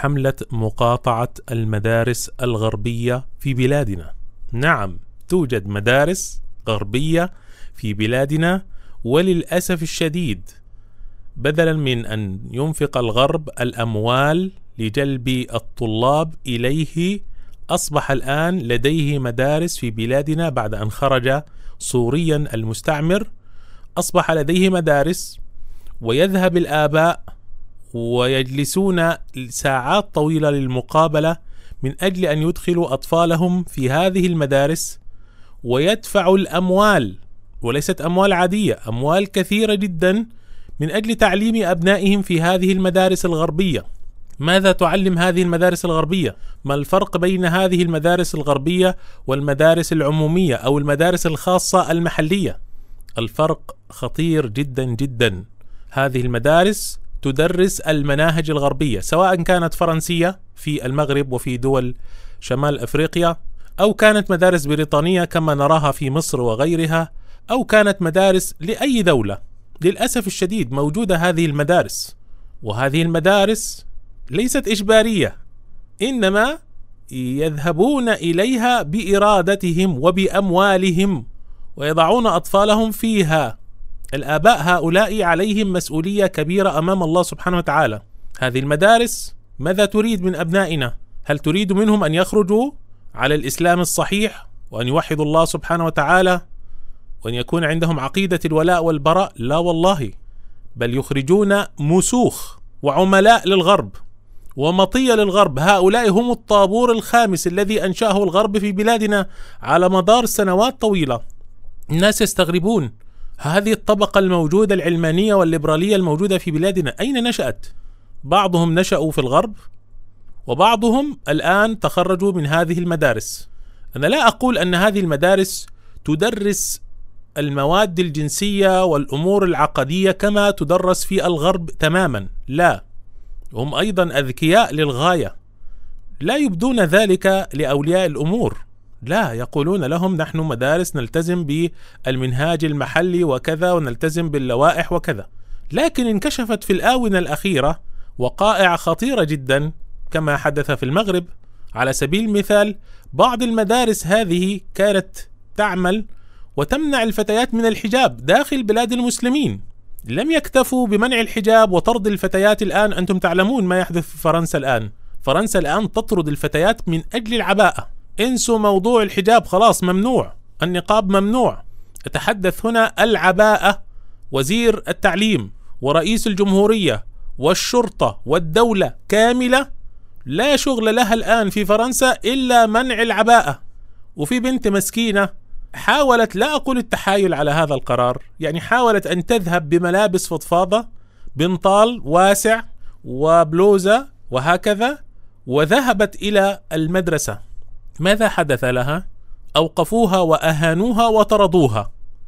حملة مقاطعة المدارس الغربية في بلادنا. نعم، توجد مدارس غربية في بلادنا، وللأسف الشديد بدلا من أن ينفق الغرب الأموال لجلب الطلاب إليه، أصبح الآن لديه مدارس في بلادنا بعد أن خرج سوريا المستعمر. أصبح لديه مدارس، ويذهب الآباء ويجلسون ساعات طويلة للمقابلة من أجل أن يدخلوا أطفالهم في هذه المدارس، ويدفعوا الأموال، وليست أموال عادية، أموال كثيرة جدا من أجل تعليم أبنائهم في هذه المدارس الغربية. ماذا تعلم هذه المدارس الغربية؟ ما الفرق بين هذه المدارس الغربية والمدارس العمومية أو المدارس الخاصة المحلية؟ الفرق خطير جدا جدا. هذه المدارس تدرس المناهج الغربية، سواء كانت فرنسية في المغرب وفي دول شمال أفريقيا، أو كانت مدارس بريطانية كما نراها في مصر وغيرها، أو كانت مدارس لأي دولة. للأسف الشديد موجودة هذه المدارس، وهذه المدارس ليست إجبارية، إنما يذهبون إليها بإرادتهم وبأموالهم ويضعون أطفالهم فيها. الآباء هؤلاء عليهم مسؤولية كبيرة أمام الله سبحانه وتعالى. هذه المدارس ماذا تريد من أبنائنا؟ هل تريد منهم أن يخرجوا على الإسلام الصحيح وأن يوحدوا الله سبحانه وتعالى وأن يكون عندهم عقيدة الولاء والبراء؟ لا والله، بل يخرجون مسوخ وعملاء للغرب ومطية للغرب. هؤلاء هم الطابور الخامس الذي أنشأه الغرب في بلادنا على مدار سنوات طويلة. الناس يستغربون، هذه الطبقة الموجودة العلمانية والليبرالية الموجودة في بلادنا أين نشأت؟ بعضهم نشأوا في الغرب، وبعضهم الآن تخرجوا من هذه المدارس. أنا لا أقول أن هذه المدارس تدرس المواد الجنسية والأمور العقدية كما تدرس في الغرب تماما، لا، هم أيضا أذكياء للغاية، لا يبدون ذلك لأولياء الأمور، لا، يقولون لهم نحن مدارس نلتزم بالمنهاج المحلي وكذا ونلتزم باللوائح وكذا. لكن انكشفت في الآونة الأخيرة وقائع خطيرة جدا كما حدث في المغرب. على سبيل المثال، بعض المدارس هذه كانت تعمل وتمنع الفتيات من الحجاب داخل بلاد المسلمين. لم يكتفوا بمنع الحجاب وطرد الفتيات، الآن أنتم تعلمون ما يحدث في فرنسا الآن. فرنسا الآن تطرد الفتيات من أجل العباءة. انسوا موضوع الحجاب، خلاص ممنوع، النقاب ممنوع. أتحدث هنا العباءة. وزير التعليم ورئيس الجمهورية والشرطة والدولة كاملة لا شغل لها الآن في فرنسا إلا منع العباءة. وفي بنت مسكينة حاولت، لا أقول التحايل على هذا القرار، يعني حاولت أن تذهب بملابس فضفاضة، بنطال واسع وبلوزة وهكذا، وذهبت إلى المدرسة. ماذا حدث لها؟ أوقفوها وأهانوها وطردوها.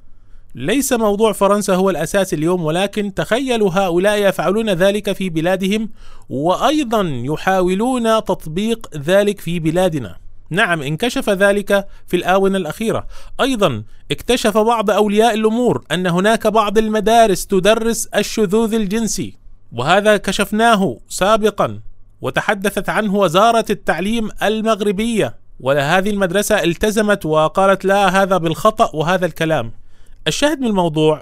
ليس موضوع فرنسا هو الأساس اليوم، ولكن تخيلوا هؤلاء يفعلون ذلك في بلادهم، وأيضا يحاولون تطبيق ذلك في بلادنا. نعم، انكشف ذلك في الآونة الأخيرة. أيضا اكتشف بعض أولياء الأمور أن هناك بعض المدارس تدرس الشذوذ الجنسي، وهذا كشفناه سابقا وتحدثت عنه وزارة التعليم المغربية، وهذه المدرسة التزمت وقالت لا، هذا بالخطأ وهذا الكلام. الشاهد من الموضوع،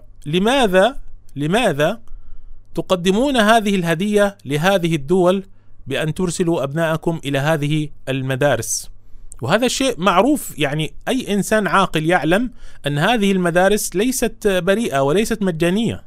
لماذا تقدمون هذه الهدية لهذه الدول بأن ترسلوا أبناءكم إلى هذه المدارس؟ وهذا الشيء معروف، يعني أي إنسان عاقل يعلم أن هذه المدارس ليست بريئة وليست مجانية.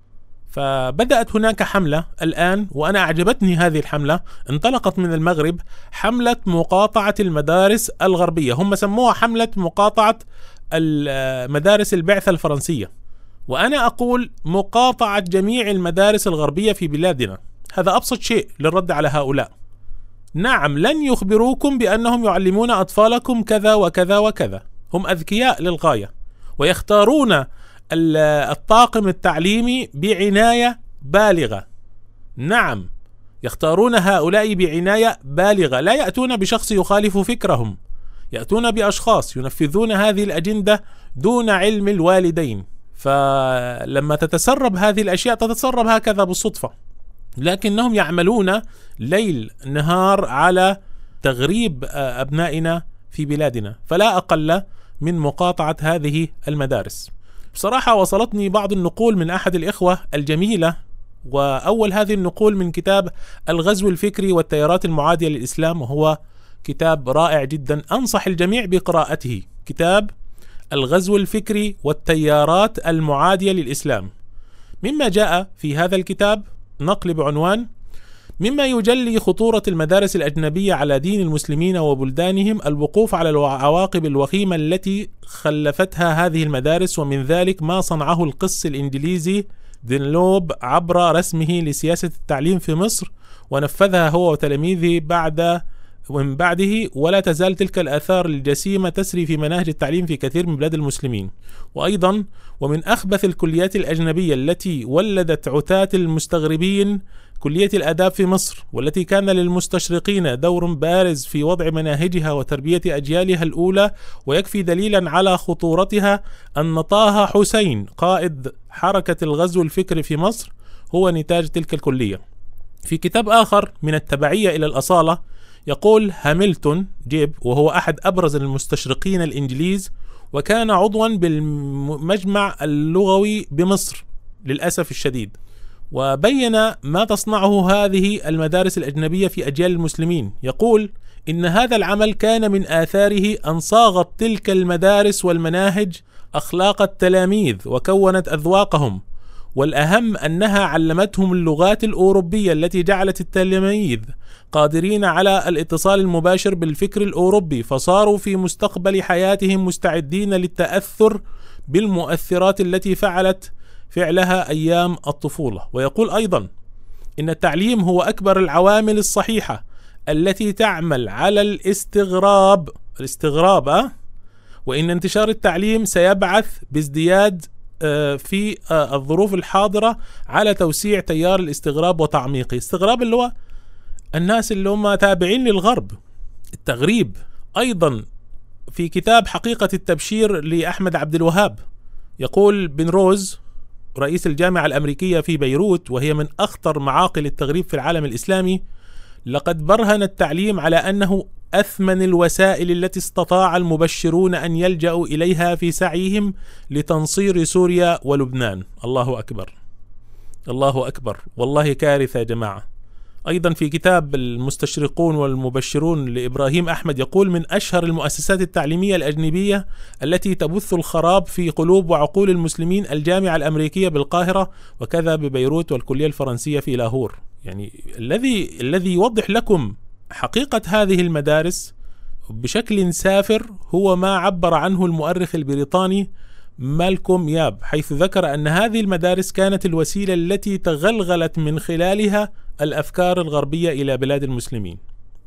فبدأت هناك حملة الآن، وأنا أعجبتني هذه الحملة، انطلقت من المغرب، حملة مقاطعة المدارس الغربية. هم سموها حملة مقاطعة المدارس البعثة الفرنسية، وأنا أقول مقاطعة جميع المدارس الغربية في بلادنا. هذا أبسط شيء للرد على هؤلاء. نعم، لن يخبروكم بأنهم يعلمون أطفالكم كذا وكذا وكذا، هم أذكياء للغاية، ويختارون الطاقم التعليمي بعناية بالغة. نعم، يختارون هؤلاء بعناية بالغة، لا يأتون بشخص يخالف فكرهم، يأتون بأشخاص ينفذون هذه الأجندة دون علم الوالدين. فلما تتسرب هذه الأشياء تتسرب هكذا بالصدفة. لكنهم يعملون ليل نهار على تغريب أبنائنا في بلادنا، فلا أقل من مقاطعة هذه المدارس. بصراحة وصلتني بعض النقول من أحد الإخوة الجميلة، وأول هذه النقول من كتاب الغزو الفكري والتيارات المعادية للإسلام، وهو كتاب رائع جدا أنصح الجميع بقراءته. كتاب الغزو الفكري والتيارات المعادية للإسلام. مما جاء في هذا الكتاب نقل بعنوان: مما يجلي خطورة المدارس الأجنبية على دين المسلمين وبلدانهم الوقوف على العواقب الوخيمة التي خلفتها هذه المدارس، ومن ذلك ما صنعه القس الإنجليزي دينلوب عبر رسمه لسياسة التعليم في مصر، ونفذها هو وتلاميذه ومن بعده، ولا تزال تلك الآثار الجسيمة تسري في مناهج التعليم في كثير من بلاد المسلمين. وأيضا ومن أخبث الكليات الأجنبية التي ولدت عتاة المستغربين كلية الآداب في مصر، والتي كان للمستشرقين دور بارز في وضع مناهجها وتربية أجيالها الأولى. ويكفي دليلا على خطورتها أن طه حسين قائد حركة الغزو الفكري في مصر هو نتاج تلك الكلية. في كتاب آخر من التبعية إلى الأصالة يقول هاملتون جيب، وهو أحد أبرز المستشرقين الإنجليز، وكان عضوا بالمجمع اللغوي بمصر للأسف الشديد، وبين ما تصنعه هذه المدارس الأجنبية في أجيال المسلمين. يقول إن هذا العمل كان من آثاره أن صاغت تلك المدارس والمناهج أخلاق التلاميذ وكونت أذواقهم، والأهم أنها علمتهم اللغات الأوروبية التي جعلت التلاميذ قادرين على الاتصال المباشر بالفكر الأوروبي، فصاروا في مستقبل حياتهم مستعدين للتأثر بالمؤثرات التي فعلها أيام الطفولة. ويقول أيضا إن التعليم هو أكبر العوامل الصحيحة التي تعمل على الاستغراب وإن انتشار التعليم سيبعث بازدياد في الظروف الحاضرة على توسيع تيار الاستغراب وتعميقه. استغراب اللي هو الناس اللي هم تابعين للغرب، التغريب. أيضا في كتاب حقيقة التبشير لأحمد عبد الوهاب يقول بن روز رئيس الجامعة الأمريكية في بيروت، وهي من أخطر معاقل التغريب في العالم الإسلامي: لقد برهن التعليم على أنه أثمن الوسائل التي استطاع المبشرون أن يلجأوا إليها في سعيهم لتنصير سوريا ولبنان. الله أكبر، الله أكبر، والله كارثة يا جماعة. أيضا في كتاب المستشرقون والمبشرون لإبراهيم أحمد يقول من أشهر المؤسسات التعليمية الأجنبية التي تبث الخراب في قلوب وعقول المسلمين الجامعة الأمريكية بالقاهرة، وكذا ببيروت والكلية الفرنسية في لاهور. يعني الذي يوضح لكم حقيقة هذه المدارس بشكل سافر هو ما عبر عنه المؤرخ البريطاني مالكوم ياب، حيث ذكر أن هذه المدارس كانت الوسيلة التي تغلغلت من خلالها الأفكار الغربية إلى بلاد المسلمين.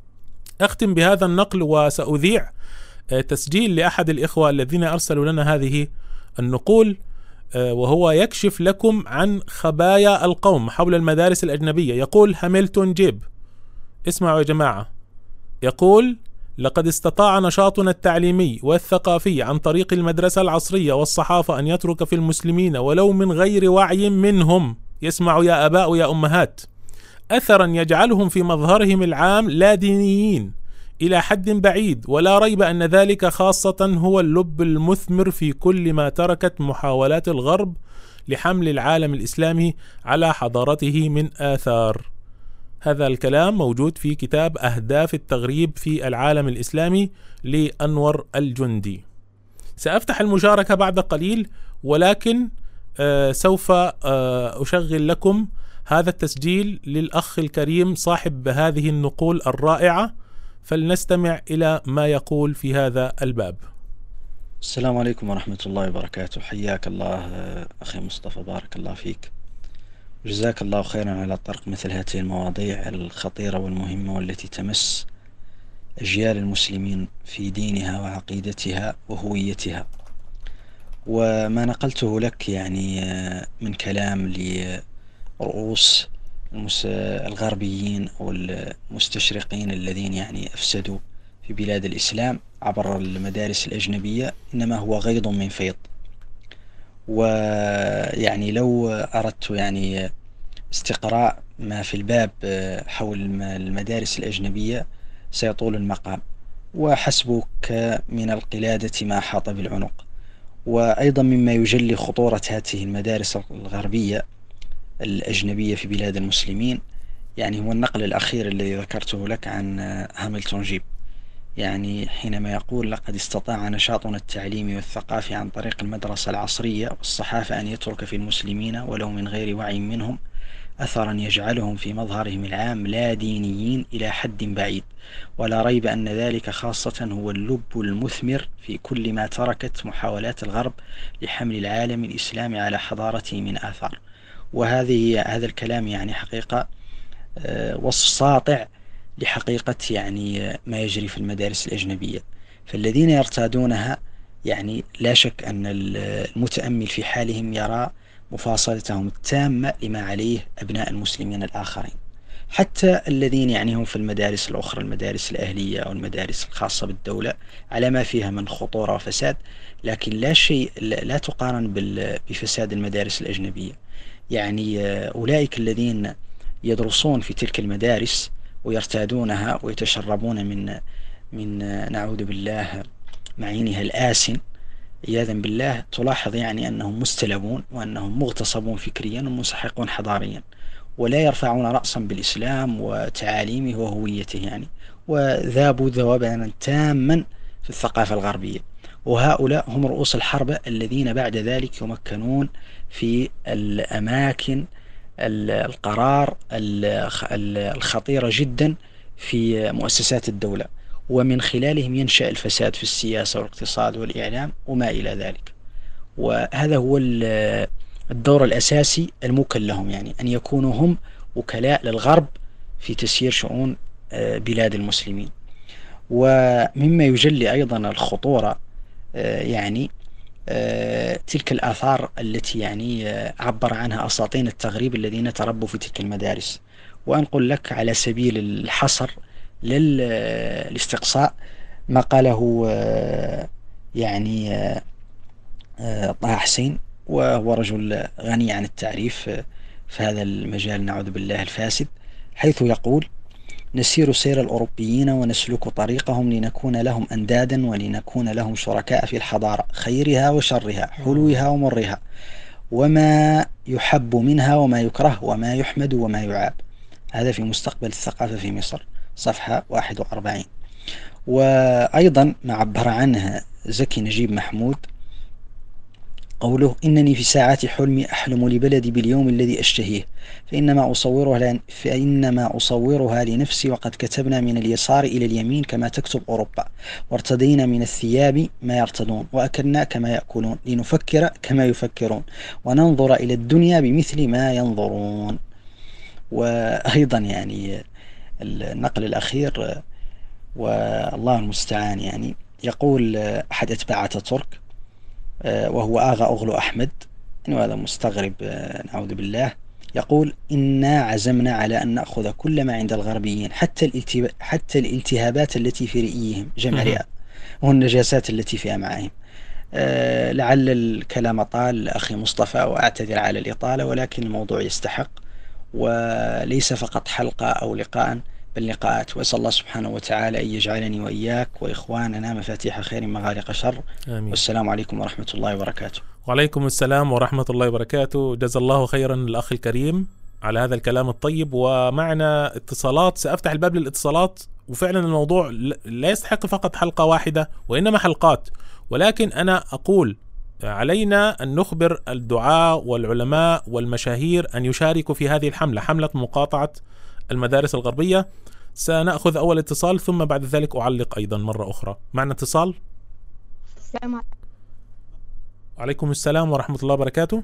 أختم بهذا النقل وسأذيع تسجيل لأحد الإخوة الذين أرسلوا لنا هذه النقول، وهو يكشف لكم عن خبايا القوم حول المدارس الأجنبية. يقول هاملتون جيب، اسمعوا يا جماعة، يقول لقد استطاع نشاطنا التعليمي والثقافي عن طريق المدرسة العصرية والصحافة أن يترك في المسلمين ولو من غير وعي منهم، يسمعوا يا آباء يا أمهات، أثرا يجعلهم في مظهرهم العام لا دينيين إلى حد بعيد، ولا ريب أن ذلك خاصة هو اللب المثمر في كل ما تركت محاولات الغرب لحمل العالم الإسلامي على حضارته من آثار. هذا الكلام موجود في كتاب أهداف التغريب في العالم الإسلامي لأنور الجندي. سأفتح المشاركة بعد قليل، ولكن سوف أشغل لكم هذا التسجيل للأخ الكريم صاحب هذه النقول الرائعة، فلنستمع إلى ما يقول في هذا الباب. السلام عليكم ورحمة الله وبركاته. حياك الله أخي مصطفى، بارك الله فيك، جزاك الله خيرا على طرق مثل هذه المواضيع الخطيرة والمهمة والتي تمس أجيال المسلمين في دينها وعقيدتها وهويتها. وما نقلته لك يعني من كلام لرؤوس الغربيين أو المستشرقين الذين يعني أفسدوا في بلاد الإسلام عبر المدارس الأجنبية إنما هو غيض من فيض. ويعني لو أردت يعني استقراء ما في الباب حول المدارس الأجنبية سيطول المقام، وحسبك من القلادة ما حاط بالعنق. وأيضا مما يجلي خطورة هذه المدارس الغربية الأجنبية في بلاد المسلمين يعني هو النقل الأخير الذي ذكرته لك عن هاملتون جيب، يعني حينما يقول: لقد استطاع نشاطنا التعليمي والثقافي عن طريق المدرسة العصرية والصحافة أن يترك في المسلمين ولو من غير وعي منهم أثرا يجعلهم في مظهرهم العام لا دينيين إلى حد بعيد، ولا ريب أن ذلك خاصة هو اللب المثمر في كل ما تركت محاولات الغرب لحمل العالم الإسلامي على حضارته من آثار. هذا الكلام يعني حقيقة وصف ساطع لحقيقة يعني ما يجري في المدارس الأجنبية. فالذين يرتادونها يعني لا شك أن المتأمل في حالهم يرى مفاصلتهم التامة لما عليه أبناء المسلمين الآخرين، حتى الذين يعني هم في المدارس الأخرى، المدارس الأهلية أو المدارس الخاصة بالدولة، على ما فيها من خطورة وفساد، لكن لا تقارن بفساد المدارس الأجنبية. يعني أولئك الذين يدرسون في تلك المدارس ويرتادونها ويتشربون من نعوذ بالله معينها الآسن عياذا بالله، تلاحظ يعني أنهم مستلبون وأنهم مغتصبون فكريا ومنسحقون حضاريا، ولا يرفعون رأسا بالإسلام وتعاليمه وهويته يعني، وذابوا ذوبانا تاما في الثقافة الغربية. وهؤلاء هم رؤوس الحرب الذين بعد ذلك يمكنون في الأماكن القرار الخطيرة جدا في مؤسسات الدولة، ومن خلالهم ينشأ الفساد في السياسة والاقتصاد والإعلام وما إلى ذلك. وهذا هو الدور الأساسي الموكل لهم، يعني أن يكونوا هم وكلاء للغرب في تسيير شؤون بلاد المسلمين. ومما يجلي أيضا الخطورة يعني تلك الآثار التي يعني عبر عنها أساطين التغريب الذين تربوا في تلك المدارس. وأنقل لك على سبيل الحصر للاستقصاء ما قاله يعني طه حسين، وهو رجل غني عن التعريف في هذا المجال نعوذ بالله الفاسد، حيث يقول: نسير سير الأوروبيين ونسلك طريقهم لنكون لهم أندادا ولنكون لهم شركاء في الحضارة، خيرها وشرها، حلوها ومرها، وما يحب منها وما يكره، وما يحمد وما يعاب. هذا في مستقبل الثقافة في مصر، صفحة 41. وأيضا ما عبر عنها زكي نجيب محمود قوله: إنني في ساعات حلمي أحلم لبلدي باليوم الذي أشتهيه، فإنما أصورها لنفسي، وقد كتبنا من اليسار إلى اليمين كما تكتب أوروبا، وارتضينا من الثياب ما يرتضون، وأكلنا كما يأكلون، لنفكر كما يفكرون، وننظر إلى الدنيا بمثل ما ينظرون. وأيضا يعني النقل الأخير والله المستعان، يعني يقول أحد أتباع أتاتورك وهو آغا أغلو أحمد، وهذا مستغرب نعوذ بالله، يقول: إنا عزمنا على أن نأخذ كل ما عند الغربيين، حتى الالتهابات التي في رئيهم، جمع رئة، والنجاسات التي في أمعائهم. لعل الكلام طال أخي مصطفى، وأعتذر على الإطالة، ولكن الموضوع يستحق، وليس فقط حلقة أو لقاء بل لقاءات. وأسأل الله سبحانه وتعالى أن يجعلني وإياك وإخواننا مفاتيح خير مغالق شر. آمين. والسلام عليكم ورحمة الله وبركاته. وعليكم السلام ورحمة الله وبركاته. جزا الله خيرا الأخ الكريم على هذا الكلام الطيب. ومعنا اتصالات، سأفتح الباب للاتصالات. وفعلا الموضوع لا يستحق فقط حلقة واحدة وإنما حلقات، ولكن أنا أقول علينا أن نخبر الدعاة والعلماء والمشاهير أن يشاركوا في هذه الحملة، حملة مقاطعة المدارس الغربية. سنأخذ أول اتصال ثم بعد ذلك أعلق أيضا مرة أخرى. معنا اتصال. السلام عليكم. وعليكم السلام ورحمة الله وبركاته.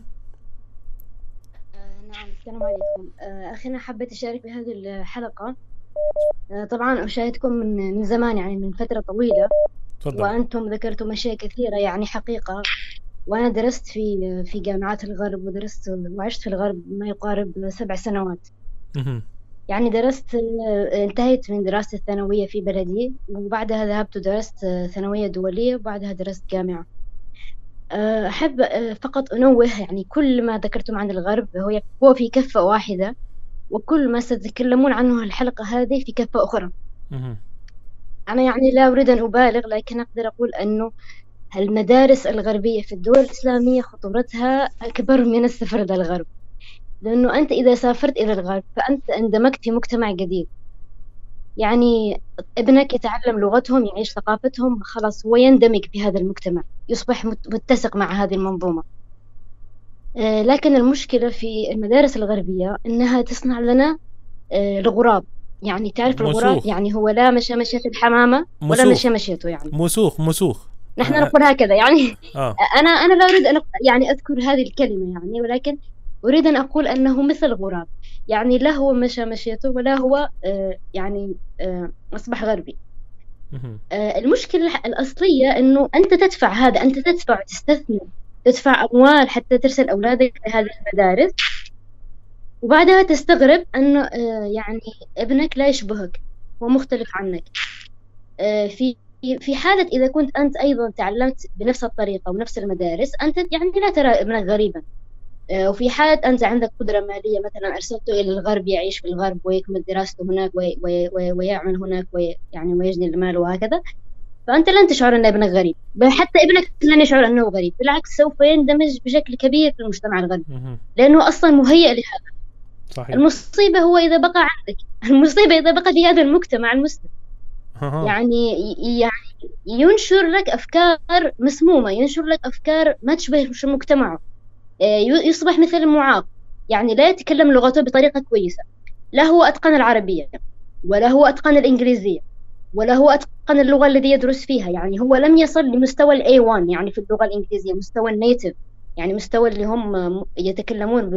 نعم، السلام عليكم. أخي، أنا حبيت أشارك بهذه الحلقة. طبعا أشاهدكم من زمان، يعني من فترة طويلة. تفضل. وأنتم ذكرتم أشياء كثيرة يعني حقيقة. وأنا درست في جامعات الغرب، ودرست وعشت في الغرب ما يقارب 7 سنوات. يعني درست، انتهيت من دراستي الثانوية في بلدي، وبعدها ذهبت ودرست ثانوية دولية، وبعدها درست جامعة. أحب فقط أنوه، يعني كل ما ذكرتم عن الغرب هو في كفة واحدة، وكل ما ستتكلمون عنه الحلقة هذه في كفة أخرى. مهم. أنا يعني لا أريد أن أبالغ، لكن أقدر أقول أنه المدارس الغربية في الدول الإسلامية خطورتها أكبر من السفر إلى الغرب، لأنه أنت إذا سافرت إلى الغرب فأنت اندمجت في مجتمع جديد. يعني ابنك يتعلم لغتهم، يعيش ثقافتهم، خلاص هو يندمج في هذا المجتمع، يصبح متسق مع هذه المنظومة. لكن المشكلة في المدارس الغربية إنها تصنع لنا الغراب. يعني تعرف الغراب، مسوخ. يعني هو لا مشى مشية الحمامة ولا مسوخ. مشى مشيته، يعني مسوخ. نحن نقول هكذا يعني. آه. أنا لا أريد أن يعني أذكر هذه الكلمة يعني، ولكن أريد أن أقول أنه مثل الغراب، يعني لا هو مشى مشيته ولا هو يعني أصبح غربي. مهم. المشكلة الأصلية أنه أنت تدفع هذا، أنت تدفع وتستثمر، تدفع أموال حتى ترسل أولادك لهذه المدارس، وبعدها تستغرب أنه يعني ابنك لا يشبهك، هو مختلف عنك. في حالة إذا كنت أنت أيضا تعلمت بنفس الطريقة ونفس المدارس، أنت يعني لا ترى ابنك غريبا. وفي حالة أنت عندك قدرة مالية، مثلا أرسلته إلى الغرب يعيش في الغرب ويكمل دراسته هناك ويعمل هناك يعني ويجني المال وهكذا، فأنت لن تشعر أن ابنك غريب، بل حتى ابنك لن يشعر أنه غريب، بالعكس سوف يندمج بشكل كبير في المجتمع الغربي، مهم. لأنه أصلا مهيئ لهذا. صحيح. المصيبة هو إذا بقى عندك، المصيبة إذا بقى في هذا المجتمع المسلم، أها. يعني ينشر لك أفكار مسمومة، ينشر لك أفكار ما تشبه مجتمعه، يصبح مثل المعاق، يعني لا يتكلم لغته بطريقة كويسة، لا هو أتقن العربية ولا هو أتقن الإنجليزية ولا هو أتقن اللغة التي يدرس فيها. يعني هو لم يصل لمستوى A1 يعني في اللغة الإنجليزية، مستوى النيتيف، يعني مستوى اللي هم يتكلمون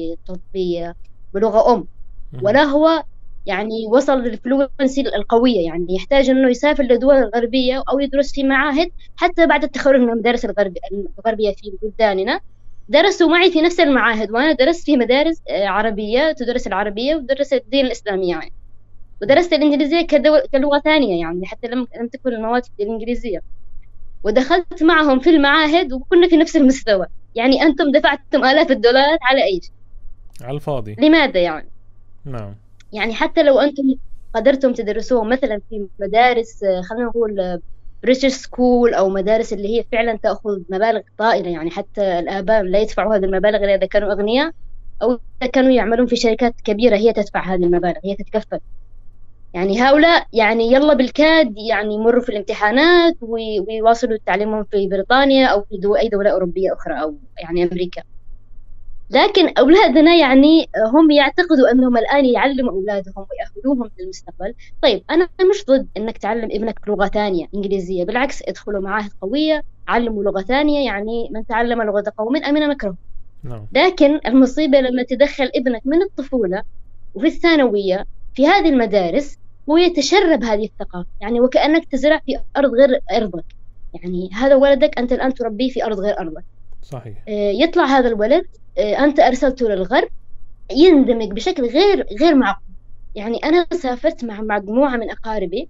بلغة أم، ولا هو يعني وصل للفلوينسي القوية، يعني يحتاج أنه يسافر لدول الغربية أو يدرس في معاهد. حتى بعد التخرج من المدارس الغربية في بلداننا درسوا معي في نفس المعاهد، وأنا درست في مدارس عربية تدرس العربية ودرست الدين الإسلامي يعني، ودرست الإنجليزية كلغة ثانية يعني، حتى لم تكن المواد الإنجليزية، ودخلت معهم في المعاهد وكنا في نفس المستوى. يعني أنتم دفعتم آلاف الدولارات على إيش؟ على الفاضي. لماذا يعني؟ نعم. يعني حتى لو أنتم قدرتم تدرسوهم مثلا في مدارس خلينا نقول بريتش سكول أو مدارس اللي هي فعلا تأخذ مبالغ طائلة، يعني حتى الآباء لا يدفعوا هذه المبالغ إلا إذا كانوا أغنياء أو إذا كانوا يعملون في شركات كبيرة هي تدفع هذه المبالغ، هي تتكفل. يعني هؤلاء يعني يلا بالكاد يعني يمروا في الامتحانات ويواصلوا تعليمهم في بريطانيا أو في أي دولة أوروبية أخرى أو يعني أمريكا. لكن أولادنا يعني هم يعتقدوا أنهم الآن يعلموا أولادهم ويأهلوهم للمستقبل. طيب أنا مش ضد أنك تعلم ابنك لغة ثانية إنجليزية، بالعكس ادخلوا معاهد قوية، علموا لغة ثانية، يعني من تعلم لغة قوم أمن مكره. لكن المصيبة لما تدخل ابنك من الطفولة وفي الثانوية في هذه المدارس ويتشرب هذه الثقافة، يعني وكأنك تزرع في أرض غير أرضك. يعني هذا ولدك أنت الآن تربيه في أرض غير أرضك. صحيح. يطلع هذا الولد أنت أرسلته للغرب يندمج بشكل غير معقول. يعني أنا سافرت مع مجموعة من أقاربي،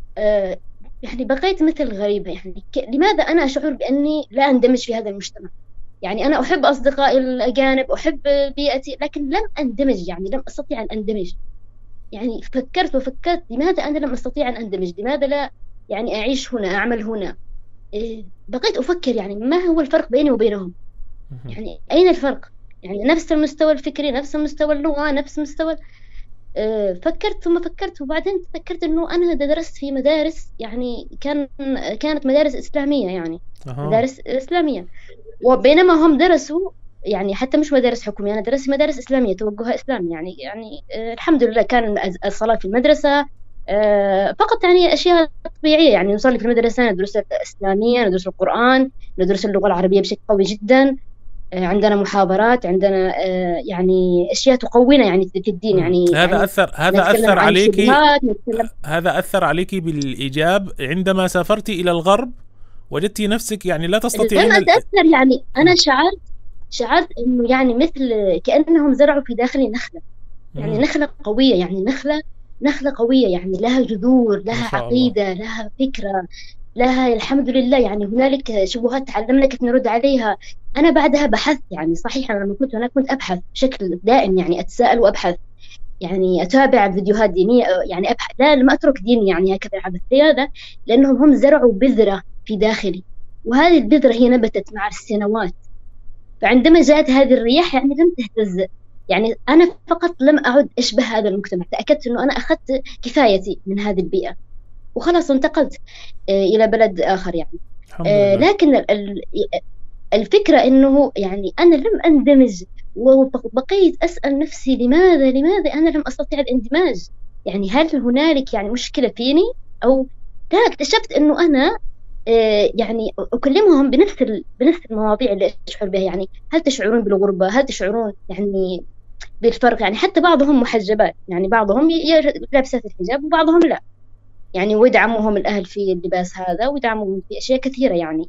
يعني بقيت مثل غريبة. يعني لماذا أنا أشعر بأني لا أندمج في هذا المجتمع؟ يعني أنا أحب أصدقائي الأجانب، أحب بيئتي، لكن لم أندمج، يعني لم أستطيع أن أندمج. يعني فكرت لماذا أنا لم أستطيع أن أندمج؟ لماذا لا يعني أعيش هنا، أعمل هنا؟ بقيت أفكر يعني ما هو الفرق بيني وبينهم؟ يعني أين الفرق؟ يعني نفس المستوى الفكري، نفس مستوى اللغة، نفس مستوى. فكرت ثم فكرت وبعدين تذكرت إنه أنا درست في مدارس يعني كانت مدارس إسلامية، يعني مدارس إسلامية، وبينما هم درسوا يعني حتى مش مدارس حكومية، أنا درست مدارس إسلامية توجهها إسلامي يعني الحمد لله كان الصلاة في المدرسة فقط يعني أشياء طبيعية، يعني نصلي في المدرسة، ندرس الإسلامية، ندرس القرآن، ندرس اللغة العربية بشكل قوي جدا، عندنا محاضرات، عندنا يعني أشياء تقوينا يعني في الدين. يعني هذا أثر عليكي بالإيجاب عندما سافرتي إلى الغرب؟ وجدتي نفسك يعني لا تستطيعين؟ لم أتأثر، يعني أنا شعرت إنه يعني مثل كأنهم زرعوا في داخلي نخلة، يعني نخلة قوية، يعني نخلة قوية، يعني لها جذور، لها عقيدة، لها فكرة، لها الحمد لله. يعني هنالك شبهات تعلمنا كيف نرد عليها. أنا بعدها بحثت، يعني صحيح أنا لما كنت هناك كنت أبحث بشكل دائم، يعني أتساءل وأبحث. يعني أتابع فيديوهات دينية، يعني أبحث، لا ما أترك ديني يعني هكذا عبث. لماذا؟ لأنهم هم زرعوا بذرة في داخلي، وهذه البذرة هي نبتت مع السنوات. فعندما جاءت هذه الرياح يعني لم تهتز، يعني أنا فقط لم أعد أشبه هذا المجتمع، تأكدت أنه أنا أخذت كفايتي من هذه البيئة وخلاص انتقلت إلى بلد آخر يعني. الحمد لله. لكن الفكرة أنه يعني أنا لم أندمج، وبقيت أسأل نفسي لماذا أنا لم أستطيع الاندماج؟ يعني هل هنالك يعني مشكلة فيني؟ أو لا، اكتشفت أنه أنا يعني أكلمهم بنفس المواضيع اللي أشعر بها. يعني هل تشعرون بالغربة؟ هل تشعرون يعني بالفرق؟ يعني حتى بعضهم محجبات، يعني بعضهم لابسات الحجاب وبعضهم لا، يعني ويدعموهم الأهل في اللباس هذا ويدعموهم في أشياء كثيرة يعني.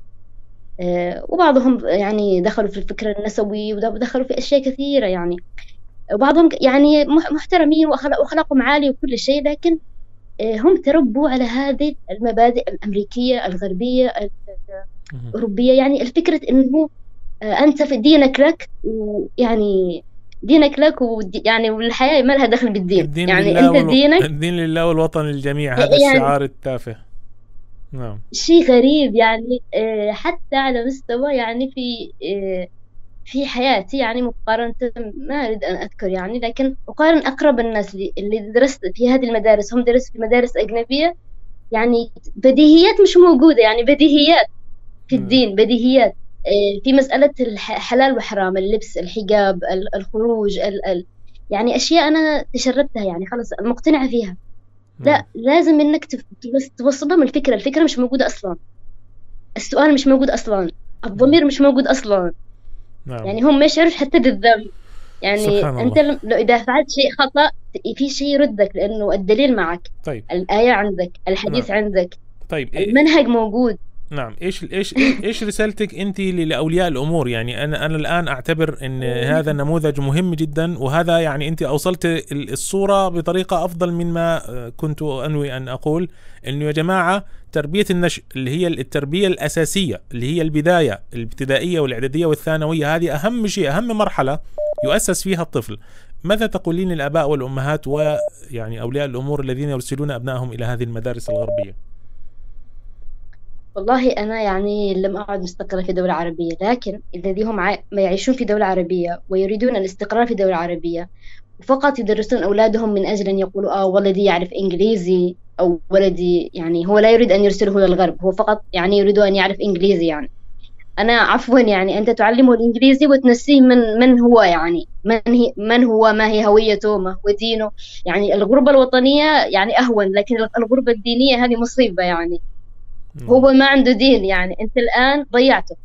وبعضهم يعني دخلوا في الفكر النسوي ودخلوا في أشياء كثيرة يعني. وبعضهم يعني محترمين وأخلاقهم عالية وكل شيء، لكن هم تربوا على هذه المبادئ الأمريكية الغربية الأوروبية. يعني الفكرة إنه أنت في دينك لك، ويعني دينك لك يعني والحياة ما لها دخل بالدين. الدين يعني لله أنت دينك، الدين لله والوطن للجميع، هذا يعني الشعار التافه. نعم. شيء غريب يعني. حتى على مستوى يعني في حياتي يعني مقارنة، ما أريد أن أذكر يعني، لكن أقارن أقرب الناس اللي درست في هذه المدارس، هم درسوا في مدارس أجنبية، يعني بديهيات مش موجودة، يعني بديهيات في الدين، بديهيات في مسألة الحلال وحرام، اللبس، الحجاب، الخروج، يعني أشياء أنا تشربتها يعني خلاص مقتنعة فيها. لا، لازم إنك توصل لهم الفكرة مش موجودة أصلا، السؤال مش موجود أصلا، الضمير مش موجود أصلا. نعم. يعني هم ما يشعرش حتى بالذنب. يعني أنت لو إذا فعلت شيء خطأ في شيء يردك، لأنه الدليل معك. طيب. الآية عندك، الحديث عندك. طيب. المنهج موجود. نعم. ايش رسالتك انت لاولياء الامور؟ يعني انا الان اعتبر ان هذا النموذج مهم جدا، وهذا يعني انت اوصلت الصوره بطريقه افضل مما كنت انوي ان اقول. انه يا جماعه تربيه النشء اللي هي التربيه الاساسيه، اللي هي البدايه الابتدائيه والاعداديه والثانويه، هذه اهم شيء، اهم مرحله يؤسس فيها الطفل. ماذا تقولين للاباء والامهات ويعني اولياء الامور الذين يرسلون ابنائهم الى هذه المدارس الغربيه؟ والله أنا يعني لم أعد مستقرة في دولة عربية، لكن الذي هم يعيشون في دولة عربية ويريدون الاستقرار في دولة عربية، وفقط يدرسون أولادهم من أجل أن يقولوا ولدي يعرف إنجليزي، أو ولدي يعني هو لا يريد أن يرسله للغرب، هو فقط يعني يريد أن يعرف إنجليزي. يعني أنا عفوا يعني أنت تعلمه الإنجليزي وتنسيه من هو، يعني من هو، ما هي هويته، ما هو دينه. يعني الغربة الوطنية يعني أهون، لكن الغربة الدينية هذه مصيبة. يعني هو ما عنده دين، يعني أنت الآن ضيعته.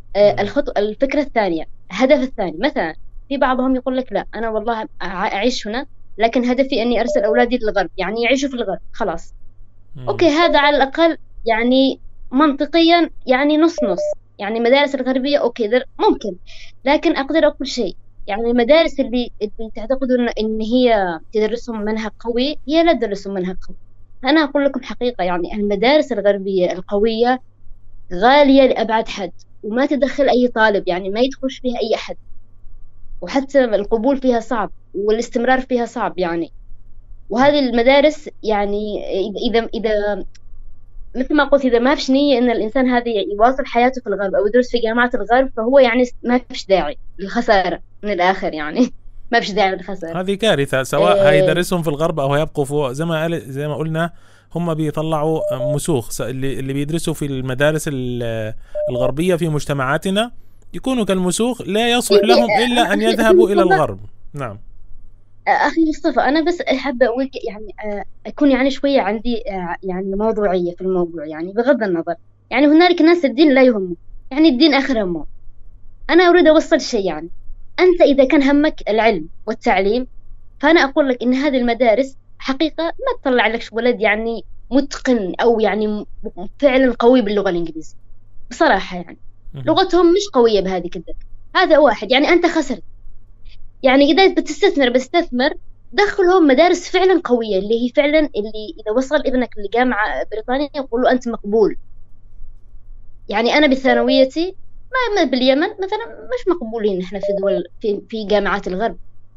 الفكرة الثانية، الهدف الثاني، مثلا في بعضهم يقول لك لا أنا والله أعيش هنا، لكن هدفي أني أرسل أولادي للغرب، يعني يعيشوا في الغرب خلاص. أوكي، هذا على الأقل يعني منطقيا يعني نص يعني المدارس الغربية أوكي ممكن، لكن أقدر أقول شيء، يعني المدارس اللي تعتقدون إن هي تدرسهم منهج قوي، هي لا تدرسهم منهج قوي. أنا أقول لكم حقيقة، يعني المدارس الغربية القوية غالية لأبعد حد، وما تدخل أي طالب، يعني ما يدخلش فيها أي أحد، وحتى القبول فيها صعب والاستمرار فيها صعب يعني. وهذه المدارس يعني إذا مثل ما قلت، إذا ما فيش نية إن الإنسان هذا يواصل حياته في الغرب أو يدرس في جامعة الغرب، فهو يعني ما فيش داعي للخسارة من الآخر، يعني ما فيش داعي للخسارة. هذه كارثة، سواء هيدرسهم في الغرب أو هيبقوا فوق. زي ما قلنا، هم بيطلعوا مسوخ. اللي بيدرسوا في المدارس الغربية في مجتمعاتنا يكونوا كالمسوخ، لا يصلح لهم إلا أن يذهبوا إلى الغرب. نعم أخي مصطفى، أنا بس حابة أقول يعني أكون يعني شوية عندي يعني موضوعية في الموضوع، يعني بغض النظر، يعني هنالك ناس الدين لا يهمه، يعني الدين آخر همه. أنا أريد أوصل شيء، يعني أنت إذا كان همك العلم والتعليم، فأنا أقول لك إن هذه المدارس حقيقة ما تطلع لك ولد يعني متقن أو يعني فعلا قوي باللغة الإنجليزية بصراحة. يعني لغتهم مش قوية بهذه كده. هذا واحد، يعني أنت خسرت. يعني إذا بتستثمر دخلهم مدارس فعلا قوية، اللي هي فعلا اللي إذا وصل ابنك لجامعة بريطانية يقولوا أنت مقبول. يعني أنا بثانويتي ما باليمن مثلا مش مقبولين إحنا في دول في جامعات الغرب.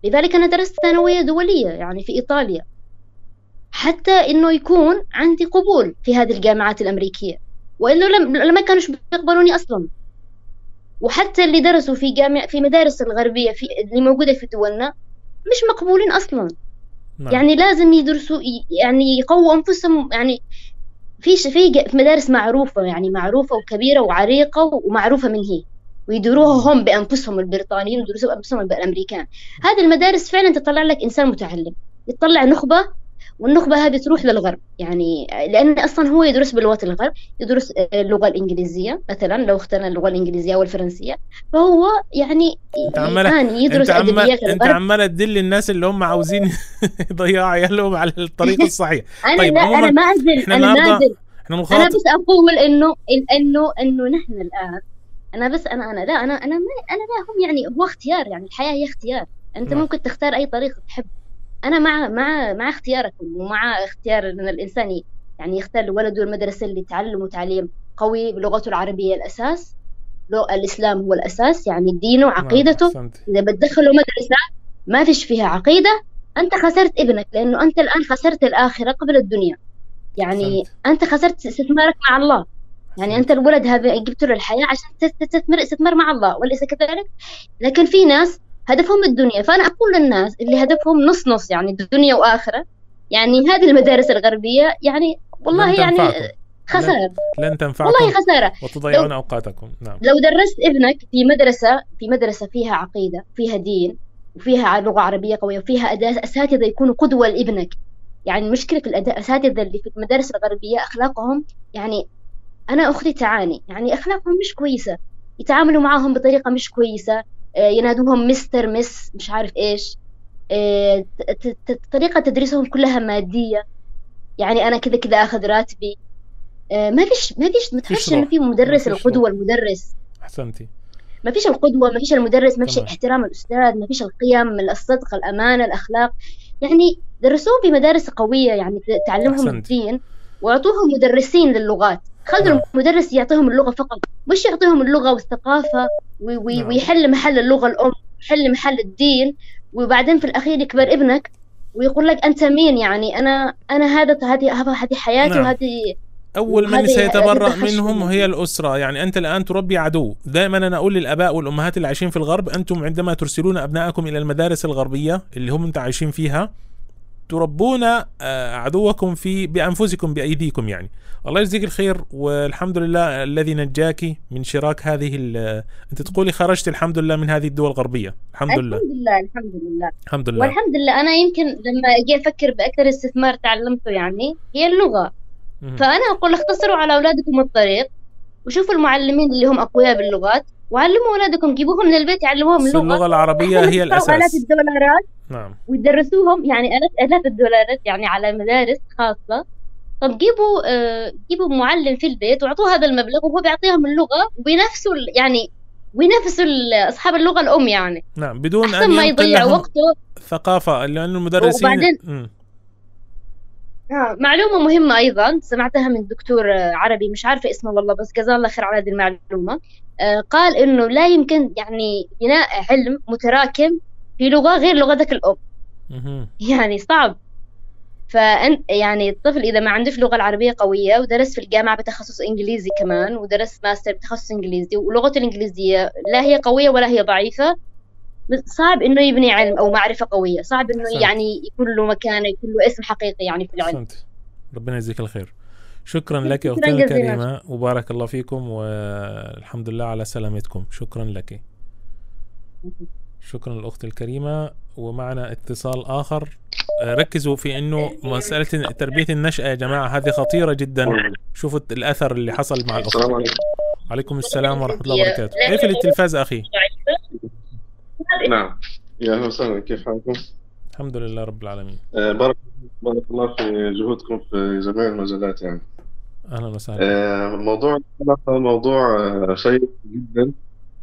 لذلك أنا درست ثانوية دولية يعني في إيطاليا، حتى إنه يكون عندي قبول في هذه الجامعات الأمريكية، وإنه لما كانوش بيقبلوني أصلا. وحتى اللي درسوا في مدارس الغربية اللي موجودة في دولنا مش مقبولين أصلا. يعني لازم يدرسوا، يعني يقووا أنفسهم. يعني في مدارس معروفة، يعني معروفة وكبيرة وعريقة ومعروفة من هي، ويدروها هم بأنفسهم البريطانيين ويدرسوا بأنفسهم الأمريكان. هذه المدارس فعلا تطلع لك إنسان متعلم، يطلع نخبة، والنخبة هذه تروح للغرب. يعني لأن أصلا هو يدرس بلغات الغرب، يدرس اللغة الإنجليزية مثلا، لو اخترنا اللغة الإنجليزية والفرنسية، فهو يعني يدرس أدبيات الغرب. أنت عمالة تدل الناس اللي هم عاوزين يضيعوا عيالهم على الطريق الصحيح. طيب أنا ما أزل، أنا بس أقول إنه نحن الآن، أنا لا هم، يعني هو اختيار، يعني الحياة هي اختيار. أنت ممكن تختار أي طريقة تحب. أنا مع اختياركم، ومع اختيار أن الإنسان يعني يختار لولده المدرسة اللي تعلمه تعليم قوي بلغته العربية الأساس. الإسلام هو الأساس، يعني دينه وعقيدته. إذا بتدخله مدرسة ما فيش فيها عقيدة، أنت خسرت ابنك، لأنه أنت الآن خسرت الآخرة قبل الدنيا. يعني أنت خسرت استثمارك مع الله. يعني أنت الولد هذا جبت له الحياة عشان تستثمر مع الله، وليس كذلك. لكن في ناس هدفهم الدنيا. فأنا أقول للناس اللي هدفهم نص يعني دنيا وآخرة، يعني هذه المدارس الغربية يعني والله يعني خسارة، لن تنفعكم والله خسارة، وتضيعون أوقاتكم. نعم. لو درست ابنك في مدرسة فيها عقيدة، فيها دين، وفيها لغة عربية قوية، وفيها أساتذة يكونوا قدوة لابنك. يعني المشكلة في الأساتذة اللي في المدارس الغربية أخلاقهم، يعني أنا أختي تعاني، يعني أخلاقهم مش كويسة، يتعاملوا معهم بطريقة مش كويسة، ينادوهم مستر مس مش عارف إيش، طريقة تدريسهم كلها مادية. يعني أنا كذا أخذ راتبي. ما تحسش إنه في مدرس القدوة، المدرس. أحسنتي. ما فيش القدوة، ما فيش المدرس، ما فيش احترام الأستاذ، ما فيش القيم، الصدق، الأمانة، الأخلاق. يعني درسوهم في مدارس قوية، يعني تعلمهم الدين، وأعطوهم مدرسين للغات. خلوا المدرس يعطيهم اللغة فقط، مش يعطيهم اللغة والثقافة ويحل محل اللغة الأم، يحل محل الدين. وبعدين في الأخير يكبر ابنك ويقول لك أنت مين؟ يعني أنا هذه حياتي. وهذه أول من سيتبرأ منهم هي الأسرة. يعني أنت الآن تربي عدو. دائما أنا أقول للآباء والأمهات اللي عايشين في الغرب، أنتم عندما ترسلون أبنائكم إلى المدارس الغربية اللي هم أنت عايشين فيها، تربون عدوكم بأنفسكم بأيديكم. يعني الله يجزيك الخير، والحمد لله الذي نجاك من شراك هذه أنت تقولي خرجت الحمد لله من هذه الدول الغربية. الحمد لله. الحمد لله. والحمد لله أنا يمكن لما أجي أفكر بأكثر استثمار تعلمته يعني هي اللغة. فأنا أقول اختصروا على أولادكم الطريق، وشوفوا المعلمين اللي هم أقوياء باللغات، وعلموا أولادكم، جيبوهم من البيت يعلموهم اللغة العربية هي الأساس. آلاف الدولارات. نعم. ويدرسوهم يعني آلاف الدولارات يعني على مدارس خاصة. طب جيبوا معلم في البيت وعطوه هذا المبلغ، وهو بيعطيهم اللغة، وينافسوا أصحاب اللغة الأم يعني. نعم، بدون أن ما يضيع وقته ثقافة، لأن المدرسين. وبعدين معلومة مهمة أيضا سمعتها من دكتور عربي مش عارفة اسمه والله، بس جزاه الله خير على هذه المعلومة. قال إنه لا يمكن يعني بناء علم متراكم في لغة غير لغتك الأم. يعني صعب. يعني الطفل إذا ما عندش لغة العربية قوية، ودرس في الجامعة بتخصص إنجليزي كمان، ودرس ماستر بتخصص إنجليزي، ولغته الإنجليزية لا هي قوية ولا هي ضعيفة، صعب إنه يبني علم أو معرفة قوية، صعب إنه يعني يكون له مكانة، يكون له اسم حقيقي يعني في العلم. ربنا يجزيك الخير. شكرا لك أختنا الكريمة، وبارك الله فيكم، والحمد لله على سلامتكم. شكرا لك. شكرا الأخت الكريمة. ومعنا اتصال آخر. ركزوا في إنه مسألة تربية النشأة يا جماعة هذه خطيرة جدا. شوفوا الأثر اللي حصل مع الأخت. السلام عليكم. عليكم السلام ورحمة الله وبركاته. كيف التلفاز أخي؟ نعم، يا أهلا وسهلا، كيف حالكم؟ الحمد لله رب العالمين. بارك الله في جهودكم في جميع المجالات. يعني أهلا وسهلا. موضوع شيق جدا،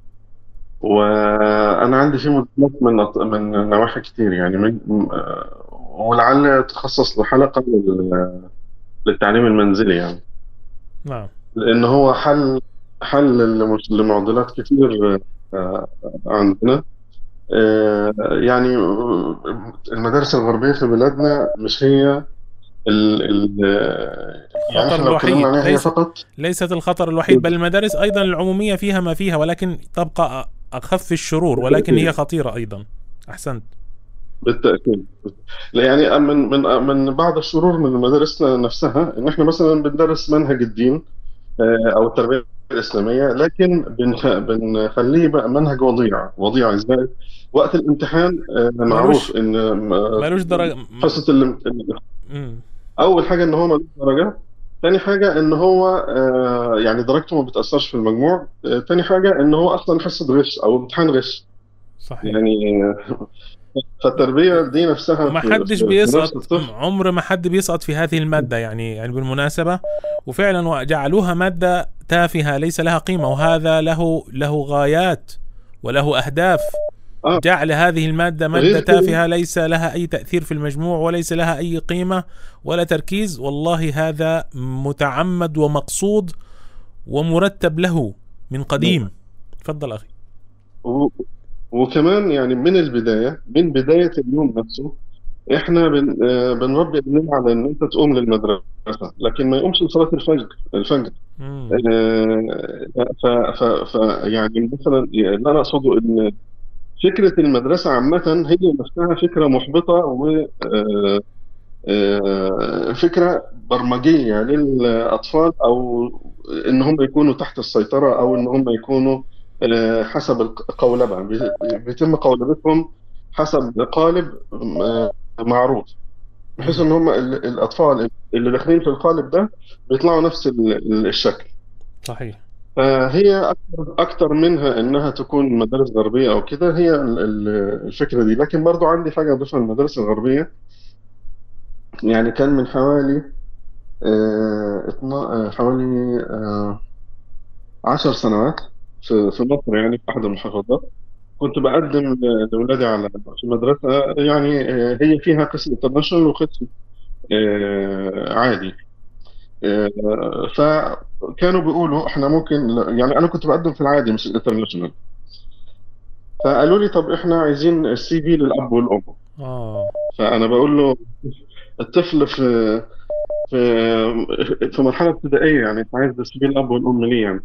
وأنا عندي فيه مداخلات من نواحي كتير، يعني ولعل تخصص لحلقة للتعليم المنزلي. يعني نعم، لأنه هو حل لمعضلات كتير عندنا. يعني المدارس الغربية في بلادنا مش هي ال ال يعني الخطر احنا لو اتكلمنا الوحيد عليها هي فقط. ليست الخطر الوحيد، بل المدارس أيضا العمومية فيها ما فيها، ولكن تبقى أخف الشرور، ولكن هي بالتأكيد، خطيرة أيضا. أحسنت. بالتأكيد. لا يعني من بعض الشرور من مدارسنا نفسها ان احنا مثلا بندرس منهج الدين او التربيه الاسلاميه، لكن بنخليه بقى منهج وضيع ازاي؟ وقت الامتحان معروف ملوش ان ملوش درجة. حصه مم. اول حاجه ان هو ملوش درجه. تاني حاجه ان هو يعني درجته ما بتاثرش في المجموع. تاني حاجه ان هو اصلا حصه غش او امتحان غش صحيح. يعني. فالتربيه دي نفسها وما حدش في نفس بيسقط، الطفل. عمر ما حد بيسقط في هذه المادة، يعني بالمناسبة. وفعلا جعلوها مادة تافهة ليس لها قيمة، وهذا له غايات وله أهداف. اه جعل هذه المادة مادة غير كده. تافهة ليس لها أي تأثير في المجموع، وليس لها أي قيمة ولا تركيز. والله هذا متعمد ومقصود ومرتب له من قديم. تفضل أخي. وكمان يعني من بداية اليوم نفسه احنا بنربي ابننا على ان انت تقوم للمدرسة، لكن ما يقومش لصلاة الفجر. مم. ف ف ف يعني مثلا اللي انا اقصده ان فكرة المدرسة عامة هي نفسها فكرة محبطة، و فكرة برمجية للأطفال، أو إن هم يكونوا تحت السيطرة، أو إن هم يكونوا حسب القولبة. بيتم قولبتهم حسب قالب معروف، بحيث مم. إن هم الأطفال اللي داخلين في القالب ده بيطلعوا نفس الشكل. صحيح. فهي أكتر منها إنها تكون مدارس غربية أو كده، هي الفكرة دي. لكن برضو عندي حاجة أضيفها للمدارس الغربية. يعني كان من حوالي حوالي 10 سنوات في مصر، يعني في أحد المحافظات كنت بقدم لأولادي على في مدرسة، يعني هي فيها قسم انترناشونال وقسم عادي. فكانوا بيقولوا احنا ممكن، يعني انا كنت بقدم في العادي مش الانترناشونال. فقالوا لي طب احنا عايزين السي في للاب والام. آه. فانا بقول له الطفل في مرحله ابتدائيه، يعني انت عايز السي في الاب والام ليه يعني؟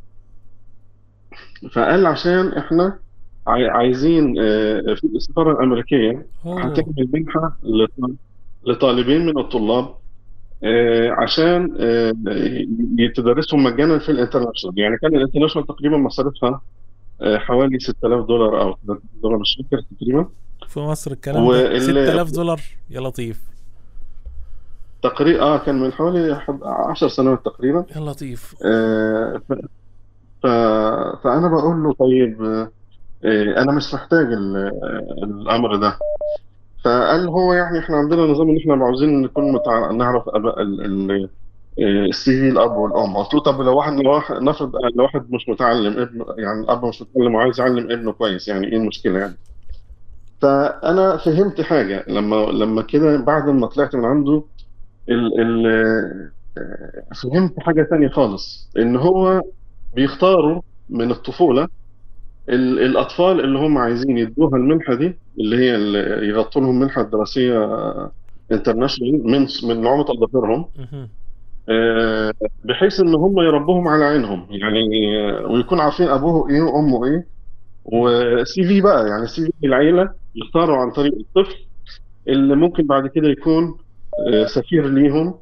فقال عشان احنا عايزين في السفاره الامريكيه أوه. هتعمل منحه لطالبين من الطلاب عشان يتدرسوا مجانا في الانترناشونال. يعني كان الانترناشونال تقريبا مصاريفها حوالي $6000 او $3000، مش فاكر تقريبا. في مصر الكلام ده واللي $6000 يا لطيف. تقريبا كان من حوالي 10 سنوات تقريبا. يا لطيف. آه، ف... ف... فانا بقول له طيب انا مش محتاج الامر ده. فقال هو يعني احنا عندنا نظام ان احنا عاوزين نكون نعرف اباء السي في الاب والام. قلت له طب لو واحد نفرض لو واحد مش متعلم ابنه، يعني الاب مش متعلم وعايز يعلم ابنه كويس، يعني ايه المشكله يعني؟ فانا فهمت حاجه لما كده بعد ما طلعت من عنده. ال ال فهمت حاجه تانية خالص، ان هو بيختاروا من الطفوله الاطفال اللي هم عايزين يدوها المنحه دي، اللي هي اللي يغطوا لهم منحه دراسيه انترناشونال من نعومه اظافرهم، مهم. آه، بحيث ان هم يربوهم على عينهم يعني، ويكون عارفين ابوه ايه وامه ايه، وسي في بقى، يعني سي في العيله يختاروا عن طريق الطفل اللي ممكن بعد كده يكون سفير ليهم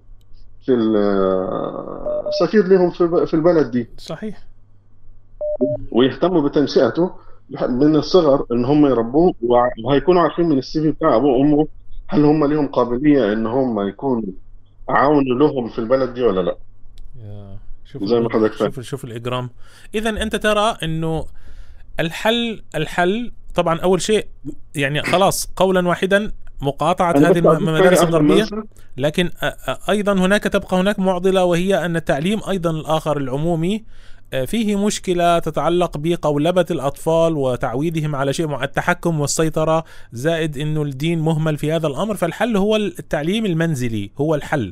سفير ليهم في البلد دي. صحيح. ويهتموا بتنشئته من الصغر، ان هم يربوه، وهيكونوا عارفين من السي في بتاع ابوه وامه هل هم ليهم قابليه ان هم يكونوا عون لهم في البلد دي ولا لا. شوف زي ما حضرتك فاهم. شوف الإجرام. إذا أنت ترى أنه الحل طبعا أول شيء، يعني خلاص قولا واحدا مقاطعة انا هذه بس اضيف المدارس حاجه قبل ما الغربية. انسى. لكن أيضا تبقى هناك معضلة، وهي أن التعليم أيضا الآخر العمومي فيه مشكلة تتعلق بقولبة الأطفال وتعويدهم على شيء التحكم والسيطرة، زائد أنه الدين مهمل في هذا الأمر. فالحل هو التعليم المنزلي، هو الحل.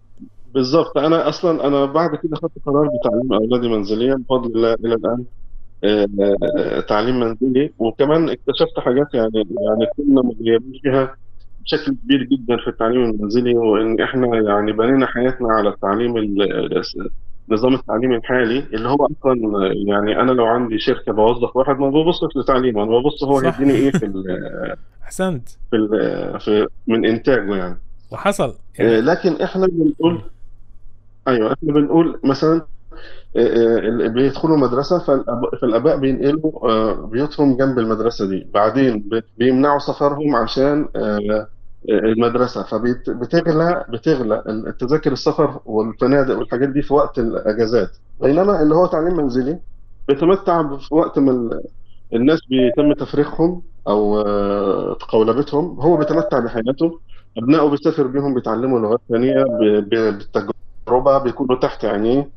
بالظبط. انا اصلا بعد كده خدت قرار بتعليم اولادي منزليا بفضل الله الى الان. تعليم منزلي. وكمان اكتشفت حاجات يعني كنا مغيبين فيها بشكل كبير جدا في التعليم المنزلي، وان احنا يعني بنينا حياتنا على نظام التعليم الحالي، اللي هو اصلا يعني انا لو عندي شركه بوظف واحد ما ببصش لتعليمه، انا ببص هو صح. هيديني ايه احسنت. من انتاجه يعني. وحصل يعني. لكن احنا مم. بنقول، ايوه احنا بنقول مثلا بيدخلوا مدرسة، فالآباء بينقلوا بيوتهم جنب المدرسة دي، بعدين بيمنعوا سفرهم عشان المدرسة، بتغلى التذاكر السفر والفنادق والحاجات دي في وقت الأجازات. بينما اللي هو تعليم منزلي بيتمتع في وقت ما الناس بيتم تفريغهم أو قولبتهم، هو بيتمتع بحياته، أبنائه بيسافر بيهم بيتعلموا لغات ثانية بالتجربة، بيكونوا تحت عينيه.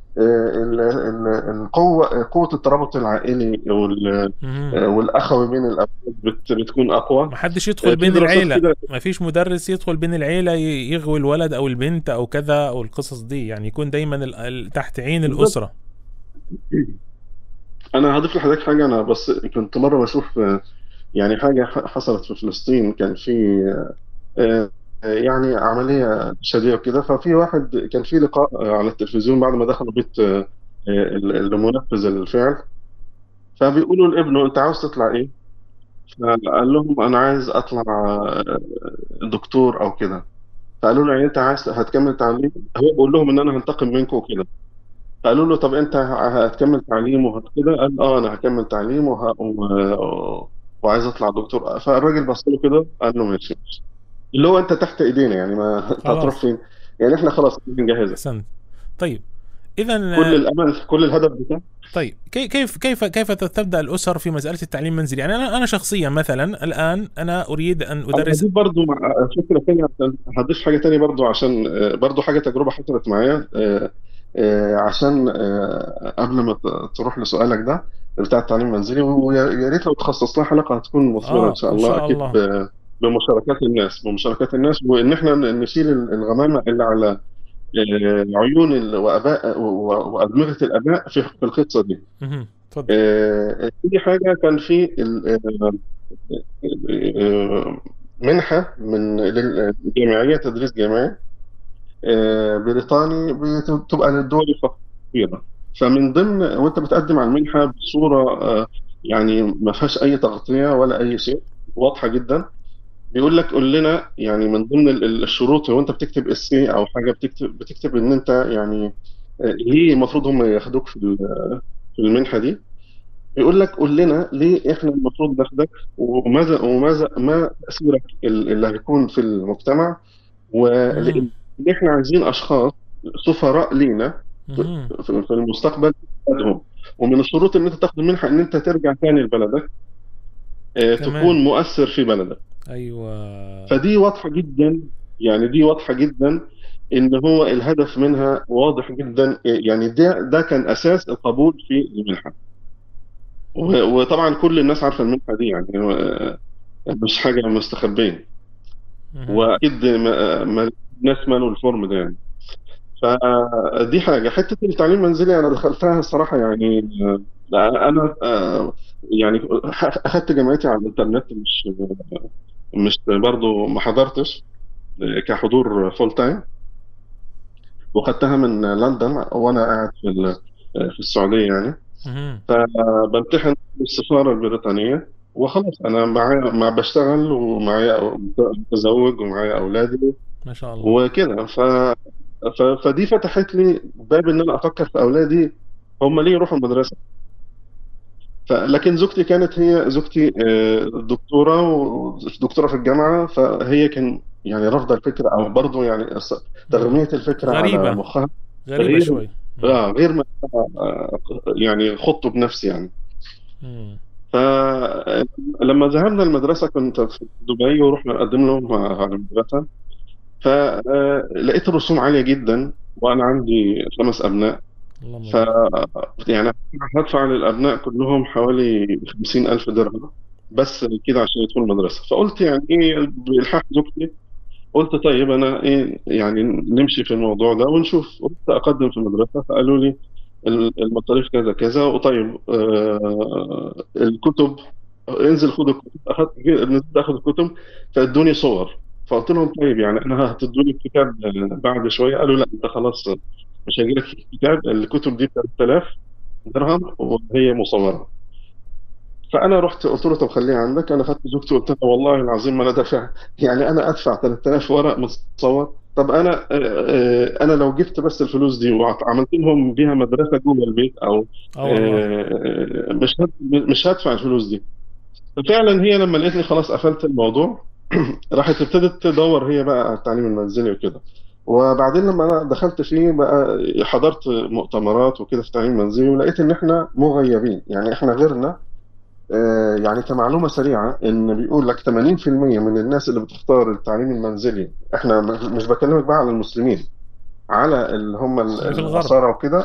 قوة الترابط العائلي مم. والأخوي بين الأبناء بتكون أقوى. ما حدش يدخل في بين دراسات العيلة، كده. ما فيش مدرس يدخل بين العيلة يغوي الولد او البنت او كذا او القصص دي، يعني يكون دايما تحت عين بالظبط. الأسرة. أنا هضيف لحضرتك حاجة. أنا بس كنت مرة بشوف يعني حاجة حصلت في فلسطين. كان في آه، يعني عملية شادية وكده، ففي واحد كان في لقاء على التلفزيون بعد ما دخلوا بيت المنفذ الفعل، فبيقولوا لابنه أنت عاوز تطلع إيه؟ فقال لهم أنا عايز أطلع دكتور أو كده. فقالوا له يعني أنت عايز هتكمل تعليم؟ هو بيقول لهم إن أنا هنتقم منكم وكده. فقالوا له طب أنت هتكمل تعليم كده؟ قال أنا هكمل تعليم وعايز أطلع دكتور. فالراجل بص له كده قال له ماشي، اللي هو أنت تحت إيدينا يعني، ما أنت هتروح خلاص. فين؟ يعني إحنا خلاص بنجهزك. احسنت. طيب اذا كل الأمل، كل الهدف بتاعك. طيب كيف تبدأ الأسر في مسألة التعليم المنزلي؟ يعني أنا شخصيا مثلا الآن أنا أريد أن انا أدرس. هضيف برضو فكره ثانيه، عشان هضيف حاجه ثانيه برضو، عشان برضو حاجه تجربه حصلت معايا. عشان قبل ما تروح لسؤالك ده بتاع التعليم المنزلي، ويا ريت لو تخصص لها حلقه هتكون مثمره ان شاء إن الله، شاء اكيد الله. بمشاركات الناس، وان احنا نشيل الغمامه اللي على عيون واباء وادمغه الاباء في القصه دي. تفضل. دي حاجه كان في منحة للجامعية، تدريس جامعي بريطاني، بتبقى للدول الفقيرة. فمن ضمن وانت بتقدم على المنحة بصورة يعني ما فيهاش أي تغطية ولا أي شيء، واضحة جدا. بيقول لك قول لنا يعني من ضمن الشروط، وانت بتكتب اسي او حاجه، بتكتب ان انت يعني ليه المفروض هم ياخدوك في المنحه دي. بيقول لك قول لنا ليه احنا المفروض ناخدك، وماذا ما تأثيرك اللي هيكون في المجتمع، مهم. ولان احنا عايزين اشخاص سفراء لينا مهم. في المستقبل في بلدهم. ومن الشروط ان انت تاخد المنحه ان انت ترجع تاني لبلدك، كمان. تكون مؤثر في بلدك. أيوة. فدي واضحه جدا، يعني دي واضحه جدا ان هو الهدف منها واضح جدا، يعني ده كان اساس القبول في المنحه. وطبعا كل الناس عارفه المنحه دي يعني، مش حاجه مستخبيه. مهم. واكيد الناس مالوا الفورم ده يعني. فدي حته التعليم المنزلي انا دخلتها الصراحه يعني. انا يعني اخدت جامعتي على الانترنت، مش برضو ما حضرتش كحضور فول تايم، وخدتها من لندن وانا قاعد في السعوديه يعني. مهم. فبمتحن في السفاره البريطانيه، وخلاص انا معايا بشتغل ومعايا متزوج ومعايا اولادي ما شاء الله. وكده. فدي فتحت لي باب ان انا افكر في اولادي هم ليه يروحوا المدرسه. لكن زوجتي كانت هي زوجتي دكتوره ودكتوره في الجامعه، فهي كان يعني رافضه الفكره، او برضه يعني مم. تغميه الفكره على غريبة. مخها. غريبة غير شوي. مم. غير ما يعني خضته بنفسي يعني. مم. فلما ذهبنا المدرسه كنت في دبي، ورحنا نقدم لهم على المدرسه، فلقيت الرسوم عاليه جدا، وانا عندي 5 ابناء. اللهم ف بارك. يعني هدفع للأبناء كلهم حوالي 50,000 درهم بس كده عشان يدخلوا المدرسة. فقلت يعني إيه بإلحاح زوجتي، قلت طيب أنا إيه يعني نمشي في الموضوع ده ونشوف. قلت أقدم في المدرسة، فقالوا لي المصاريف كذا كذا، وطيب الكتب، انزل خد الكتب. نزلت اخد الكتب، فادوني صور. فقلت لهم طيب يعني انا هتدوني الكتاب بعد شويه؟ قالوا لا انت خلاص مش هيجي لك الكتاب، الكتب دي 3000 درهم وهي مصوره. فانا رحت قلت له طب خليها عندك. انا خدت زوجتي قلت لها والله العظيم ما انا دافع، يعني انا ادفع 3000 ورق متصور؟ طب انا لو جبت بس الفلوس دي وعملت لهم بيها مدرسه جوه البيت، او والله. مش هدفع الفلوس دي. ففعلا هي لما لقيتني خلاص قفلت الموضوع راحت ابتدت تدور هي بقى على التعليم المنزلي وكده. وبعدين لما انا دخلت فيه بقى حضرت مؤتمرات وكده في التعليم المنزلي، ولقيت ان احنا مغيبين، يعني احنا غيرنا. يعني كمعلومة سريعة إن بيقول لك 80% من الناس اللي بتختار التعليم المنزلي، إحنا مش بكلمك بقى على المسلمين، على اللي هم اللي في الغرب. النصارى وكده،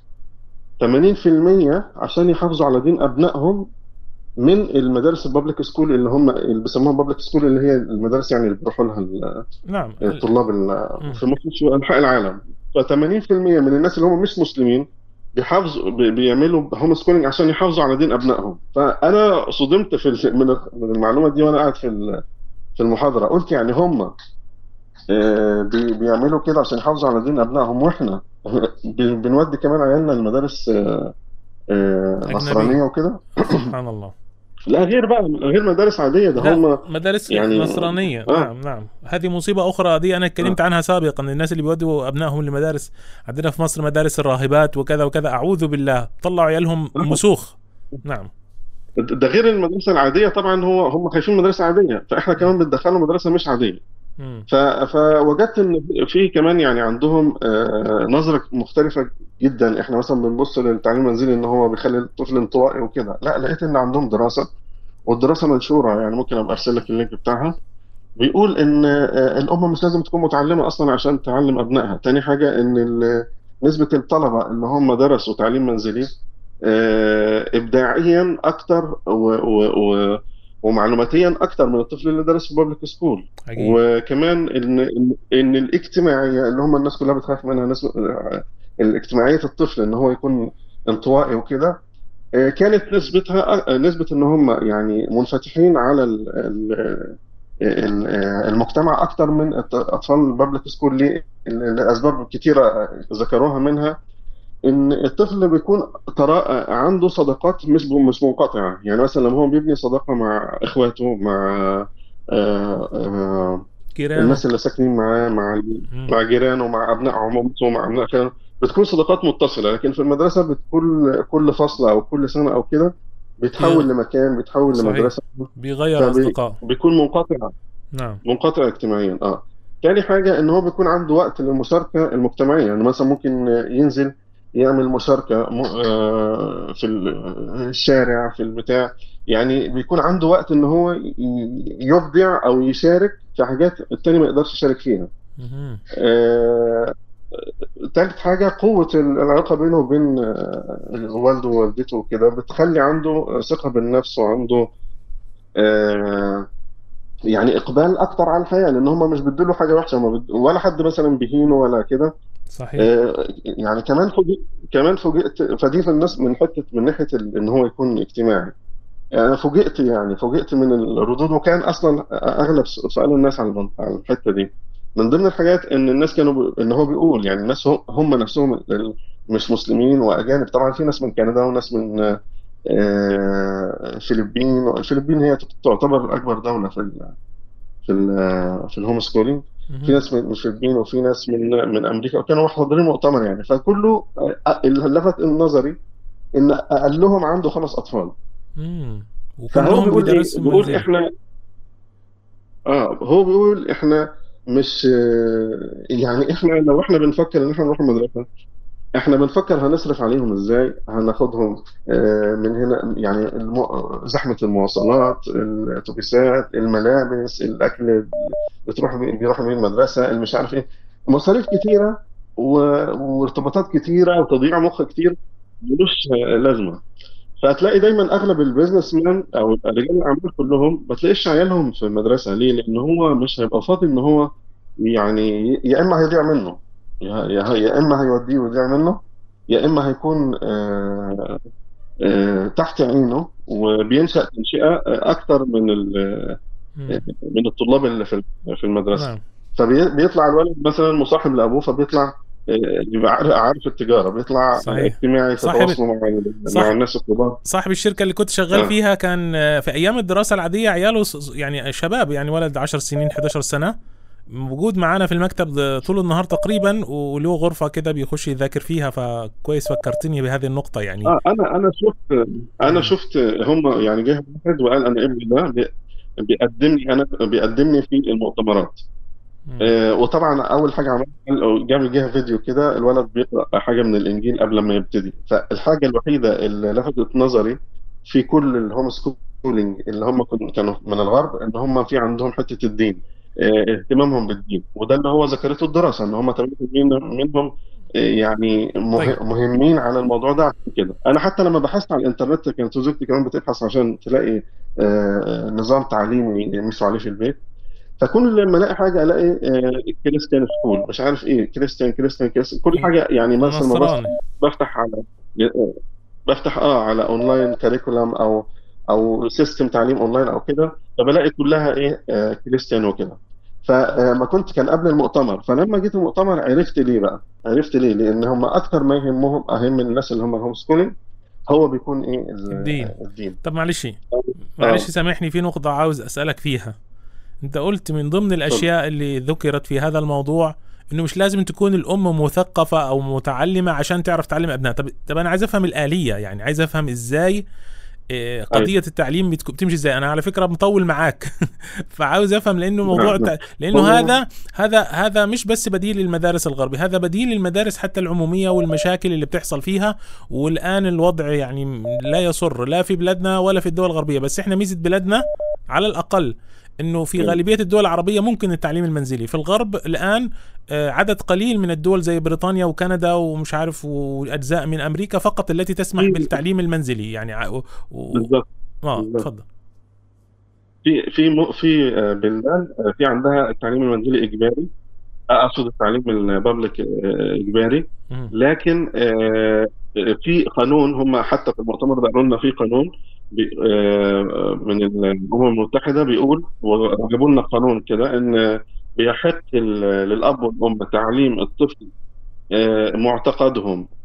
80% عشان يحافظوا على دين أبنائهم من المدارس البابليك سكول، اللي بيسموها بابليك سكول، اللي هي المدارس يعني اللي بيروحوا لها نعم. الطلاب مم. في مصر في أنحاء العالم. ف80% من الناس اللي هم مش مسلمين بيحافظوا بيعملوا هوم سكولينج عشان يحافظوا على دين ابنائهم. فانا صدمت من المعلومه دي وانا قاعد في المحاضره. قلت يعني هم بيعملوا كده عشان يحافظوا على دين ابنائهم، واحنا بنودي كمان عيالنا المدارس أجنبية. نصرانيه وكده. سبحان الله. لا غير بقى، غير مدارس عاديه، ده لا، هم مدارس يعني نصرانية. اه نعم نعم، هذه مصيبة أخرى. دي أنا اتكلمت عنها سابقا. الناس اللي بيودوا أبنائهم لمدارس عندنا في مصر، مدارس الراهبات وكذا وكذا، أعوذ بالله، طلعوا عيالهم آه. مسوخ. نعم. ده غير المدرسه العاديه طبعا، هم خايفين مدرسه عاديه، فاحنا كمان بندخلهم مدرسه مش عاديه. مم. فوجدت ان في كمان يعني عندهم نظره مختلفه جدا. احنا مثلا بنبص للتعليم المنزلي ان هو بيخلي الطفل انطوائي وكده، لا لقيت ان عندهم دراسه، والدراسه منشوره، يعني ممكن ابقى ارسل لك اللينك بتاعها. بيقول ان الام مش لازم تكون متعلمه اصلا عشان تعلم ابنائها. تاني حاجه ان نسبه الطلبه اللي هم درسوا تعليم منزلي ابداعيا اكتر ومعلوماتيا اكتر من الطفل اللي درس في بابليك سكول. عجيب. وكمان ان الاجتماعيه اللي هم الناس كلها بتخاف منها، ناس الاجتماعيه الطفل ان هو يكون انطوائي وكده، كانت نسبه ان هم يعني منفتحين على المجتمع اكتر من اطفال البابليك سكول. ليه؟ لاسباب كتيره ذكروها، منها ان الطفل بيكون عنده صداقات مش منقطعه. يعني مثلا لما هو بيبني صداقه مع اخواته، مع آه، آه، كيرانو. الناس اللي ساكنين معاه، مم. مع جيرانه، مع ابناء عمومته، مع ابناء خاله، بتكون صداقات متصله. لكن في المدرسه بتكون كل فصل او كل سنه او كده بيتحول بي... لمكان، بيتحول صحيح، لمدرسه، بيغير أصدقاء. فبيكون منقطع، نعم. منقطع اجتماعيا. تاني حاجة ان هو بيكون عنده وقت للمشاركة المجتمعية. يعني مثلا ممكن ينزل يعمل مشاركة في الشارع، في البتاع، يعني بيكون عنده وقت ان هو يبدع او يشارك في حاجات التاني ما يقدرش يشارك فيها. مهم. آه، تالت حاجة قوة العلاقة بينه وبين والده ووالدته وكده، بتخلي عنده ثقة بالنفس، وعنده آه، يعني اقبال اكتر على الحياه، لان هم مش بيدوا حاجه وحشه، ولا حد مثلا بيهينه ولا كده. صحيح. يعني كمان فوجئت فدي في الناس من من ناحيه ان هو يكون اجتماعي. انا فوجئت من الردود. وكان اصلا اغلب سؤال الناس على على الحته دي، من ضمن الحاجات ان الناس كانوا ان هو بيقول يعني الناس هم نفسهم مش مسلمين واجانب. طبعا في ناس من كندا وناس من الفلبين. الفلبين هي تعتبر اكبر دوله في الهوم سكولينج. في مهم. ناس من الفلبين، وفي ناس من امريكا، وكانوا حاضرين مؤتمر يعني. فكله اللي لفت نظري ان اقلهم عنده 5 اطفال. مم. فهو وكلهم بيقول ايه؟ بيدرسوا منزلي. هو بيقول احنا مش يعني احنا لو احنا بنفكر ان احنا نروح المدرسه، احنا بنفكر هنصرف عليهم ازاي، هناخدهم من هنا، يعني زحمة المواصلات، الاتوبيسات، الملابس، الاكل، بيروحوا بيه المدرسة، اللي مش عارف ايه، مصاريف كتيرة وارتباطات كتيرة وتضييع مخ كتير ملوش لازمة. فهتلاقي دايما اغلب البيزنس مان او رجال الاعمال كلهم ما تلاقيش عيالهم في المدرسة. ليه؟ لان هو مش هيبقى فاضي ان هو يعني يا اما هيضيع منه، يا اما هيوديه ويضيع منه، يا اما هيكون تحت عينه وبينشأ تنشئة أكتر من الطلاب اللي في المدرسة. نعم فبيطلع الولد مثلا مصاحب لأبوه، فبيطلع بيبقى عارف التجارة، بيطلع صحيح. اجتماعي في صاحب تواصله مع الناس الكبار. صاحب الشركة اللي كنت شغال فيها كان في أيام الدراسة العادية عياله يعني شباب، يعني ولد 10 سنين 11 سنة موجود معانا في المكتب طول النهار تقريبا، وله غرفة كده بيخش يذاكر فيها. فكويس فكرتني بهذه النقطة يعني. انا شفت هم يعني جه واحد وقال انا ابني ده بيقدمني في المؤتمرات. وطبعا اول حاجه عملها جه فيديو كده الولد بيقرا حاجه من الانجيل قبل ما يبتدي. فالحاجه الوحيده اللي لفتت نظري في كل الهوم سكولينج اللي هم كانوا من الغرب ان هم في عندهم حته الدين، اهتمامهم بالدين، وده اللي هو ذكرته الدراسه ان هم 80% منهم يعني طيب مهمين على الموضوع ده. عشان كده انا حتى لما بحثت على الانترنت، كانت زوجتي كمان بتبحث عشان تلاقي نظام تعليمي يمشوا عليه في البيت. فكل لما الاقي حاجه الاقي كريستيان سكول، مش عارف ايه، كريستيان كل حاجه. يعني مثلا ما نصراني. بفتح على على اونلاين كاريكولم او سيستم تعليم اونلاين او كده، فبلاقي كلها ايه كريستيان وكده. فما كنت كان قبل المؤتمر، فلما جيت المؤتمر عرفت ليه بقى، عرفت ليه، لان هم اكتر ما يهمهم، اهم من الناس اللي هم الهوم سكولينج، هو بيكون ايه الدين. الدين. طب معلش اه سامحني، في نقطة عاوز أسألك فيها. انت قلت من ضمن اتفضل. الاشياء اللي ذكرت في هذا الموضوع انه مش لازم تكون الام مثقفة او متعلمة عشان تعرف تعلم ابنها. طب انا عايز افهم الآلية، يعني عايز افهم ازاي ايوه قضية التعليم بتمشي ازاي. انا على فكرة مطول معاك فعاوز افهم، لانه موضوع نعم. لانه هو هذا مش بس بديل للمدارس الغربية، هذا بديل للمدارس حتى العمومية والمشاكل اللي بتحصل فيها. والان الوضع يعني لا يسر لا في بلادنا ولا في الدول الغربية. بس احنا ميزة بلادنا على الاقل انه في غالبية الدول العربية ممكن التعليم المنزلي. في الغرب الان عدد قليل من الدول زي بريطانيا وكندا ومش عارف واجزاء من امريكا فقط التي تسمح بالتعليم المنزلي يعني بالظبط بالظبط. اتفضل. في بلدان في عندها التعليم المنزلي اجباري، اقصد التعليم البابليك اجباري. مم. لكن في قانون، هم حتى في المؤتمر ده قالوا لنا في قانون من الامم المتحده بيقول، وجابوا لنا قانون كده ان بيحق للاب والام تعليم الطفل معتقدهم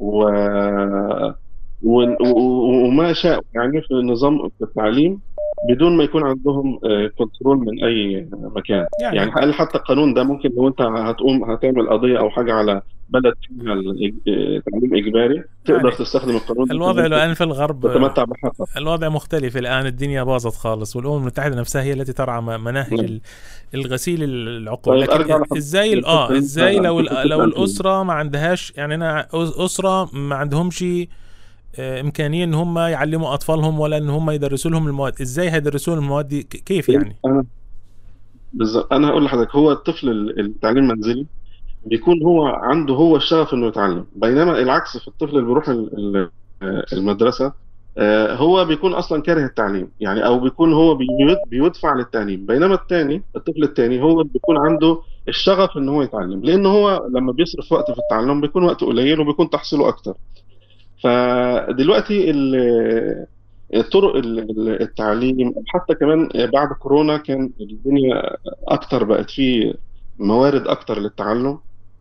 وما شاء يعني في النظام في التعليم، بدون ما يكون عندهم كنترول من اي مكان. يعني يعني هل حتى القانون ده ممكن لو انت هتعمل قضيه او حاجه على بلد فيها تعليم اجباري، تقدر يعني تستخدم القانون ده الوضع عشان الآن في الغرب تتمتع بحقك. الوضع مختلف الآن، الدنيا باظت خالص، والأمم المتحدة نفسها هي التي ترعى مناهج الغسيل العقول. طيب ارجع لكن ازاي للحته اللي ازاي لو كنت لو بتسال فيها. الأسرة ما عندهاش، يعني أنا أسرة ما عندهمش إمكانية إن هم يعلموا أطفالهم ولا إن هم يدرسوا لهم المواد، ازاي هيدرسوا لهم المواد دي كيف يعني؟ انا بالظبط، انا هقول لحضرتك، هو الطفل التعليم المنزلي بيكون هو عنده هو الشغف انه يتعلم، بينما العكس في الطفل اللي بيروح المدرسه هو بيكون اصلا كاره التعليم، يعني او بيكون هو بيدفع للتعليم. بينما الطفل الثاني هو بيكون عنده الشغف ان هو يتعلم، لان هو لما بيصرف وقت في التعلم بيكون وقت قليل وبيكون تحصيله اكتر. فدلوقتي طرق التعليم حتى كمان بعد كورونا كان الدنيا اكتر، بقت فيه موارد اكتر للتعلم.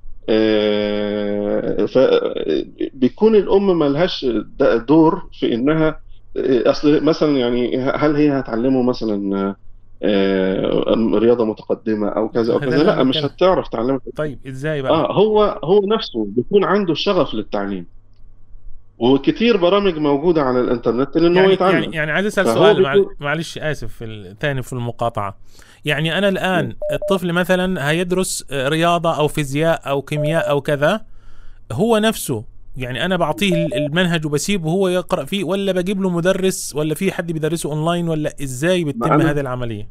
فبيكون الام ملهاش دور في انها اصل مثلا، يعني هل هي هتعلمه مثلا رياضه متقدمه او كذا او هذا كذا؟ اللي أنا لا، مش بتكلم. هتعرف تعلمه. طيب ازاي بقى؟ هو نفسه بيكون عنده شغف للتعليم، وكتير برامج موجوده على الانترنت لان هو يتعلم. يعني عايز اسال فهو سؤال، بيكون معلش اسف في الثاني في المقاطعه. يعني انا الان الطفل مثلا هيدرس رياضه او فيزياء او كيمياء او كذا، هو نفسه يعني انا بعطيه المنهج وبسيبه هو يقرا فيه، ولا بجيب له مدرس، ولا في حد بيدرسه اونلاين، ولا ازاي بتتم انا هذه العمليه؟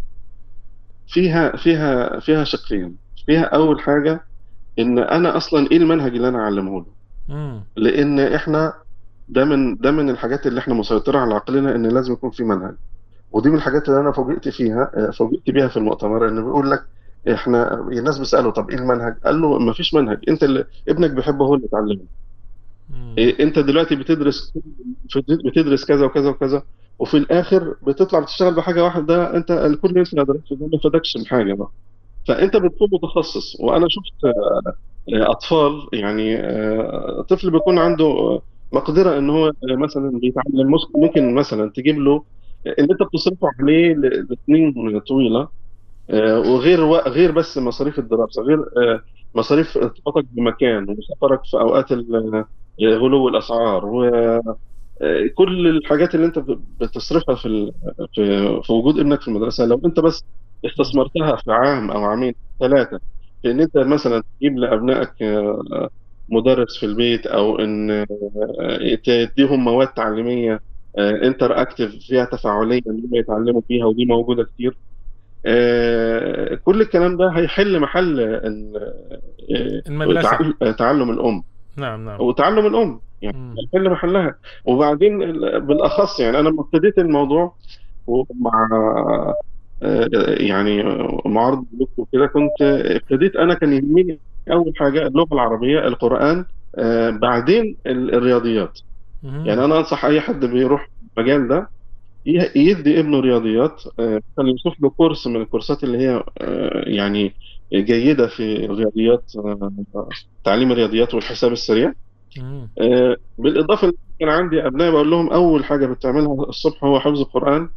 فيها شقين. فيها اول حاجه ان انا اصلا ايه المنهج اللي انا اعلمه له، لان احنا ده من الحاجات اللي احنا مسيطره على عقلنا ان لازم يكون في منهج. ودي من الحاجات اللي انا فوجئت بيها في المؤتمر، انه بيقول لك احنا الناس بيسالوا طب ايه المنهج، قال له ما فيش منهج، انت اللي ابنك بيحبه هو اللي اتعلمه. انت دلوقتي بتدرس كذا وكذا وكذا، وفي الاخر بتطلع بتشتغل بحاجه واحده، انت كل اللي انت درسته ده ما فادكش بحاجه بقى. فانت بتكون متخصص. وانا شفت اطفال، يعني طفل بيكون عنده مقدره ان هو مثلا بيتعلم، ممكن مثلا تجيب له اللي انت بتصرفه عليه لسنين طويله، غير بس مصاريف الدراسه، غير مصاريف ارتباطك بمكان وسفرك في اوقات غلو الاسعار، وكل الحاجات اللي انت بتصرفها في وجود ابنك في المدرسه. لو انت بس استثمرتها في عام او عامين ثلاثه، في ان انت مثلا تجيب لابنائك مدرس في البيت، او ان تديهم مواد تعليميه انتر اكتف فيها تفاعليه ان هم يتعلموا فيها، ودي موجوده كتير. كل الكلام ده هيحل محل المدرسة. تعلم الأم. نعم نعم. وتعلم الأم يعني هيحل محلها. وبعدين بالأخص يعني أنا لما ابتديت الموضوع ومع يعني معارض وكده، كنت ابتديت أنا كان يهمني أول حاجة اللغة العربية، القرآن، بعدين الرياضيات. يعني أنا أنصح أي حد بيروح المجال ده يدي ابنه رياضيات، كان يشوف له كورس من الكورسات اللي هي يعني جيدة في الرياضيات، تعليم الرياضيات والحساب السريع. بالإضافة اللي كان عندي أبناء بقول لهم أول حاجة بتعملها الصبح هو حفظ القرآن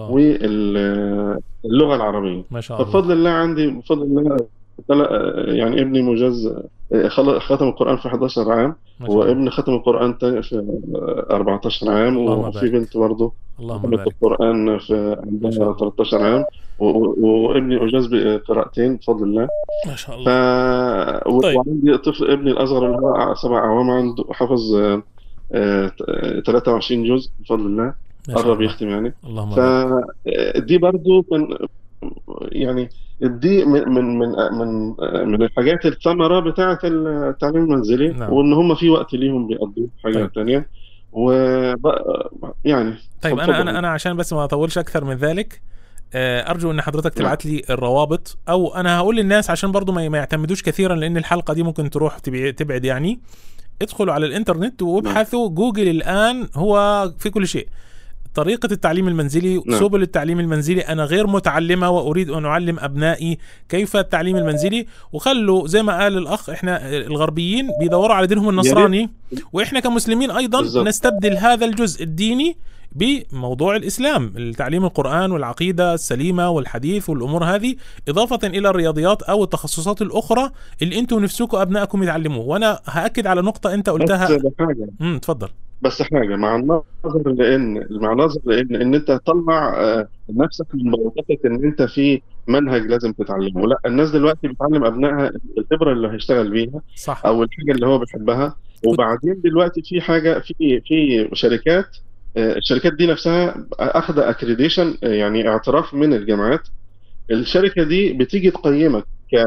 واللغة العربية. ما شاء الله. فبفضل الله عندي بفضل الله يعني ابني مجاز ختم القرآن في 11 عام، وابن ختم القرآن في 14 عام، وفي بنت برضه ختمت القرآن في عندها 13 عام، وابني أجاز بقراءتين بفضل الله. ما شاء الله. طيب. وعندي طفل ابني الأصغر اللي هو 7 أعوام عنده حفظ 23 جزء بفضل الله، قرب يختم يعني. فدي برضه كان يعني دي من الحاجات الثمرة بتاعة التعليم المنزلي. نعم. وإن هم في وقت ليهم بيقضوا حاجة تانية. يعني طيب أنا عشان بس ما أطولش أكثر من ذلك، أرجو أن حضرتك تبعت لي الروابط، أو أنا هقول للناس عشان برضو ما يعتمدوش كثيرا، لأن الحلقة دي ممكن تروح تبعد يعني. ادخلوا على الإنترنت وابحثوا، جوجل الآن هو في كل شيء. طريقة التعليم المنزلي، سبل التعليم المنزلي. أنا غير متعلمة وأريد أن أعلم أبنائي كيف التعليم المنزلي. وخلوا زي ما قال الأخ، إحنا الغربيين بيدوروا على دينهم النصراني، وإحنا كمسلمين أيضا بالزبط. نستبدل هذا الجزء الديني بموضوع الإسلام، التعليم القرآن والعقيدة السليمة والحديث والأمور هذه، إضافة إلى الرياضيات أو التخصصات الأخرى اللي أنتم نفسكم أبنائكم يتعلموه. وأنا هأكد على نقطة أنت قلتها. تفضل. بس حاجة مع النظر لأن إن أنت تطلع نفسك من منطقة إن أنت في منهج لازم تتعلمه. لا، الناس دلوقتي بتعلم أبنائها الخبرة اللي هيشتغل بيها، صح. أو الحاجة اللي هو بيحبها. وبعدين دلوقتي في حاجة في شركات، الشركات دي نفسها أخذ أكريديشن، يعني اعتراف من الجامعات. الشركة دي بتيجي تقيمك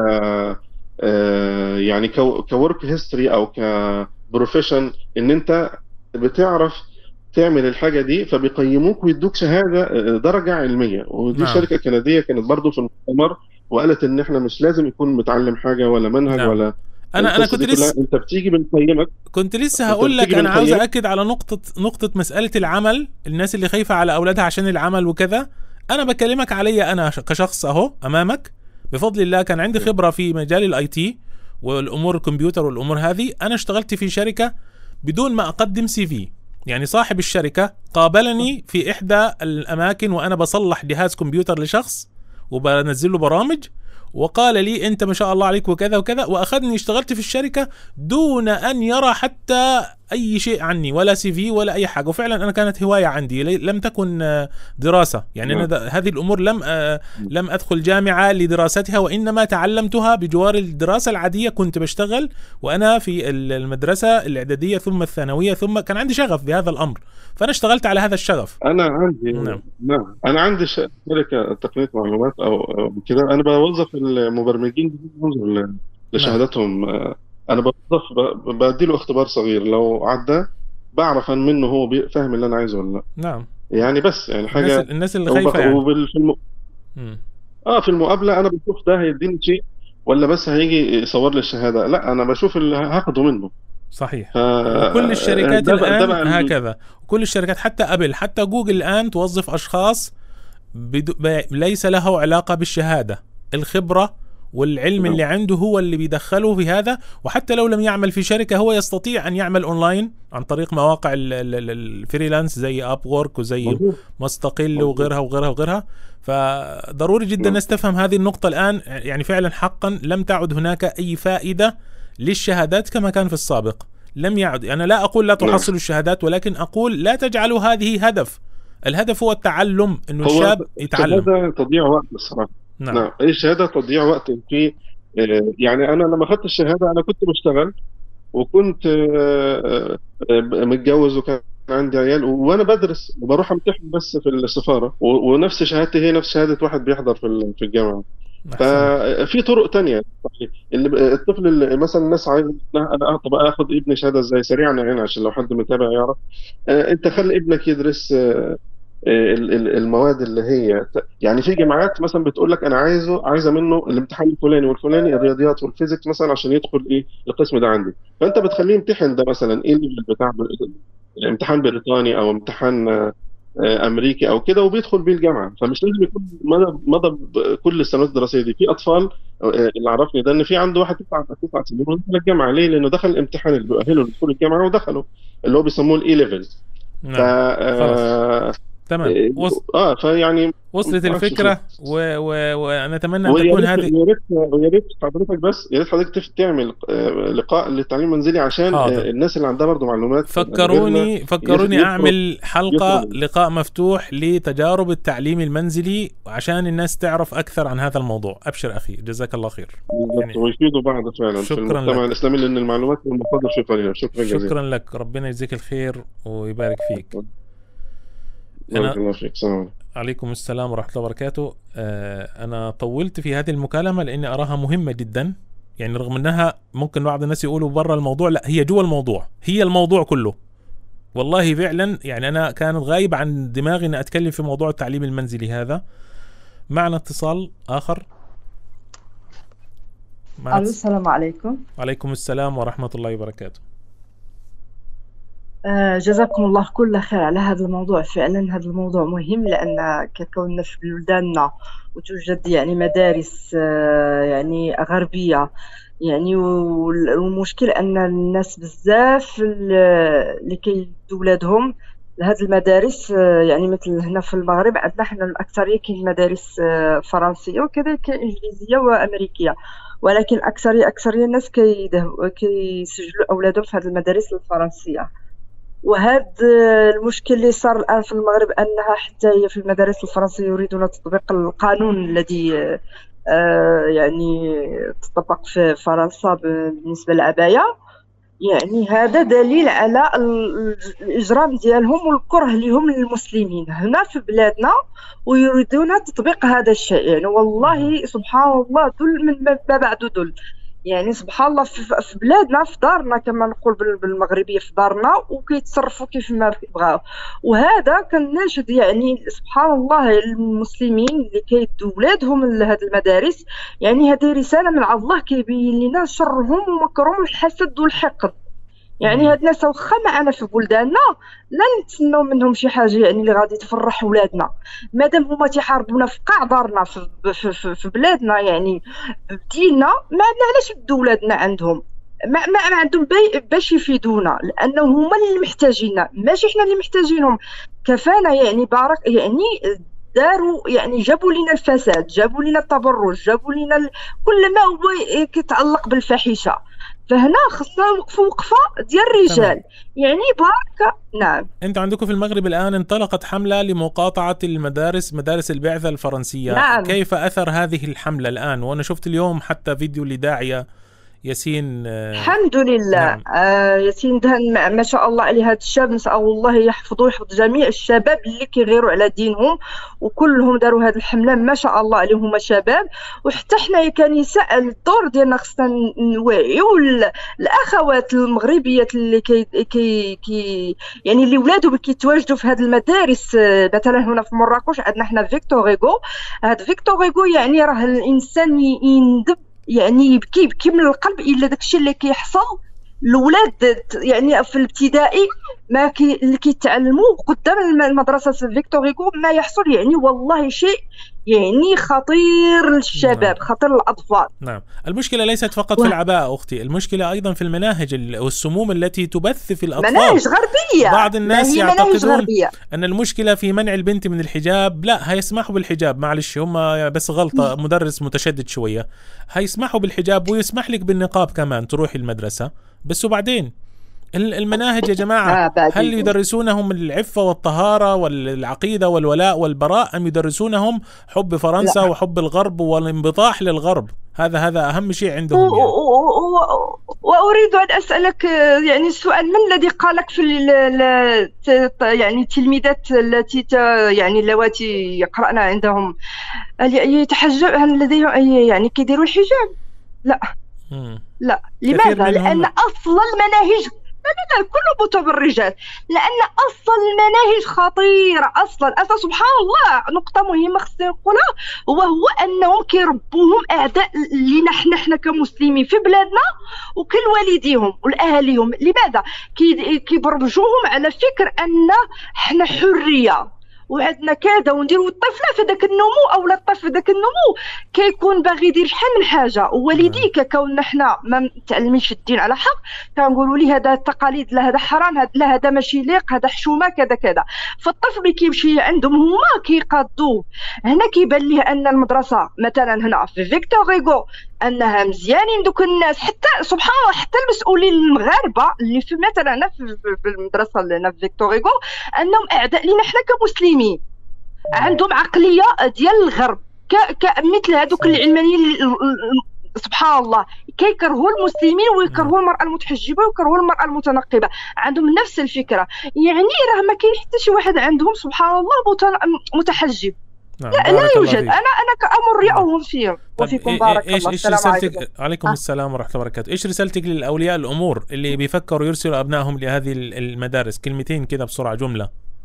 يعني كورك هيستوري أو كبروفيشن، إن أنت بتعرف تعمل الحاجة دي، فبيقيموك ويدوك شهادة درجة علمية. ودي شركة كندية كانت برضو في المؤتمر، وقالت ان احنا مش لازم يكون متعلم حاجة ولا منهج ولا انا كنت لسه انت بتيجي بنقيمك. كنت لسه هقول لك، انا عاوز اكد على نقطة مسألة العمل. الناس اللي خايفة على اولادها عشان العمل وكذا، انا بكلمك علي انا كشخص اهو امامك. بفضل الله كان عندي خبرة في مجال الاي تي والامور الكمبيوتر والامور هذه. انا اشتغلت في شركة بدون ما أقدم CV، يعني صاحب الشركة قابلني في إحدى الأماكن وأنا بصلح جهاز كمبيوتر لشخص وبنزل له برامج، وقال لي أنت ما شاء الله عليك وكذا وكذا، وأخذني اشتغلت في الشركة دون أن يرى حتى أي شيء عني، ولا CV ولا أي حاجة. وفعلا أنا كانت هواية عندي، لم تكن دراسة يعني. أنا هذه الأمور لم أدخل جامعة لدراستها، وإنما تعلمتها بجوار الدراسة العادية. كنت بشتغل وأنا في المدرسة الإعدادية ثم الثانوية، ثم كان عندي شغف بهذا الأمر، فأنا اشتغلت على هذا الشغف. أنا عندي أنا عندي شركة تقنية معلومات أو كده. أنا بوظف المبرمجين لشهادتهم. انا بدي له اختبار صغير، لو عدى بعرف ان منه هو فاهم اللي انا عايزه ولا لا. نعم. يعني بس يعني حاجه الناس اللي خايفه يعني. في المقابله انا بشوف ده هيديني شيء ولا بس هيجي يصور لي الشهاده. لا، انا بشوف اللي هاخده منه. صحيح. وكل الشركات ده الآن هكذا، وكل الشركات حتى أبل حتى جوجل الآن توظف أشخاص ليس له علاقة بالشهادة، الخبرة والعلم اللي عنده هو اللي بيدخله في هذا. وحتى لو لم يعمل في شركة هو يستطيع أن يعمل أونلاين عن طريق مواقع الفريلانس زي أب وورك وزي مستقل وغيرها وغيرها وغيرها. فضروري جدا نستفهم هذه النقطة الآن. يعني فعلا حقا لم تعد هناك أي فائدة للشهادات كما كان في السابق، لم يعد. أنا لا أقول لا تحصلوا الشهادات، ولكن أقول لا تجعلوا هذه هدف. الهدف هو التعلم، إنه الشاب يتعلم. الشهادة تضيع وقت الصراحة. نعم. الشهادة تضيع وقت. في يعني أنا لما أخذت الشهادة أنا كنت بشتغل وكنت متجوز وكان عندي عيال وأنا بدرس وبروح أمتحن بس في السفارة، ونفس شهادتي هي نفس شهادة واحد بيحضر في الجامعة. ففي طرق تانية. الطفل اللي مثلا الناس عايزة أنا طب أخذ ابني شهادة إزاي سريعا يعني عشان لو حد متابع يعرف. أنت خلي ابنك يدرس المواد اللي هي يعني في جامعات مثلا بتقول لك انا عايزه منه الامتحان الفلاني والفلاني، الرياضيات والفيزيكس مثلا عشان يدخل القسم ده عندي. فانت بتخليه يمتحن ده مثلا الليفل بتاع امتحان بريطاني او امتحان امريكي او كده وبيدخل بيه الجامعه. فمش لازم يكون مضى كل السنوات الدراسيه دي. في اطفال اللي عرفني ده ان في عنده واحد 9 سنين ودخل الجامعه. ليه؟ لانه دخل الامتحان اللي بيؤهله لدخول الجامعه ودخله، اللي هو بيسموه الاي ليفل. تمام. فيعني وصلت الفكرة وأنا أتمنى أن تكون هذه. ويا ريت حضرتك بس يا ريت حضرتك تعمل لقاء للتعليم المنزلي عشان الناس اللي عندها برضو معلومات. فكروني أعمل حلقة لقاء مفتوح لتجارب التعليم المنزلي عشان الناس تعرف أكثر عن هذا الموضوع. أبشر أخي، جزاك الله خير. يعني ويفيدوا بعض فعلا في المجتمع الإسلامي، لأن المعلومات المفضلة في قليلة. شكرا جزيلا. شكرا لك، ربنا يجزيك الخير ويبارك فيك. عليكم السلام ورحمة الله وبركاته. أنا طولت في هذه المكالمة لأني أراها مهمة جدا. يعني رغم أنها ممكن بعض الناس يقولوا برا الموضوع، لا، هي جوا الموضوع، هي الموضوع كله. والله فعلا يعني أنا كانت غايب عن دماغي أن أتكلم في موضوع التعليم المنزلي هذا. معنا اتصال آخر. السلام عليكم. وعليكم السلام ورحمة الله وبركاته. جزاكم الله كل خير على هذا الموضوع. فعلا هذا الموضوع مهم، لأن ككوننا في بلداننا وتوجد يعني مدارس يعني غربية، يعني والمشكل أن الناس بزاف اللي كيدوا ولادهم لهذه المدارس. يعني مثل هنا في المغرب عندنا حنا الأكثرية كاين مدارس فرنسية وكذلك إنجليزية وأمريكية، ولكن أكثرية الناس كيسجلوا أولادهم في هذه المدارس الفرنسية. وهذا المشكل اللي صار الآن في المغرب أنها حتى هي في المدارس الفرنسية يريدون تطبيق القانون الذي يعني تطبق في فرنسا بالنسبة للعباية. يعني هذا دليل على الإجرام ديالهم والكره لهم للمسلمين هنا في بلادنا، ويريدون تطبيق هذا الشيء. يعني والله سبحان الله دل من ما بعد دل. يعني سبحان الله في بلادنا في دارنا كما نقول بالمغربيه في دارنا، وكيتصرفوا كيف ما بغاو. وهذا كنناشد يعني سبحان الله المسلمين اللي كيدوا ولادهم لهذه المدارس. يعني هذه رساله من الله كيبين لنا شرهم ومكرهم الحسد والحقد. يعني هاد الناس واخا معنا في بلداننا لا نتسناو منهم شي حاجه يعني اللي غادي تفرح ولادنا، مادام هما تيحاربونا في قاع دارنا في بلادنا يعني بدينا. ما علاش بدو ولادنا عندهم ما عندهم باش يفيدونا، لانه هما اللي محتاجيننا ماشي حنا اللي محتاجينهم. كفانا يعني بارك يعني داروا يعني جابوا لنا الفساد، جابوا لنا التبرج، جابوا لنا كل ما هو يتعلق بالفاحشه. فهنا خصنا نوقفوا وقفه ديال الرجال يعني بارك. نعم. انت عندكم في المغرب الان انطلقت حمله لمقاطعه مدارس البعثه الفرنسيه. نعم. كيف اثر هذه الحمله الان؟ وانا شفت اليوم حتى فيديو لداعيه ياسين. الحمد لله. نعم. ياسين دهن ما شاء الله عليه. هذا الشاب نسأل الله يحفظه ويحفظ جميع الشباب اللي كيغيروا على دينهم، وكلهم داروا هذه الحمله ما شاء الله عليهم شباب. وحتى حنا كنساء الدور ديالنا خصنا نوعيو الاخوات المغربيات اللي كي يعني اللي ولادهم كيتواجدوا في هذه المدارس. مثلا هنا في مراكش عندنا حنا فيكتور هيغو. هذا فيكتور هيغو يعني راه الانسان يندب يعني يبكي من القلب الا داكشي اللي كيحصل الولاد يعني في الابتدائي ما اللي كيتعلموا قدام المدرسه فيكتور هيغو ما يحصل يعني والله شيء يعني خطير للشباب، خطير للأطفال. نعم، المشكلة ليست فقط في العباءة أختي، المشكلة أيضا في المناهج والسموم التي تبث في الأطفال. مناهج غربية. بعض الناس يعتقدون أن المشكلة في منع البنت من الحجاب. لا، هيسمحوا بالحجاب، معلش هم بس غلطة مدرس متشدد شوية، هيسمحوا بالحجاب ويسمح لك بالنقاب كمان تروحي المدرسة بس. وبعدين المناهج يا جماعة هل يدرسونهم العفة والطهارة والعقيدة والولاء والبراء، أم يدرسونهم حب فرنسا وحب الغرب والانبطاح للغرب؟ هذا أهم شيء عندهم يعني. وأريد أن أسألك يعني السؤال، من الذي قالك في يعني التلميذات التي يعني اللواتي يقرأن عندهم يتحجب، هل لديهم يعني كيديروا الحجاب؟ لا لا. لماذا؟ لأن أصل المناهج لا كله متبرجات، لأن أصل المناهج خطيرة أصلا. سبحان الله، نقطة مهمة خصني نقولها، وهو أنهم كيربوهم أعداء لنا حنا كمسلمين في بلادنا وكل والديهم والأهاليهم. لماذا؟ كيبرمجوهم على فكر أن حنا حرية وعندنا كذا ونديروا الطفله في ذاك النمو او لا الطفل في ذاك النمو كيكون باغي يدير شحال من حاجه، ووالديك كون حنا ما متعلمينش الدين على حق كنقولوا ليه هذا التقاليد، لا هذا حرام، لا هذا ماشي ليق، هذا حشومه كذا كذا. فالطفل ملي كيمشي عندهم هما كيقادوه. هنا كيبان ليه ان المدرسه مثلا هنا في فيكتور هيغو انها مزيانين دوك الناس، حتى سبحان الله حتى المسؤولين المغاربه اللي في مثلا هنا في المدرسه اللي هنا في فيكتور هيغو انهم اعداء لينا حنا كمسلمين، عندهم عقليه ديال الغرب مثل هذوك العلمانيين سبحان الله كيكرهوا المسلمين ويكرهوا المراه المتحجبه ويكرهوا المراه المتنقبه، عندهم نفس الفكره. يعني راه ما كاين حتى شي واحد عندهم سبحان الله متحجب. نعم. لا يوجد. انا كأمر رأوهم فيهم. وفيكم بارك الله. السلام عليكم. عليكم السلام ورحمة الله وبركاته. ايش رسالتك للأولياء الأمور اللي بيفكروا يرسلوا أبنائهم لهذه المدارس؟ كلمتين كده بسرعة، جملة.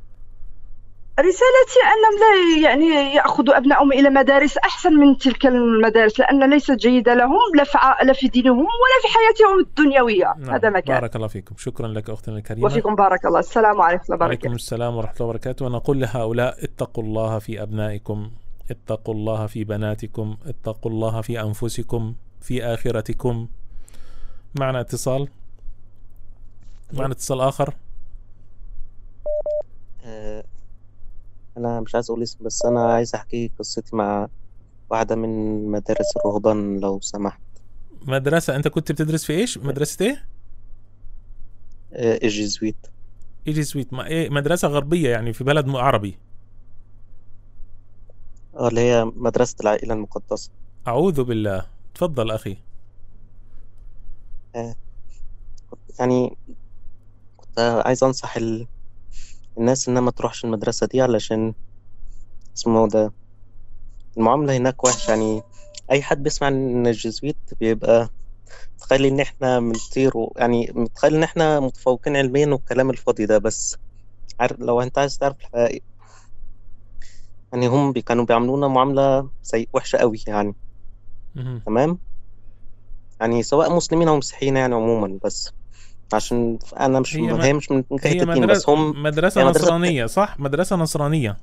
رسالتي أنهم لا يعني يأخذوا أبنائهم إلى مدارس أحسن من تلك المدارس، لأن ليست جيدة لهم لا في دينهم ولا في حياتهم الدنيوية. نعم. هذا ما كان. بارك الله فيكم، شكرا لك أختنا الكريمة. وفيكم بارك الله. السلام عليكم ورحمة الله وبركاته. السلام ورحمة الله وبركاته. ونقول لهؤلاء: اتقوا الله في أبنائكم، اتقوا الله في بناتكم، اتقوا الله في أنفسكم، في آخرتكم. معنا اتصال آخر. أنا مش عايز أقول اسم، بس أنا عايز أحكي قصتي مع واحدة من مدارس الرهبان لو سمحت. مدرسة أنت كنت بتدرس في إيش؟ مدرسة إيه؟ الجيزويت. الجيزويت إيه؟ مدرسة غربية يعني في بلد عربي؟ اللي هي مدرسة العائلة المقدسة. أعوذ بالله. تفضل أخي. يعني كنت عايز أنصح الناس إنها ما تروحش المدرسة دي، علشان اسمه ده المعاملة هناك وحش. يعني أي حد بيسمع إن الجيزويت بيبقى متخيل إن إحنا بنطير، يعني متخيل إن إحنا متفوقين علميا والكلام الفاضي ده. بس لو أنت عايز تعرف الحقيقة، يعني هم كانوا بيعاملونا معاملة وحشة قوي يعني. تمام، يعني سواء مسلمين أو مسيحيين يعني عموما. بس عشان أنا مش هي مش من جهة الدين، بس هم مدرسة نصرانية صح؟ مدرسة نصرانية.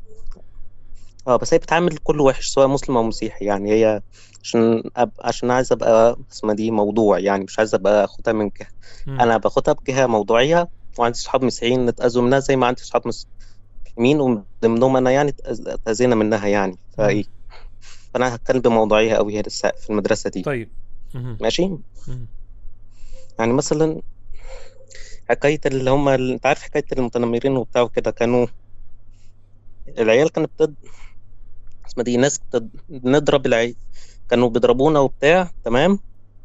بس هي بتعامل كل وحش سواء مسلم أو مسيحي. يعني هي عشان عايز أبقى اسمها دي موضوع، يعني مش عايز أبقى أخدها من جهة. أنا باخدها بجهة موضوعية، وعندي صحاب مسيحيين نتأذوا منها زي ما عندي صحاب مسلمين، ومن ضمنهم أنا يعني تأذينا منها يعني. فأنا هتكلم بموضوعية أوي هي في المدرسة دي. طيب ماشي. يعني مثلا حكاية اللي هم انت عارف حكاية المتنمرين وبتاع كده، كانوا العيال كانت اسمها دي ناس نضرب العيال، كانوا بيضربونا وبتاع. تمام،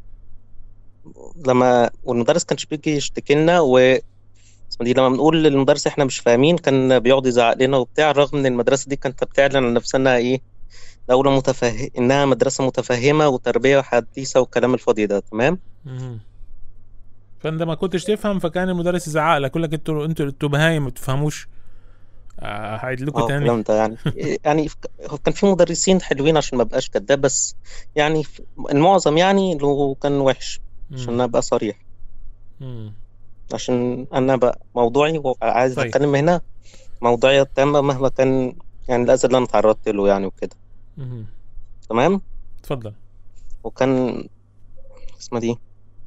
والمدرس كانش بيجي يشتكي لنا، اسمها دي لما بنقول للمدرس احنا مش فاهمين كان بيقعد يزعق لنا وبتاع، رغم ان المدرسة دي كانت بتعلن عن نفسها ايه دولة انها مدرسة متفهمة وتربية حديثة والكلام الفاضي ده. تمام. فانت ما كنتش تفهم، فكان المدرس يزعق لك يقول لك انتوا بهايم ما بتفهموش. هعيد لكم تاني يعني كان في مدرسين حلوين عشان ما بقاش كداب، بس يعني المعظم يعني لو كان وحش عشان ابقى صريح. عشان أنا بقى موضوعي وعايز طيب. أتكلم هنا موضوعية تامة مهما كان يعني الأذى اللي أنا تعرضت له يعني وكده. تمام. تفضل. وكان اسمها دي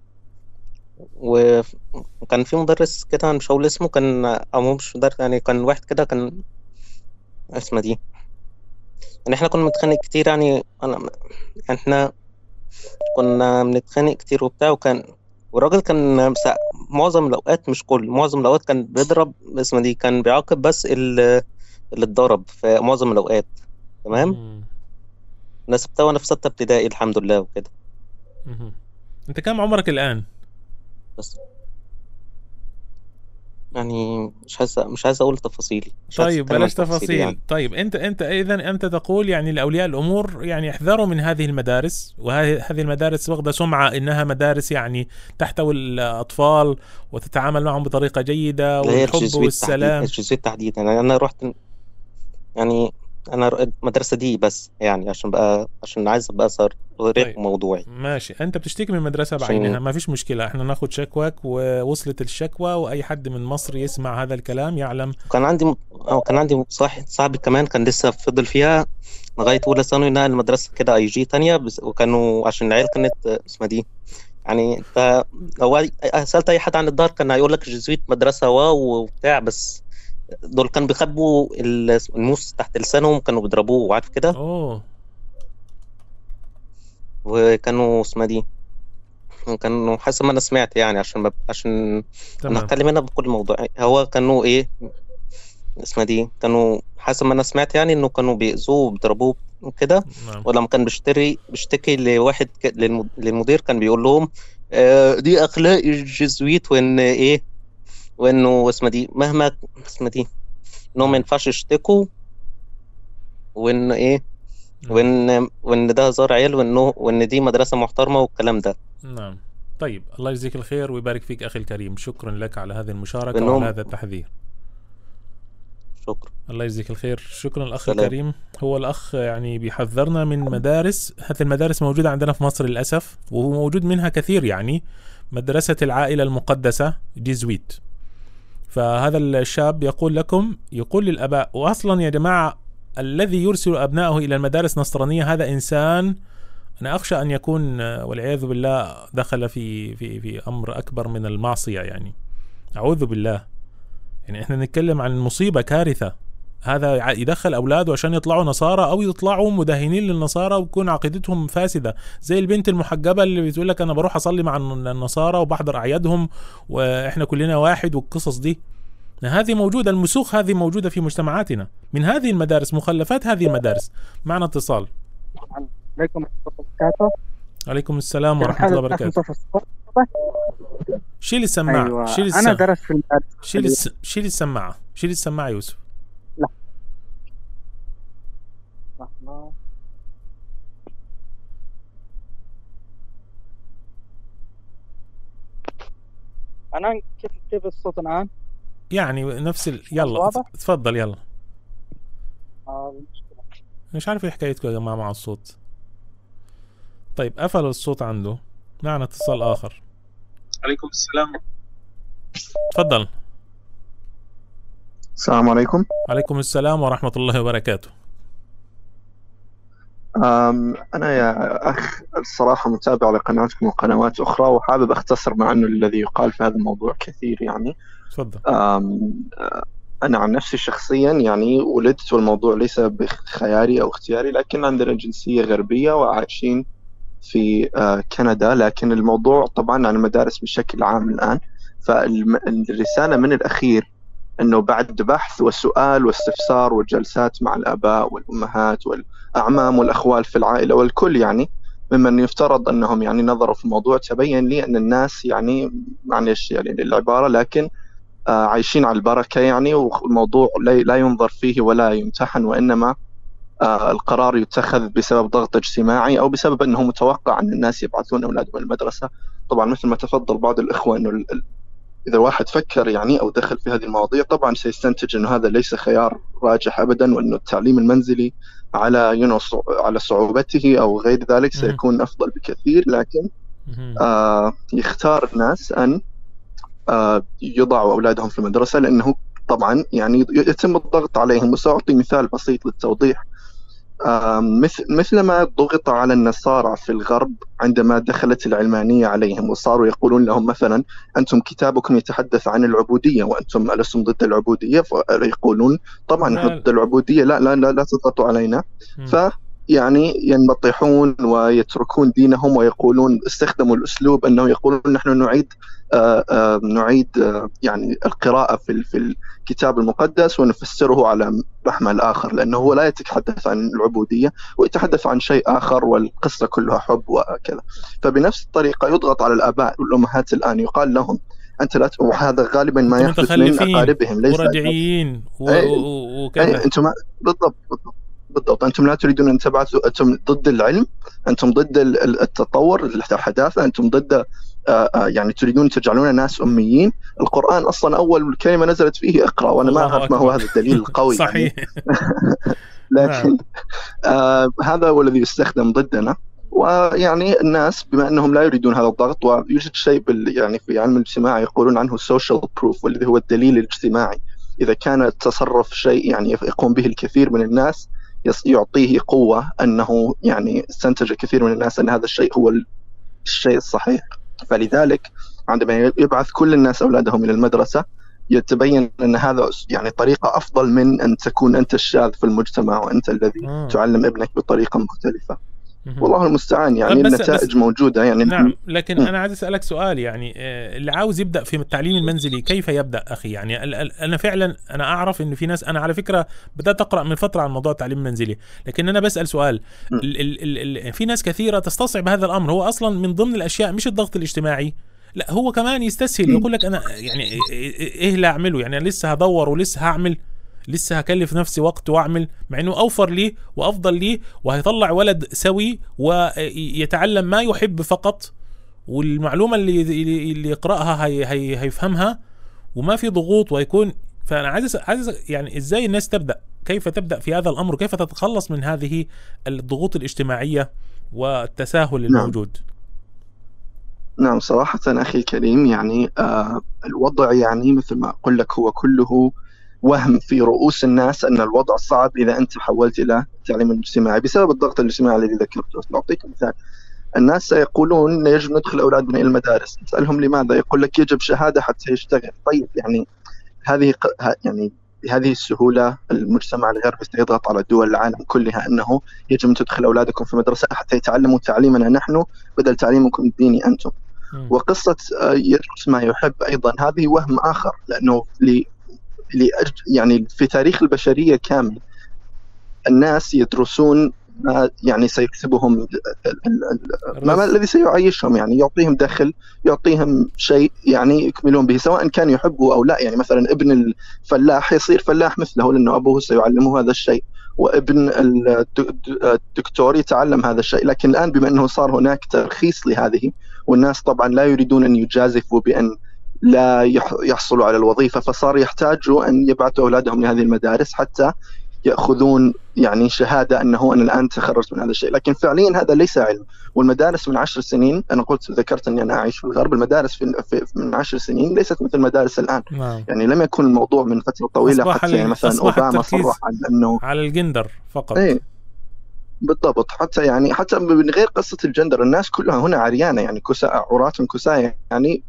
وكان في مدرس كده مش هقول اسمه، كان أو مش مدرس يعني، كان واحد كده كان اسمها دي يعني احنا كنا بنتخانق كتير يعني احنا كنا بنتخانق كتير وبتاع، والراجل كان معظم الأوقات مش كل معظم الأوقات كان بيضرب اسمها دي، كان بيعاقب بس اللي اتضرب في معظم الأوقات. تمام. أنا سبتها وأنا في 6 ابتدائي الحمد لله وكده. أنت كم عمرك الآن؟ بس يعني مش عايز أقول تفاصيل. طيب بلاش تفاصيل يعني. طيب أنت إذا أنت تقول يعني لأولياء الأمور يعني احذروا من هذه المدارس، وهذه المدارس واخدة سمعة إنها مدارس يعني تحتوي الأطفال وتتعامل معهم بطريقة جيدة والحب والسلام. الجزء تحديدا يعني أنا رحت يعني أنا المدرسة دي بس يعني عشان عايز أبقى صار طيب. موضوعي. ماشي، أنت بتشتكي من مدرسة بعينها، ما فيش مشكلة، احنا ناخد شكواك ووصلت الشكوى، وأي حد من مصر يسمع هذا الكلام يعلم. كان عندي صاحبي كمان كان لسه فضل فيها لغاية أولى ثانوي، نقل المدرسة كده IG تانية وكانوا عشان العيال كانت اسمها دي يعني انت لو سألت أي حد عن الدار كان هيقول لك جزويت مدرسة واو وبتاع، بس دول كانوا بيخبوا الموس تحت لسانهم، كانوا بيضربوه وعارف كده. وكانوا اسمها دي كانوا حسب ما انا سمعت يعني عشان انا هتكلم هنا بكل موضوع. هو كانوا ايه اسمها دي كانوا حسب ما انا سمعت يعني انه كانوا بيأذوه وبيضربوه وكده. ولما كان بيشتكي لواحد للمدير كان بيقول لهم دي اخلاق الجزويت، وان ايه وانه اسمها دي مهما اسمها دي انهم ما ينفعش يشتكوا، وان ايه وان ده هزار عيال، وان دي مدرسة محترمة والكلام ده. نعم. طيب الله يجزيك الخير ويبارك فيك أخي الكريم، شكرا لك على هذه المشاركة وعلى هذا التحذير. شكرا. الله يجزيك الخير. شكرا الأخ الكريم. هو الأخ يعني بيحذرنا من مدارس، هذه المدارس موجودة عندنا في مصر للأسف، وهو موجود منها كثير يعني مدرسة العائلة المقدسة جيزويت. فهذا الشاب يقول للأباء، وأصلا يا جماعة الذي يرسل أبنائه إلى المدارس النصرانية هذا إنسان أنا أخشى أن يكون والعياذ بالله دخل في أمر أكبر من المعصية، يعني أعوذ بالله. يعني إحنا نتكلم عن مصيبة كارثة. هذا يدخل أولاده عشان يطلعوا نصارى أو يطلعوا مداهنين للنصارى ويكون عقيدتهم فاسدة، زي البنت المحجبة اللي بتقول لك أنا بروح أصلي مع النصارى وبحضر أعيادهم وإحنا كلنا واحد، والقصص دي هذه موجودة. المسوخ هذه موجودة في مجتمعاتنا من هذه المدارس، مخلفات هذه المدارس. معنا اتصال. عليكم السلام. عليكم السلام ورحمة الله وبركاته. شيل السماعة. أيوة. أنا درست في المدارس. شيل السماعة يوسف. لا. أنا كيف الصوت الآن؟ يعني نفس يلا تفضل يلا. مش عارف ايه حكايتكم يا جماعة مع الصوت. طيب قفل الصوت عنده. معنا اتصال آخر. عليكم السلام. تفضل. السلام عليكم. عليكم السلام ورحمة الله وبركاته. أنا يا أخ الصراحة متابع لقناتكم وقنوات أخرى، وحابب أختصر مع أنه الذي يقال في هذا الموضوع كثير يعني. تفضل. أنا عن نفسي شخصيا يعني ولدت، والموضوع ليس بخياري أو اختياري، لكن عندنا جنسية غربية وعايشين في كندا. لكن الموضوع طبعا عن المدارس بشكل عام الآن. فالرسالة من الأخير أنه بعد بحث وسؤال واستفسار وجلسات مع الآباء والأمهات والأعمام والأخوال في العائلة والكل يعني ممن يفترض أنهم يعني نظروا في الموضوع، تبين لي أن الناس يعني معلش يعني للعبارة لكن عايشين على البركة يعني، والموضوع لا ينظر فيه ولا يمتحن، وإنما القرار يتخذ بسبب ضغط اجتماعي أو بسبب أنه متوقع أن الناس يبعثون أولادهم المدرسة. طبعا مثل ما تفضل بعض الإخوة أنه إذا واحد فكر يعني أو دخل في هذه المواضيع طبعا سيستنتج أنه هذا ليس خيار راجح أبدا، وأنه التعليم المنزلي على على صعوبته أو غير ذلك سيكون أفضل بكثير. لكن يختار الناس أن يضعوا أولادهم في المدرسة، لأنه طبعا يعني يتم الضغط عليهم. وسأعطي مثال بسيط للتوضيح. مثلما ضغط على النصارى في الغرب عندما دخلت العلمانية عليهم وصاروا يقولون لهم مثلا أنتم كتابكم يتحدث عن العبودية وأنتم ألستم ضد العبودية، فيقولون طبعا نحن ضد العبودية، لا تضغطوا علينا. يعني ينبطحون ويتركون دينهم ويقولون، استخدموا الأسلوب أنه يقولون نحن نعيد يعني القراءة في الكتاب المقدس ونفسره على محمل آخر، لأنه هو لا يتحدث عن العبودية ويتحدث عن شيء آخر والقصة كلها حب وكذا. فبنفس الطريقة يضغط على الآباء والأمهات الآن، يقال لهم أنت لا وهذا غالبا ما يحدث من أقاربهم ليس مرجعيين وكذا. أنتم بالضبط أنتم لا تريدون أن تبعثوا، أنتم ضد العلم، أنتم ضد التطور الحداثة، أنتم ضد يعني تريدون تجعلون ناس أميين. القرآن أصلا أول كلمة نزلت فيه اقرأ، وأنا ما أعرف ما هو هذا الدليل القوي صحيح يعني. لكن هذا هو الذي يستخدم ضدنا. ويعني الناس بما أنهم لا يريدون هذا الضغط، ويوجد شيء يعني في علم الاجتماع يقولون عنه social proof، والذي هو الدليل الاجتماعي. إذا كان التصرف شيء يعني يقوم به الكثير من الناس يعطيه قوة، أنه يعني استنتج كثير من الناس أن هذا الشيء هو الشيء الصحيح. فلذلك عندما يبعث كل الناس أولادهم إلى المدرسة يتبين أن هذا يعني طريقة أفضل من أن تكون أنت الشاذ في المجتمع وأنت الذي تعلم ابنك بطريقة مختلفة. والله المستعان يعني النتائج موجودة يعني. نعم، لكن أنا عايز أسألك سؤال، يعني اللي عاوز يبدأ في التعليم المنزلي كيف يبدأ أخي؟ يعني أنا فعلا أنا أعرف إنه في ناس، أنا على فكرة بدأت أقرأ من فترة عن موضوع التعليم المنزلي، لكن أنا بسأل سؤال. في ناس كثيرة تستصعب هذا الأمر. هو أصلا من ضمن الأشياء مش الضغط الاجتماعي، لا هو كمان يستسهل، يقول لك أنا يعني إيه اللي أعمله؟ يعني أنا لسه هدور ولسه هعمل، لسه هكلف نفسي وقت واعمل، مع انه اوفر لي وافضل لي وهيطلع ولد سوي ويتعلم ما يحب فقط، والمعلومة اللي يقرأها هيفهمها وما في ضغوط ويكون. فانا عايز يعني ازاي الناس تبدأ، كيف تبدأ في هذا الامر، وكيف تتخلص من هذه الضغوط الاجتماعية والتساهل الموجود؟ نعم صراحة أخي الكريم، يعني الوضع يعني مثل ما أقول لك هو كله وهم في رؤوس الناس أن الوضع صعب إذا أنت حولت إلى التعليم الاجتماعي بسبب الضغط الاجتماعي الذي ذكرته. أعطيك مثال. الناس سيقولون يجب ندخل أولادنا إلى المدارس، نسألهم لماذا؟ يقول لك يجب شهادة حتى يشتغل. طيب يعني هذه السهولة المجتمع الغربي سيضغط على دول العالم كلها أنه يجب أن تدخل أولادكم في مدرسة حتى يتعلموا تعليمنا نحن بدل تعليمكم الديني أنتم. وقصة يدرس ما يحب أيضا هذه وهم آخر، لأنه يعني في تاريخ البشرية كامل الناس يدرسون ما يعني سيكسبهم ما الذي سيعيشهم، يعني يعطيهم دخل، يعطيهم شيء يعني يكملون به سواء كان يحبه أو لا. يعني مثلا ابن الفلاح يصير فلاح مثله لأنه أبوه سيعلمه هذا الشيء، وابن الدكتور يتعلم هذا الشيء. لكن الآن بما أنه صار هناك ترخيص لهذه، والناس طبعا لا يريدون أن يجازفوا بأن لا يحصلوا على الوظيفة، فصار يحتاجوا أن يبعثوا أولادهم لهذه المدارس حتى يأخذون يعني شهادة أنه أنا الآن تخرجت من هذا الشيء. لكن فعليا هذا ليس علم. والمدارس من 10 سنين، أنا ذكرت أني أنا أعيش في الغرب، المدارس من 10 سنين ليست مثل المدارس الآن. يعني لم يكن الموضوع من فترة طويلة حتى يعني مثلا أوباما صرح عن أنه على الجندر فقط. بالضبط. حتى من غير قصة الجندر، الناس كلها هنا عريانة، يعني عراة كساية،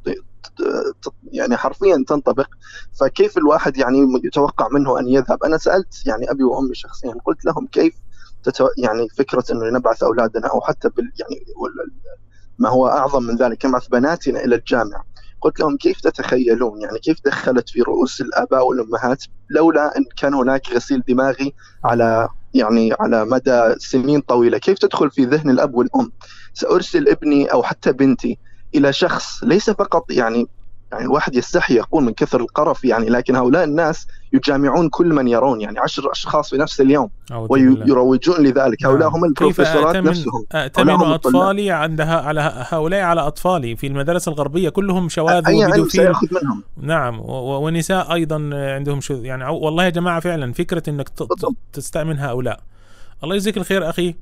يعني حرفيا تنطبق. فكيف الواحد يعني يتوقع منه أن يذهب؟ أنا سألت يعني أبي وأمي شخصيا، قلت لهم كيف يعني فكرة أنه نبعث أولادنا أو حتى يعني ما هو أعظم من ذلك نبعث بناتنا إلى الجامعة. قلت لهم كيف تتخيلون، يعني كيف دخلت في رؤوس الآباء والأمهات لولا أن كان هناك غسيل دماغي على مدى سنين طويلة، كيف تدخل في ذهن الأب والأم سأرسل ابني أو حتى بنتي إلى شخص ليس فقط يعني الواحد يستحي يقول من كثر القرف يعني، لكن هؤلاء الناس يجامعون كل من يرون، يعني 10 أشخاص في نفس اليوم ويروجون لذلك. هؤلاء هم البروفيسورات نفسهم. أتمن أطفالي على هؤلاء على أطفالي في المدارس الغربية كلهم شواذ وبيدوفيل. نعم، ونساء أيضا عندهم يعني والله يا جماعة فعلا فكرة أنك تستأمن هؤلاء. الله يجزيك الخير أخي،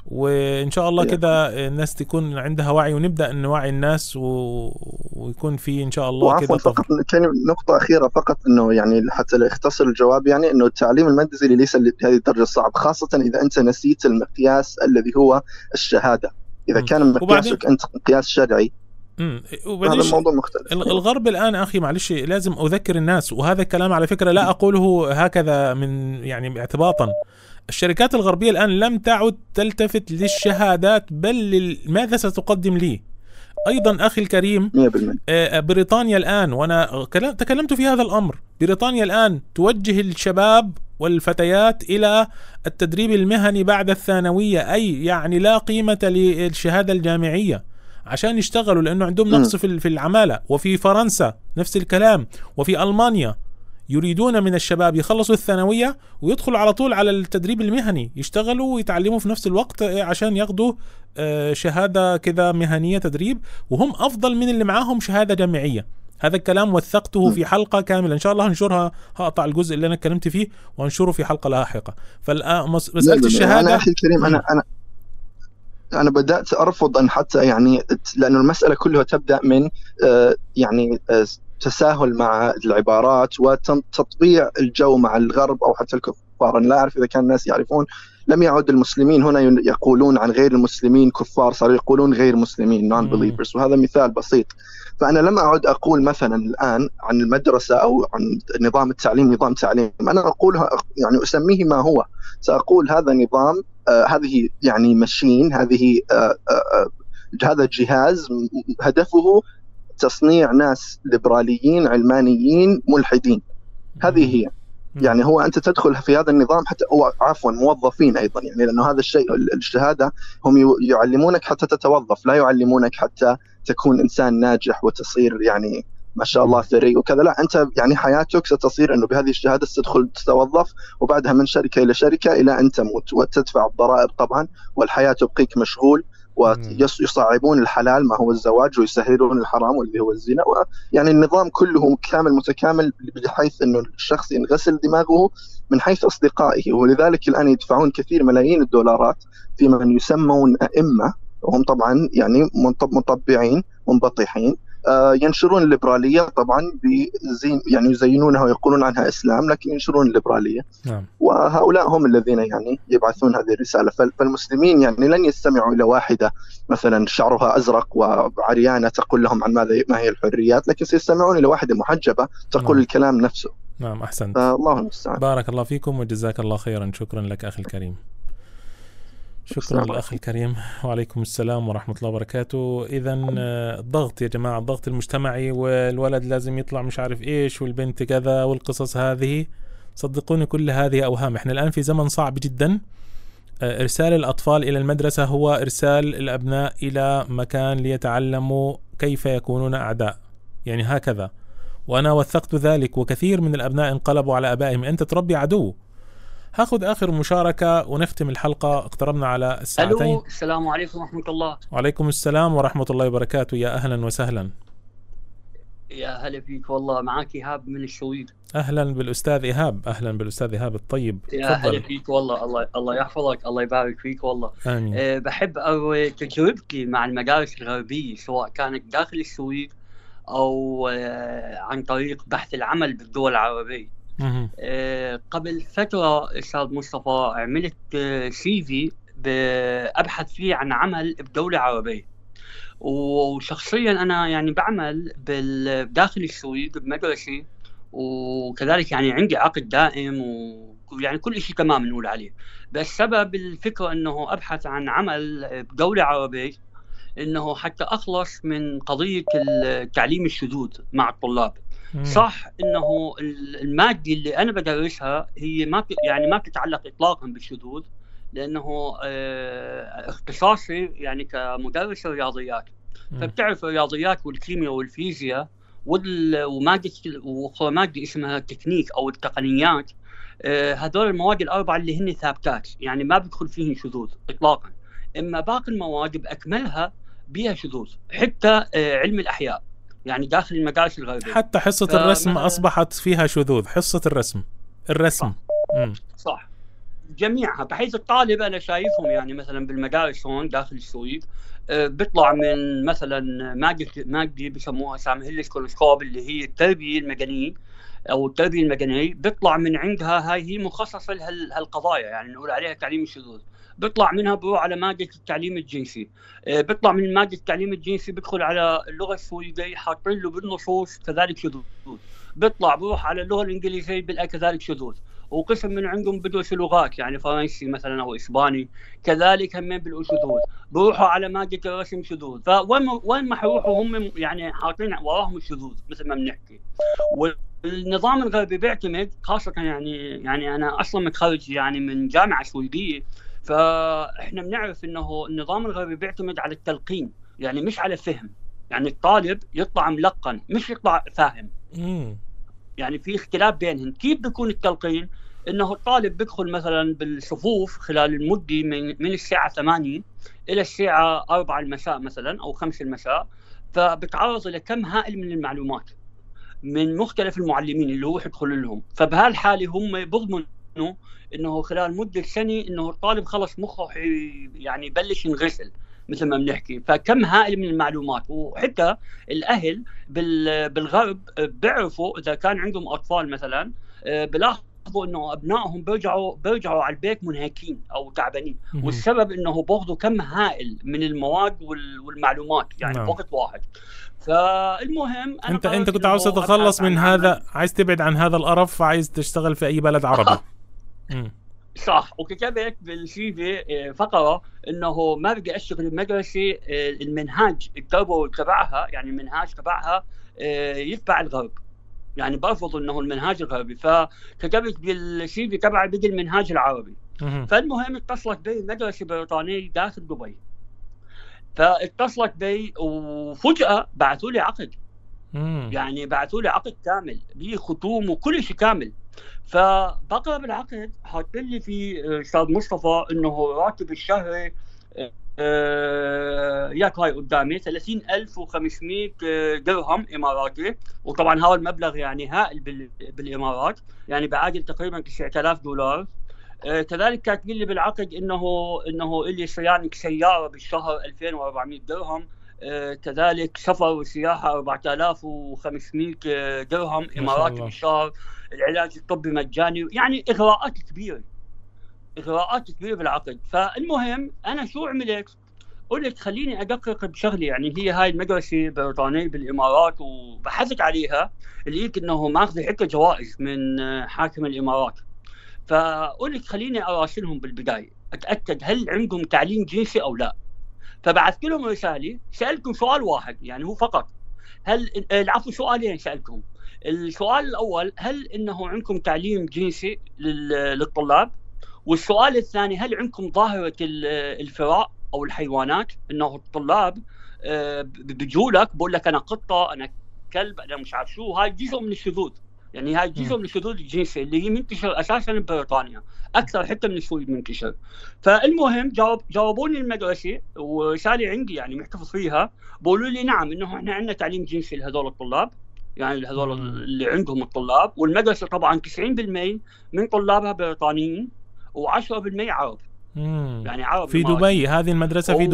وإن شاء الله كده الناس تكون عندها وعي، ونبدأ نوعي الناس ويكون في إن شاء الله كده. فقط نقطة أخيرة فقط، إنه يعني حتى يختصر الجواب، يعني إنه التعليم المنزلي ليس بهذه الدرجة صعب، خاصة إذا أنت نسيت المقياس الذي هو الشهادة. إذا كان مقياسك أنت مقياس شرعي هذا الموضوع مختلف. الغرب الآن أخي معلش لازم أذكر الناس، وهذا الكلام على فكرة لا أقوله هكذا من يعني اعتباطا. الشركات الغربية الآن لم تعد تلتفت للشهادات بل ماذا ستقدم لي. أيضا أخي الكريم 100% بريطانيا الآن، وأنا تكلمت في هذا الأمر، بريطانيا الآن توجه الشباب والفتيات إلى التدريب المهني بعد الثانوية، أي يعني لا قيمة للشهادة الجامعية عشان يشتغلوا، لأنه عندهم نقص في العمالة. وفي فرنسا نفس الكلام، وفي ألمانيا يريدون من الشباب يخلصوا الثانوية ويدخلوا على طول على التدريب المهني، يشتغلوا ويتعلموا في نفس الوقت عشان ياخدوا شهادة كذا مهنية تدريب، وهم أفضل من اللي معاهم شهادة جامعية. هذا الكلام وثقته في حلقة كاملة إن شاء الله هنشرها، هقطع الجزء اللي أنا اتكلمت فيه وهنشره في حلقة لاحقة. فمسألة الشهادة أنا أخي الكريم أنا بدأت أرفض أن حتى يعني، لأنه المسألة كلها تبدأ من يعني تساهل مع العبارات وتطبيع الجو مع الغرب أو حتى الكفار. أنا لا أعرف إذا كان الناس يعرفون، لم يعد المسلمين هنا يقولون عن غير المسلمين كفار، صاروا يقولون غير مسلمين non-believers، وهذا مثال بسيط. فأنا لم أعد أقول مثلا الآن عن المدرسة أو عن نظام التعليم نظام تعليم، أنا أقولها يعني أسميه ما هو، سأقول هذا نظام، هذه يعني ماشين، هذه هذا جهاز هدفه تصنيع ناس ليبراليين علمانيين ملحدين. هذه هي يعني، هو أنت تدخل في هذا النظام حتى عفوا موظفين أيضا، يعني لأنه هذا الشيء الشهادة هم يعلمونك حتى تتوظف، لا يعلمونك حتى تكون إنسان ناجح وتصير يعني ما شاء الله ثري وكذا، لا أنت يعني حياتك ستصير أنه بهذه الشهادة ستدخل تتوظف، وبعدها من شركة إلى شركة إلى أن تموت، وتدفع الضرائب طبعا، والحياة تبقيك مشغول، ويصعبون الحلال ما هو الزواج ويسهلون الحرام واللي هو الزنا. يعني النظام كله كامل متكامل بحيث أنه الشخص ينغسل دماغه من حيث أصدقائه، ولذلك الآن يدفعون كثير ملايين الدولارات في من يسمون أئمة، وهم طبعا يعني مطبعين منبطحين، ينشرون الليبرالية طبعا يعني يزينونها ويقولون عنها إسلام، لكن ينشرون الليبرالية. وهؤلاء هم الذين يعني يبعثون هذه الرسالة. فالمسلمين يعني لن يستمعوا إلى واحدة مثلا شعرها أزرق وعريانة تقول لهم عن ما هي الحريات، لكن سيستمعون إلى واحدة محجبة تقول الكلام نفسه. نعم أحسنت، الله المستعان. بارك الله فيكم وجزاك الله خيرا. شكرا لك أخي الكريم. شكرا للأخ الكريم. وعليكم السلام ورحمة الله وبركاته. إذن الضغط يا جماعة، الضغط المجتمعي، والولد لازم يطلع مش عارف إيش، والبنت كذا، والقصص هذه، صدقوني كل هذه أوهام. إحنا الآن في زمن صعب جدا. إرسال الأطفال إلى المدرسة هو إرسال الأبناء إلى مكان ليتعلموا كيف يكونون أعداء، يعني هكذا. وأنا وثقت ذلك، وكثير من الأبناء انقلبوا على أبائهم. أنت تربي عدو. هاخذ آخر مشاركة ونختم الحلقة، اقتربنا على الساعتين. ألو، السلام عليكم ورحمة الله. وعليكم السلام ورحمة الله وبركاته. يا أهلا وسهلا. يا هلا فيك، والله معك إيهاب من السويد. أهلا بالأستاذ إيهاب، أهلا بالأستاذ إيهاب الطيب. يا هلا فيك والله، الله يحفظك، الله يبارك فيك والله. آمين. بحب أروي تجربتي مع المدارس الغربية، سواء كانت داخل السويد أو عن طريق بحث العمل بالدول العربية. قبل فترة أستاذ مصطفى عملت CV أبحث فيه عن عمل بدولة عربية، وشخصيا أنا يعني بعمل داخل السويد بمدرسة، وكذلك يعني عندي عقد دائم، ويعني كل شيء تمام نقول عليه. بس سبب الفكرة أنه أبحث عن عمل بدولة عربية أنه حتى أخلص من قضية التعليم الشذوذ مع الطلاب. صح انه المادة اللي انا بدرسها هي ما بتتعلق اطلاقا بالشذوذ، لانه اختصاصي يعني كمدرس رياضيات، فبتعرف الرياضيات والكيمياء والفيزياء ومادة مادة اسمها التكنيك او التقنيات، هذول المواد الاربعة اللي هن ثابتات، يعني ما بدخل فيهن شذوذ اطلاقا. اما باقي المواد باكملها بها شذوذ، حتى علم الاحياء يعني داخل المدارس الغربية. حتى حصة الرسم أصبحت فيها شذوذ. حصة الرسم صح. جميعها، بحيث الطالب انا شايفهم يعني مثلا بالمدارس هون داخل السويد بيطلع من مثلا ماده بسموها سامهيل سكولوسكوب اللي هي التربيه المدنيه او التربيه المدنيه، بيطلع من عندها هاي هي مخصصه لهالقضايا، يعني نقول عليها تعليم الشذوذ. بيطلع منها بروح على ماده التعليم الجنسي، بيطلع من ماده التعليم الجنسي بيدخل على اللغه السويديه حاطين له بالنصوص كذلك شذوذ، بيطلع بروح على اللغه الانجليزيه بيلاقي كذلك شذوذ، وقسم من عندهم بدرس لغات يعني فرنسي مثلا او اسباني كذلك هم بالشذوذ، بروحوا على ماده الرسم شذوذ. فوين ما حيروحوا هم يعني حاطين وراهم الشذوذ مثل ما بنحكي. والنظام الغربي بيعتمد خاصه يعني انا اصلا متخرج يعني من جامعه سويديه، فاحنا بنعرف انه النظام الغربي بيعتمد على التلقين يعني مش على فهم، يعني الطالب يطلع ملقن مش يطلع فاهم. يعني في اختلاف بينهم. كيف بيكون التلقين؟ انه الطالب بيدخل مثلا بالصفوف خلال المده من الساعه 8 الى الساعه 4 المساء مثلا او 5 المساء، فبتعرض لكم هائل من المعلومات من مختلف المعلمين اللي هو يدخل لهم. فبهالحاله هم بيضمنوا انه خلال مده سنه انه الطالب خلص مخه يعني يبلش ينغسل مثل ما بنحكي. فكم هائل من المعلومات. وحتى الاهل بالغرب بيعرفوا اذا كان عندهم اطفال مثلا بلاحظوا انه ابنائهم بيرجعوا على البيت منهكين او تعبانين، والسبب انه باخذوا كم هائل من المواد والمعلومات يعني بوقت واحد. فالمهم انت كنت عاوز تتخلص من هذا، عايز تبعد عن هذا القرف، فعايز تشتغل في اي بلد عربي. صح. وكتبت بالسي في فقره انه ما بدي اشتغل بمدرسه المنهاج التربوي تبعها يعني المنهاج تبعها يتبع الغرب، يعني برفض انه المنهاج الغربي. فكتبت بالسي في تبعي بدي المنهاج العربي. فالمهم اتصلت بي مدرسه بريطانيه داخل دبي، فاتصلت بي وفجاه بعثوا لي عقد. يعني بعثوا لي عقد كامل بختوم وكل شيء كامل. فبقرا بالعقد حاط لي في استاذ مصطفى انه راتب الشهري ياك هاي قدامي 30,500 درهم اماراتي، وطبعا هذا المبلغ يعني هائل بالامارات، يعني بعادل تقريبا 9,000 دولار. كذلك كاتبين لي بالعقد انه لي صيانه سياره بالشهر 2,400 درهم، كذلك سفر وسياحه 4,500 درهم اماراتي بالشهر، العلاج الطبي مجاني، يعني اغراءات كبيره بالعقد. فالمهم انا شو عملت؟ قلت خليني ادقق بشغلي، يعني هي هاي المدرسه بريطانيه بالامارات وبحثت عليها، لقيت انه ماخذه حتى جوائز من حاكم الامارات. فقلت خليني اراسلهم بالبدايه اتاكد هل عندهم تعليم جنسي او لا. فبعثت لهم رساله سالتهم سؤال واحد يعني هو فقط، العفو سؤالين سالتهم. السؤال الاول هل انه عندكم تعليم جنسي للطلاب؟ والسؤال الثاني هل عندكم ظاهره الفراء او الحيوانات؟ انه الطلاب بيجوا لك بقول لك انا قطه انا كلب انا مش عارف شو، هاي جزء من الشذوذ، يعني هاي جزء من الشذوذ الجنسي اللي هي منتشر اساسا ببريطانيا اكثر حتى من السويد منتشر. فالمهم جاوبوني المدرسه ورساله عندي يعني محتفظ فيها، بقولوا لي نعم انه احنا عندنا تعليم جنسي لهذول الطلاب، يعني هذول اللي عندهم الطلاب، والمدرسه طبعا 90% من طلابها بريطانيين و10% عرب. يعني عرب في دبي، هذه المدرسه في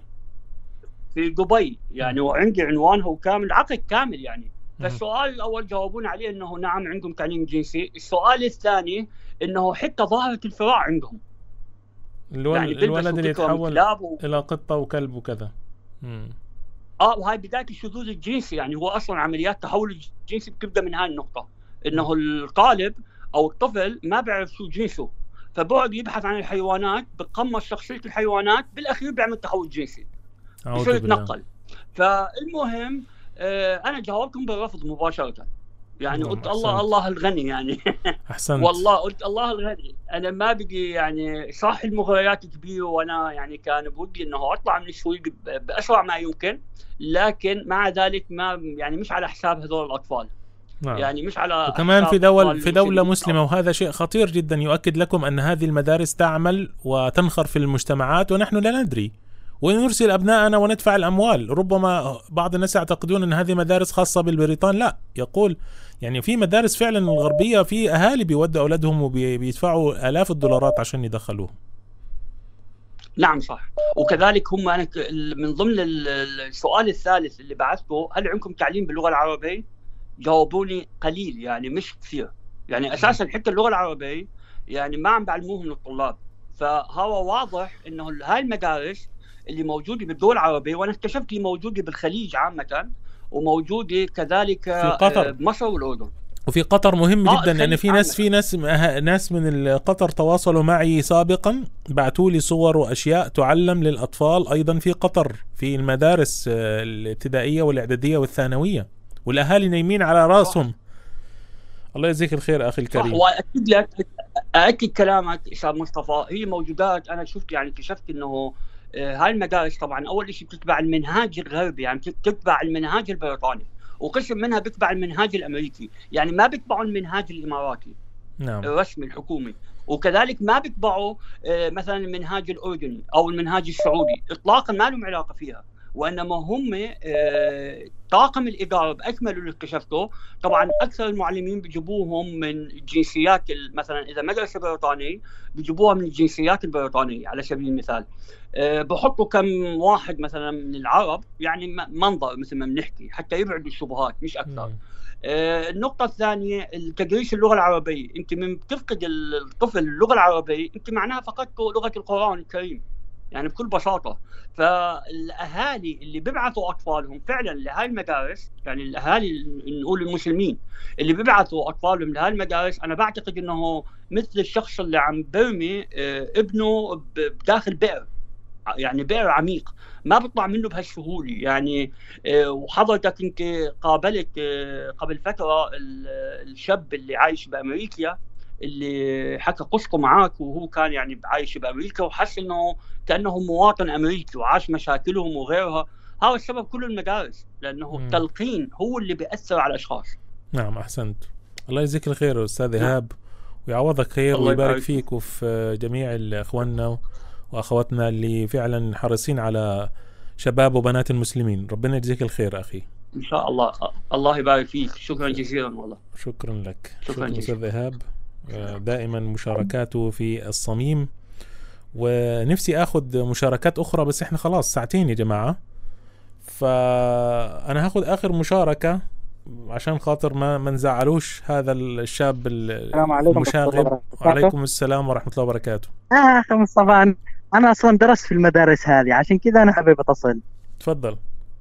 دبي يعني، وعندي عنوانها وكامل عقد كامل يعني. فالسؤال الاول جاوبون عليه انه نعم عندهم تعليم جنسي. السؤال الثاني انه حتى ظاهره الفراء عندهم، يعني الولد اللي يتحول الى قطه وكلب وكذا. وهي بدايه الشذوذ الجنسي، يعني هو اصلا عمليات تحول الجنسي بتبدا من هاي النقطه، انه الطالب او الطفل ما بيعرف شو جنسه، فبقعد يبحث عن الحيوانات، بقمص شخصيه الحيوانات، بالاخير بيعمل تحول جنسي بصير يتنقل. فالمهم انا جاوبتهم بالرفض مباشره، يعني قلت الله الغني يعني احسنت والله قلت الله الغني، انا ما بدي يعني صح المغريات كبيره، وانا يعني كان بودي انه اطلع من السويد باسرع ما يمكن، لكن مع ذلك ما يعني مش على حساب هذول الاطفال. يعني مش على وكمان في دولة مسلمة، وهذا شيء خطير جدا يؤكد لكم أن هذه المدارس تعمل وتنخر في المجتمعات ونحن لا ندري، ونرسل أبناءنا وندفع الأموال. ربما بعض الناس يعتقدون أن هذه مدارس خاصة بالبريطان، لا، يقول يعني في مدارس فعلا الغربية في أهالي بيودوا أولادهم وبيدفعوا آلاف الدولارات عشان يدخلوهم. نعم صح. وكذلك هم أنا من ضمن السؤال الثالث اللي بعثته، هل عندكم تعليم باللغة العربية؟ جاوبوني قليل، يعني مش كثير، يعني أساسا حتى اللغة العربية يعني ما عم بعلموهم للطلاب. فهو واضح إنه هاي المدارس اللي موجودة بالدول العربية، وأنا اكتشفت هي موجودة بالخليج عامة، وموجودة كذلك في قطر بمصر والأردن. وفي قطر مهم جدا، لأن في ناس من قطر تواصلوا معي سابقا، بعثوا لي صور وأشياء تعلم للأطفال أيضا في قطر في المدارس الابتدائية والإعدادية والثانوية، والأهالي نايمين على رأسهم. الله يجزيك الخير أخي الكريم. وأكد لك، أكد كلامك أستاذ مصطفى، هي موجودات. أنا شفت يعني اكتشفت إنه هاي المدارس طبعا أول شيء بتتبع المنهاج الغربي، يعني بتتبع المنهاج البريطاني، وقسم منها بيتبع المنهاج الأمريكي، يعني ما بيتبعوا المنهاج الإماراتي نعم الرسمي الحكومي، وكذلك ما بيتبعوا مثلا المنهاج الأردني أو المنهاج السعودي إطلاقا، ما لهم علاقة فيها. وإنما هم طاقم الإدارة بأكمله اللي اكتشفته. طبعا أكثر المعلمين بيجيبوهم من الجنسيات، مثلا إذا مدرسة بريطانية بيجيبوها من الجنسيات البريطانية على سبيل المثال. بحطوا كم واحد مثلا من العرب، يعني منظر مثل ما بنحكي حتى يبعدوا الشبهات مش أكثر. النقطة الثانية تدريس اللغة العربية. أنت من بتفقد الطفل اللغة العربية أنت معناها فقدته لغة القرآن الكريم، يعني بكل بساطة. فالأهالي اللي بيبعثوا أطفالهم فعلا لهاي المدارس، يعني الأهالي نقول المسلمين اللي بيبعثوا أطفالهم لهاي المدارس، أنا بعتقد أنه مثل الشخص اللي عم برمي ابنه بداخل بئر، يعني بئر عميق ما بيطلع منه بهالسهولة يعني. وحضرتك انت قابلت قبل فترة الشاب اللي عايش بأمريكا اللي حكى قصته معك، وهو كان يعني عايش بأمريكا وحس انه كأنه مواطن أمريكي وعاش مشاكلهم وغيرها. هذا السبب كله المدارس، لأنه التلقين هو اللي بيأثر على الأشخاص. نعم أحسنت. الله يجزيك الخير أستاذ إيهاب ويعوضك خير ويبارك فيك وفي جميع إخواننا وأخواتنا اللي فعلا حريصين على شباب وبنات المسلمين. ربنا يجزيك الخير أخي إن شاء الله. الله يبارك فيك. شكرا جزيلا والله. شكرا لك. شكرا أستاذ إيهاب، دائما مشاركاته في الصميم، ونفسي أخذ مشاركات أخرى بس إحنا خلاص ساعتين يا جماعة، فأنا هاخذ آخر مشاركة عشان خاطر ما نزعلوش هذا الشاب المشاغب. وعليكم السلام ورحمة الله وبركاته. أخي مصطفى، أنا أصلا درست في المدارس هذه عشان كذا أنا حابب أتصل. تفضل.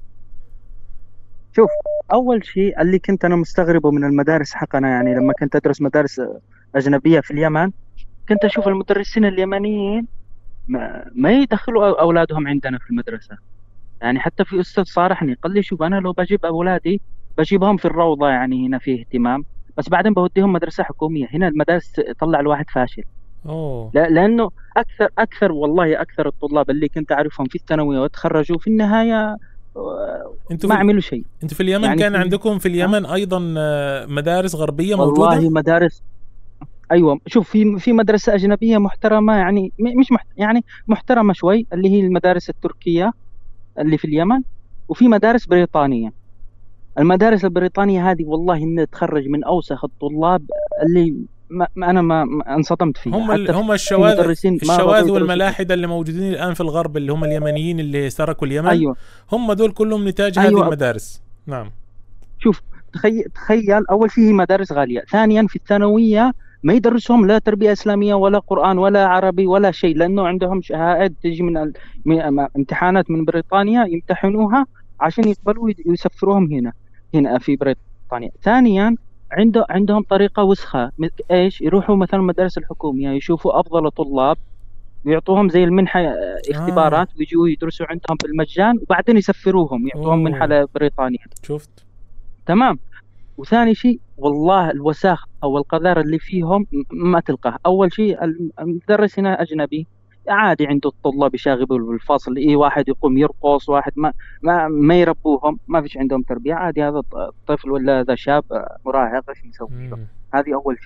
شوف، أول شيء اللي كنت أنا مستغربه من المدارس حقنا، يعني لما كنت أدرس مدارس أجنبية في اليمن كنت أشوف المدرسين اليمنيين ما يدخلوا أولادهم عندنا في المدرسة. يعني حتى في أستاذ صارحني قال لي شوف أنا لو بجيب أولادي بجيبهم في الروضة، يعني هنا فيه اهتمام، بس بعدين بوديهم مدرسة حكومية. هنا المدارس تطلع الواحد فاشل. لأنه أكثر والله أكثر الطلاب اللي كنت أعرفهم في الثانوية وتخرجوا في النهاية ما عملوا شيء. أنتوا في اليمن يعني كان عندكم في اليمن أيضا مدارس غربية موجودة؟ والله مدارس، أيوة. شوف، في مدرسة أجنبية محترمة، يعني مش يعني محترمة شوي، اللي هي المدارس التركية اللي في اليمن، وفي مدارس بريطانية. المدارس البريطانية هذه والله إن تخرج من أوسخ الطلاب اللي أنا ما انصدمت فيه. هم الشواذ والملاحدة اللي موجودين الآن في الغرب، اللي هم اليمنيين اللي تركوا اليمن. أيوة. هم دول كلهم نتاج هذه المدارس. نعم. شوف، تخيل أول شيء مدارس غالية، ثانيا في الثانوية ما يدرسهم لا تربية إسلامية ولا قرآن ولا عربي ولا شيء، لأنه عندهم شهادات تجي من امتحانات من بريطانيا يمتحنوها عشان يقبلوا يسفروهم هنا في بريطانيا. ثانيا عندهم طريقة وسخة، إيش؟ يروحوا مثلا المدارس الحكومية يشوفوا أفضل طلاب ويعطوهم زي المنحة اختبارات ويجوا يدرسوا عندهم بالمجان، وبعدين يسفروهم يعطوهم منحة لبريطانيا. شفت؟ تمام. وثاني شيء والله الوساخ أو القذارة اللي فيهم ما تلقاه. أول شيء المدرس هنا أجنبي عادي، عنده الطلاب يشاغبوا بالفصل، واحد يقوم يرقص، واحد ما يربوهم، ما فيش عندهم تربية، عادي هذا الطفل ولا هذا شاب مراهق ايش يسوي. هذه أول شيء.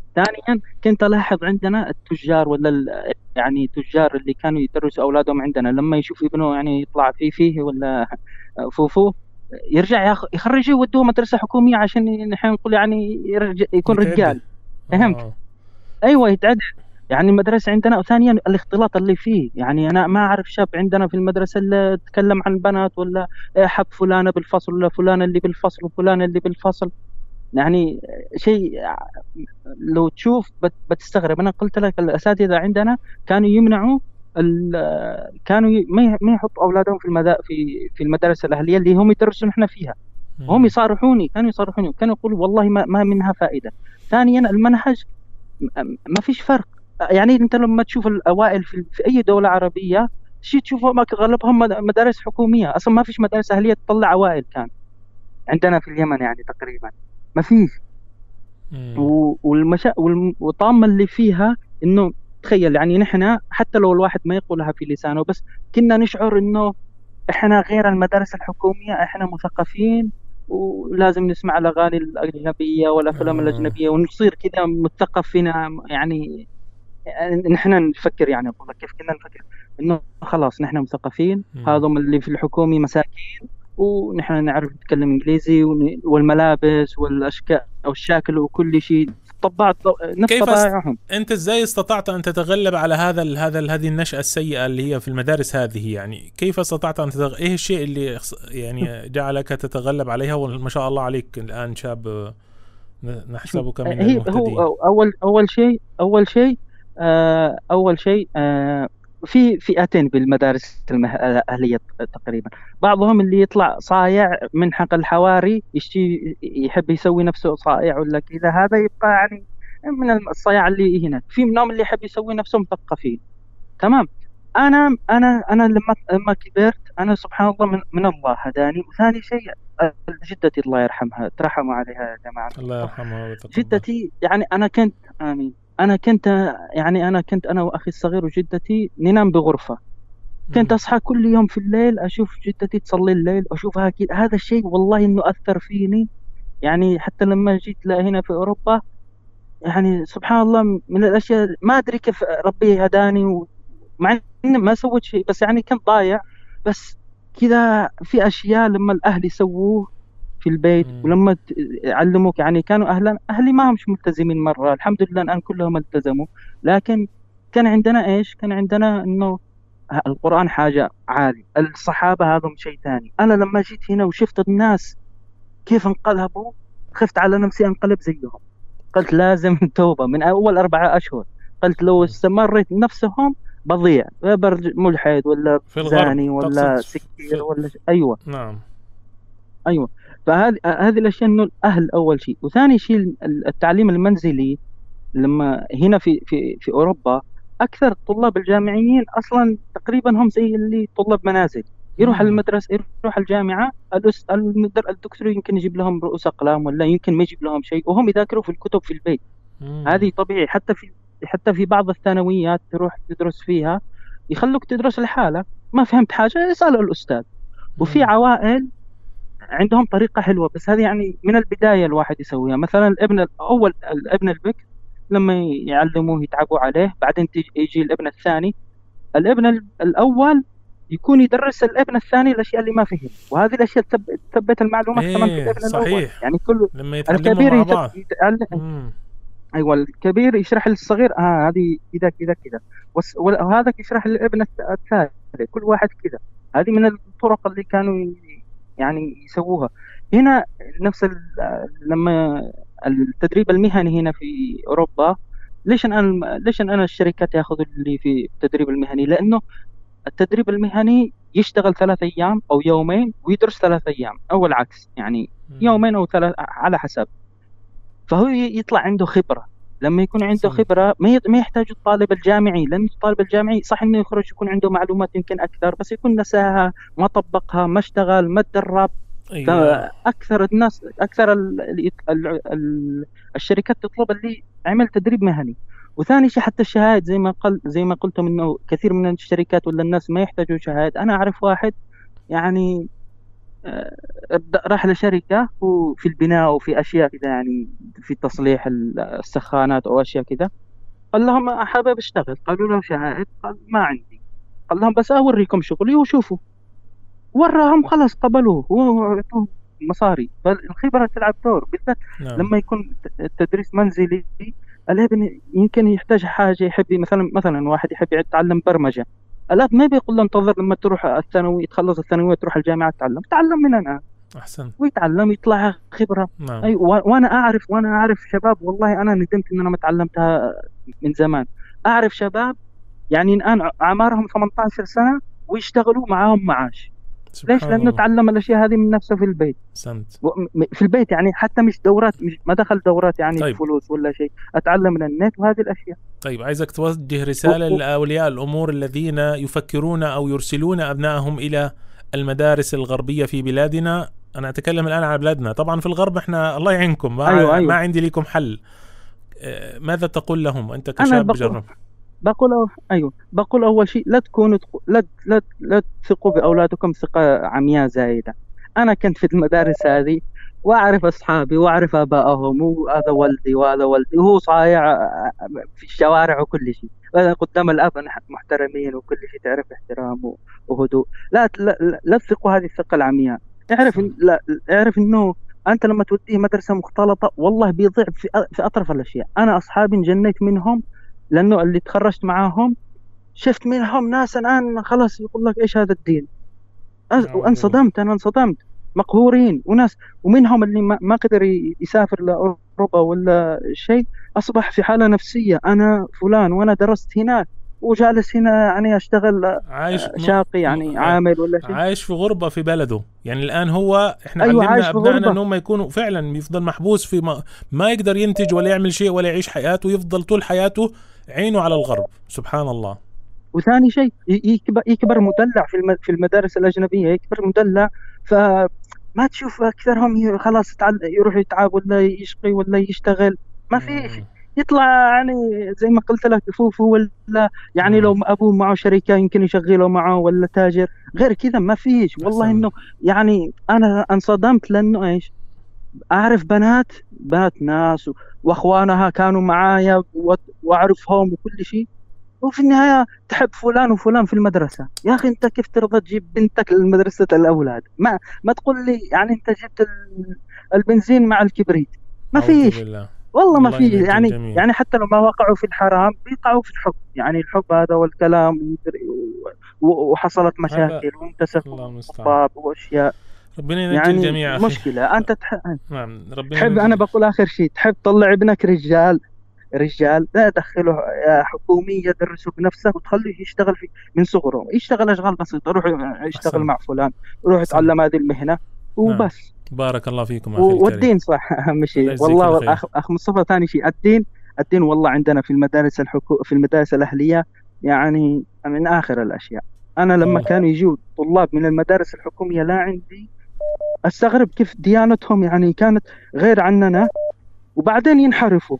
ثانيا كنت الاحظ عندنا التجار ولا يعني تجار اللي كانوا يدرسوا اولادهم عندنا لما يشوف ابنه يعني يطلع فيه ولا فوفو، يرجع يخرجه يودوه مدرسة حكومية عشان نحن نقول يعني يكون رجال. فهمت؟ ايوه يتعدل. يعني المدرسة عندنا. وثانيا الاختلاط اللي فيه، يعني انا ما اعرف شاب عندنا في المدرسة اللي تكلم عن البنات ولا حب فلانة بالفصل ولا فلانة اللي بالفصل وفلانة اللي بالفصل. يعني شيء لو تشوف بتستغرب. انا قلت لك الاساتذة عندنا كانوا يمنعوا كانوا ما يحطوا اولادهم في المدارس الاهليه اللي هم يدرسون احنا فيها. هم كانوا يصارحوني وكانوا يقولوا والله ما منها فائده. ثانيا المنهج ما فيش فرق. يعني انت لما تشوف الاوائل في اي دوله عربيه تشوفهم اغلبهم مدارس حكوميه، اصلا ما فيش مدارس اهليه تطلع اوائل. كان عندنا في اليمن يعني تقريبا ما فيش. والطامه اللي فيها انه تخيل يعني نحن حتى لو الواحد ما يقولها في لسانه بس كنا نشعر انه احنا غير المدارس الحكومية، احنا مثقفين ولازم نسمع الاغاني الاجنبية ولا الافلام الاجنبية ونصير كذا مثقف فينا. يعني نحن نفكر، يعني اقول لك كيف كنا نفكر انه خلاص نحن مثقفين، هذول اللي في الحكومي مساكين ونحن نعرف نتكلم انجليزي والملابس والاشكال او الشكل وكل شيء طبعت نفس طباعهم. انت ازاي استطعت ان تتغلب على هذه النشأة السيئة اللي هي في المدارس هذه؟ يعني كيف استطعت ان ايه الشيء اللي يعني جعلك تتغلب عليها؟ وما شاء الله عليك الان شاب نحسبك من المهتدين. هو اول شيء في فئتين بالمدارس الأهلية تقريبا. بعضهم اللي يطلع صايع من حق الحواري يحب يسوي نفسه صائع ولا كذا، هذا يبقى يعني من الصياع اللي هنا. في منهم اللي يحب يسوي نفسه مثقفين. تمام. انا لما كبرت انا سبحان الله من الله هداني. وثاني شيء جدتي الله يرحمها، ترحموا عليها يا جماعة. الله يرحمها. جدتي يعني آمين. أنا كنت أنا وأخي الصغير وجدتي ننام بغرفة. كنت أصحى كل يوم في الليل أشوف جدتي تصلي الليل أشوفها كده. هذا الشيء والله إنه أثر فيني. يعني حتى لما جيت هنا في أوروبا يعني سبحان الله من الأشياء ما أدري كيف ربي هداني، مع إني ما سويت شيء بس يعني كنت ضايع. بس كذا في أشياء لما الأهل يسووه في البيت ولما يعلموك. يعني كانوا أهلي ما همش ملتزمين مرة، الحمد لله الآن كلهم التزموا. لكن كان عندنا إنه القرآن حاجة عالي، الصحابة هذا شيء ثاني. أنا لما جيت هنا وشفت الناس كيف انقلبوا خفت على نفسي أنقلب زيهم. قلت لازم توبة من أول 4 أشهر. قلت لو استمرت نفسهم بضيع، ملحد ولا زاني ولا سكير ولا أيوة. نعم أيوة. فهذه الأشياء إنه الأهل أول شيء. وثاني شيء التعليم المنزلي. لما هنا في أوروبا أكثر الطلاب الجامعيين أصلا تقريبا هم زي اللي طلاب منازل. يروح المدرسة يروح الجامعة، الدكتور يمكن يجيب لهم رؤوس أقلام ولا يمكن ما يجيب لهم شيء وهم يذاكروا في الكتب في البيت. هذه طبيعي. حتى في بعض الثانويات تروح تدرس فيها يخلوك تدرس لحالك، ما فهمت حاجة يسألوا الأستاذ. وفي عوائل عندهم طريقة حلوة بس هذه يعني من البداية الواحد يسويها. مثلا الابن البكر لما يعلموه يتعبوا عليه، بعدين يجي الابن الثاني. الابن الأول يكون يدرس الابن الثاني الأشياء اللي ما فهم، وهذه الأشياء تثبت المعلومات كمان في الابن صحيح. الأول. يعني كل الكبير مع بعض. أيوة الكبير يشرح للصغير هذه كذا وهذا يشرح للابن الثالث. كل واحد كذا. هذه من الطرق اللي كانوا يعني يسووها. هنا نفس لما التدريب المهني هنا في أوروبا، ليش أنا الشركات يأخذوا اللي في التدريب المهني؟ لأنه التدريب المهني يشتغل 3 أيام أو يومين ويدرس 3 أيام أو العكس، يعني يومين أو 3 على حسب. فهو يطلع عنده خبرة. لما يكون عنده خبرة ما يحتاج الطالب الجامعي، لأن الطالب الجامعي صح إنه يخرج يكون عنده معلومات يمكن أكثر بس يكون نساها، ما طبقها، ما اشتغل، ما تدرب. فأكثر الناس الشركات تطلب اللي عمل تدريب مهني. وثاني شيء حتى الشهادة زي ما قلتم إنه كثير من الشركات ولا الناس ما يحتاجوا شهادة. أنا أعرف واحد يعني راح لشركة وفي البناء وفي أشياء كذا، يعني في تصليح السخانات أو أشياء كذا. قال لهم حابب أشتغل، قالوا له شهادة، قال ما عندي. قال لهم بس أوريكم شغلي وشوفوا. وراهم، خلاص قبلوه وعطوه مصاري. فالخبرة تلعب دور، بالذات لما يكون التدريس منزلي. الابن يمكن يحتاج حاجة، يحب مثلا واحد يحب يتعلم برمجة، الأب ما بيقول له انتظر لما تروح الثانوي، تخلص الثانوية تروح الجامعة تعلم من الآن. أحسن. ويتعلم يطلع خبرة. أي وأنا أعرف شباب، والله أنا ندمت إن أنا ما تعلمتها من زمان. أعرف شباب يعني الآن أعمارهم 18 سنة ويشتغلوا معاهم معاش. ليش؟ لأنه تعلم الأشياء هذه من نفسه في البيت. في البيت يعني، حتى مش دورات، ما دخل دورات يعني. طيب. فلوس ولا شيء، أتعلم من النت وهذه الأشياء. طيب، عايزك توجه رسالة لأولياء الأمور الذين يفكرون أو يرسلون أبنائهم إلى المدارس الغربية في بلادنا. أنا أتكلم الآن عن بلادنا، طبعا في الغرب إحنا الله يعينكم، ما عندي لكم حل. ماذا تقول لهم أنت كشاب جرب؟ بقول أول شيء لا تثقوا بأولادكم ثقة عمياء زايدة. أنا كنت في المدارس هذه وأعرف أصحابي وأعرف آبائهم، وهذا والدي وهذا والدي، وهو صايع في الشوارع وكل شيء. قدام الأب محترمين وكل شيء، تعرف احترام وهدوء. لا تثقوا هذه الثقة العمياء. اعرف إنه أنت لما توديه مدرسة مختلطة والله بيضيع في أطرف الأشياء. أنا أصحابي جنيت منهم، لأنه اللي تخرجت معاهم شفت منهم ناس الآن خلاص يقول لك إيش هذا الدين. وانصدمت، أنا انصدمت، مقهورين. وناس ومنهم اللي ما قدر يسافر لأوروبا ولا شيء، أصبح في حالة نفسية. أنا فلان وأنا درست هناك وجالس هنا يعني أشتغل شاقي يعني عامل ولا شيء، عايش في غربة في بلده. يعني الآن هو إحنا علمنا أبنائنا أنهم يكونوا فعلا يفضل محبوس في ما يقدر ينتج ولا يعمل شيء ولا يعيش حياته، يفضل طول حياته عينه على الغرب. سبحان الله. وثاني شيء يكبر مدلع في المدارس الأجنبية، يكبر مدلع. فما تشوف أكثرهم خلاص يروح يتعب ولا يشقي ولا يشتغل، ما فيش. يطلع يعني زي ما قلت لك فوفو، ولا يعني لو أبوه معه شركة يمكن يشغله معه، ولا تاجر. غير كذا ما فيش. والله إنه يعني أنا انصدمت، لأنه إيش، أعرف بنات ناس وأخوانها كانوا معايا وأعرفهم وكل شيء، وفي النهاية تحب فلان وفلان في المدرسة. يا أخي أنت كيف ترضى تجيب بنتك للمدرسة الأولاد؟ ما تقول لي يعني أنت جبت البنزين مع الكبريت. ما فيش والله، ما فيش. يعني حتى لو ما وقعوا في الحرام بيقعوا في الحب، يعني الحب هذا والكلام، وحصلت مشاكل وانتسفوا أطباب وأشياء. ربنا ينجي يعني الجميع. مشكلة. أنت نعم. تحب، أنا بقول آخر شيء، تحب تطلع ابنك رجال لا دخله حكومي يدرسه بنفسه وتخليه يشتغل من صغره، يشتغل أشغال بسيطة، روح يشتغل مع فلان، روح يتعلم هذه المهنة وبس. نعم. بارك الله فيكم أخي الكريم. والدين صح أهم شيء والله. أخ مصطفى، ثاني شيء الدين والله عندنا في المدارس في المدارس الأهلية يعني من آخر الأشياء. أنا لما كانوا يجوا طلاب من المدارس الحكومية لا عندي، أستغرب كيف ديانتهم يعني كانت غير عننا، وبعدين ينحرفوا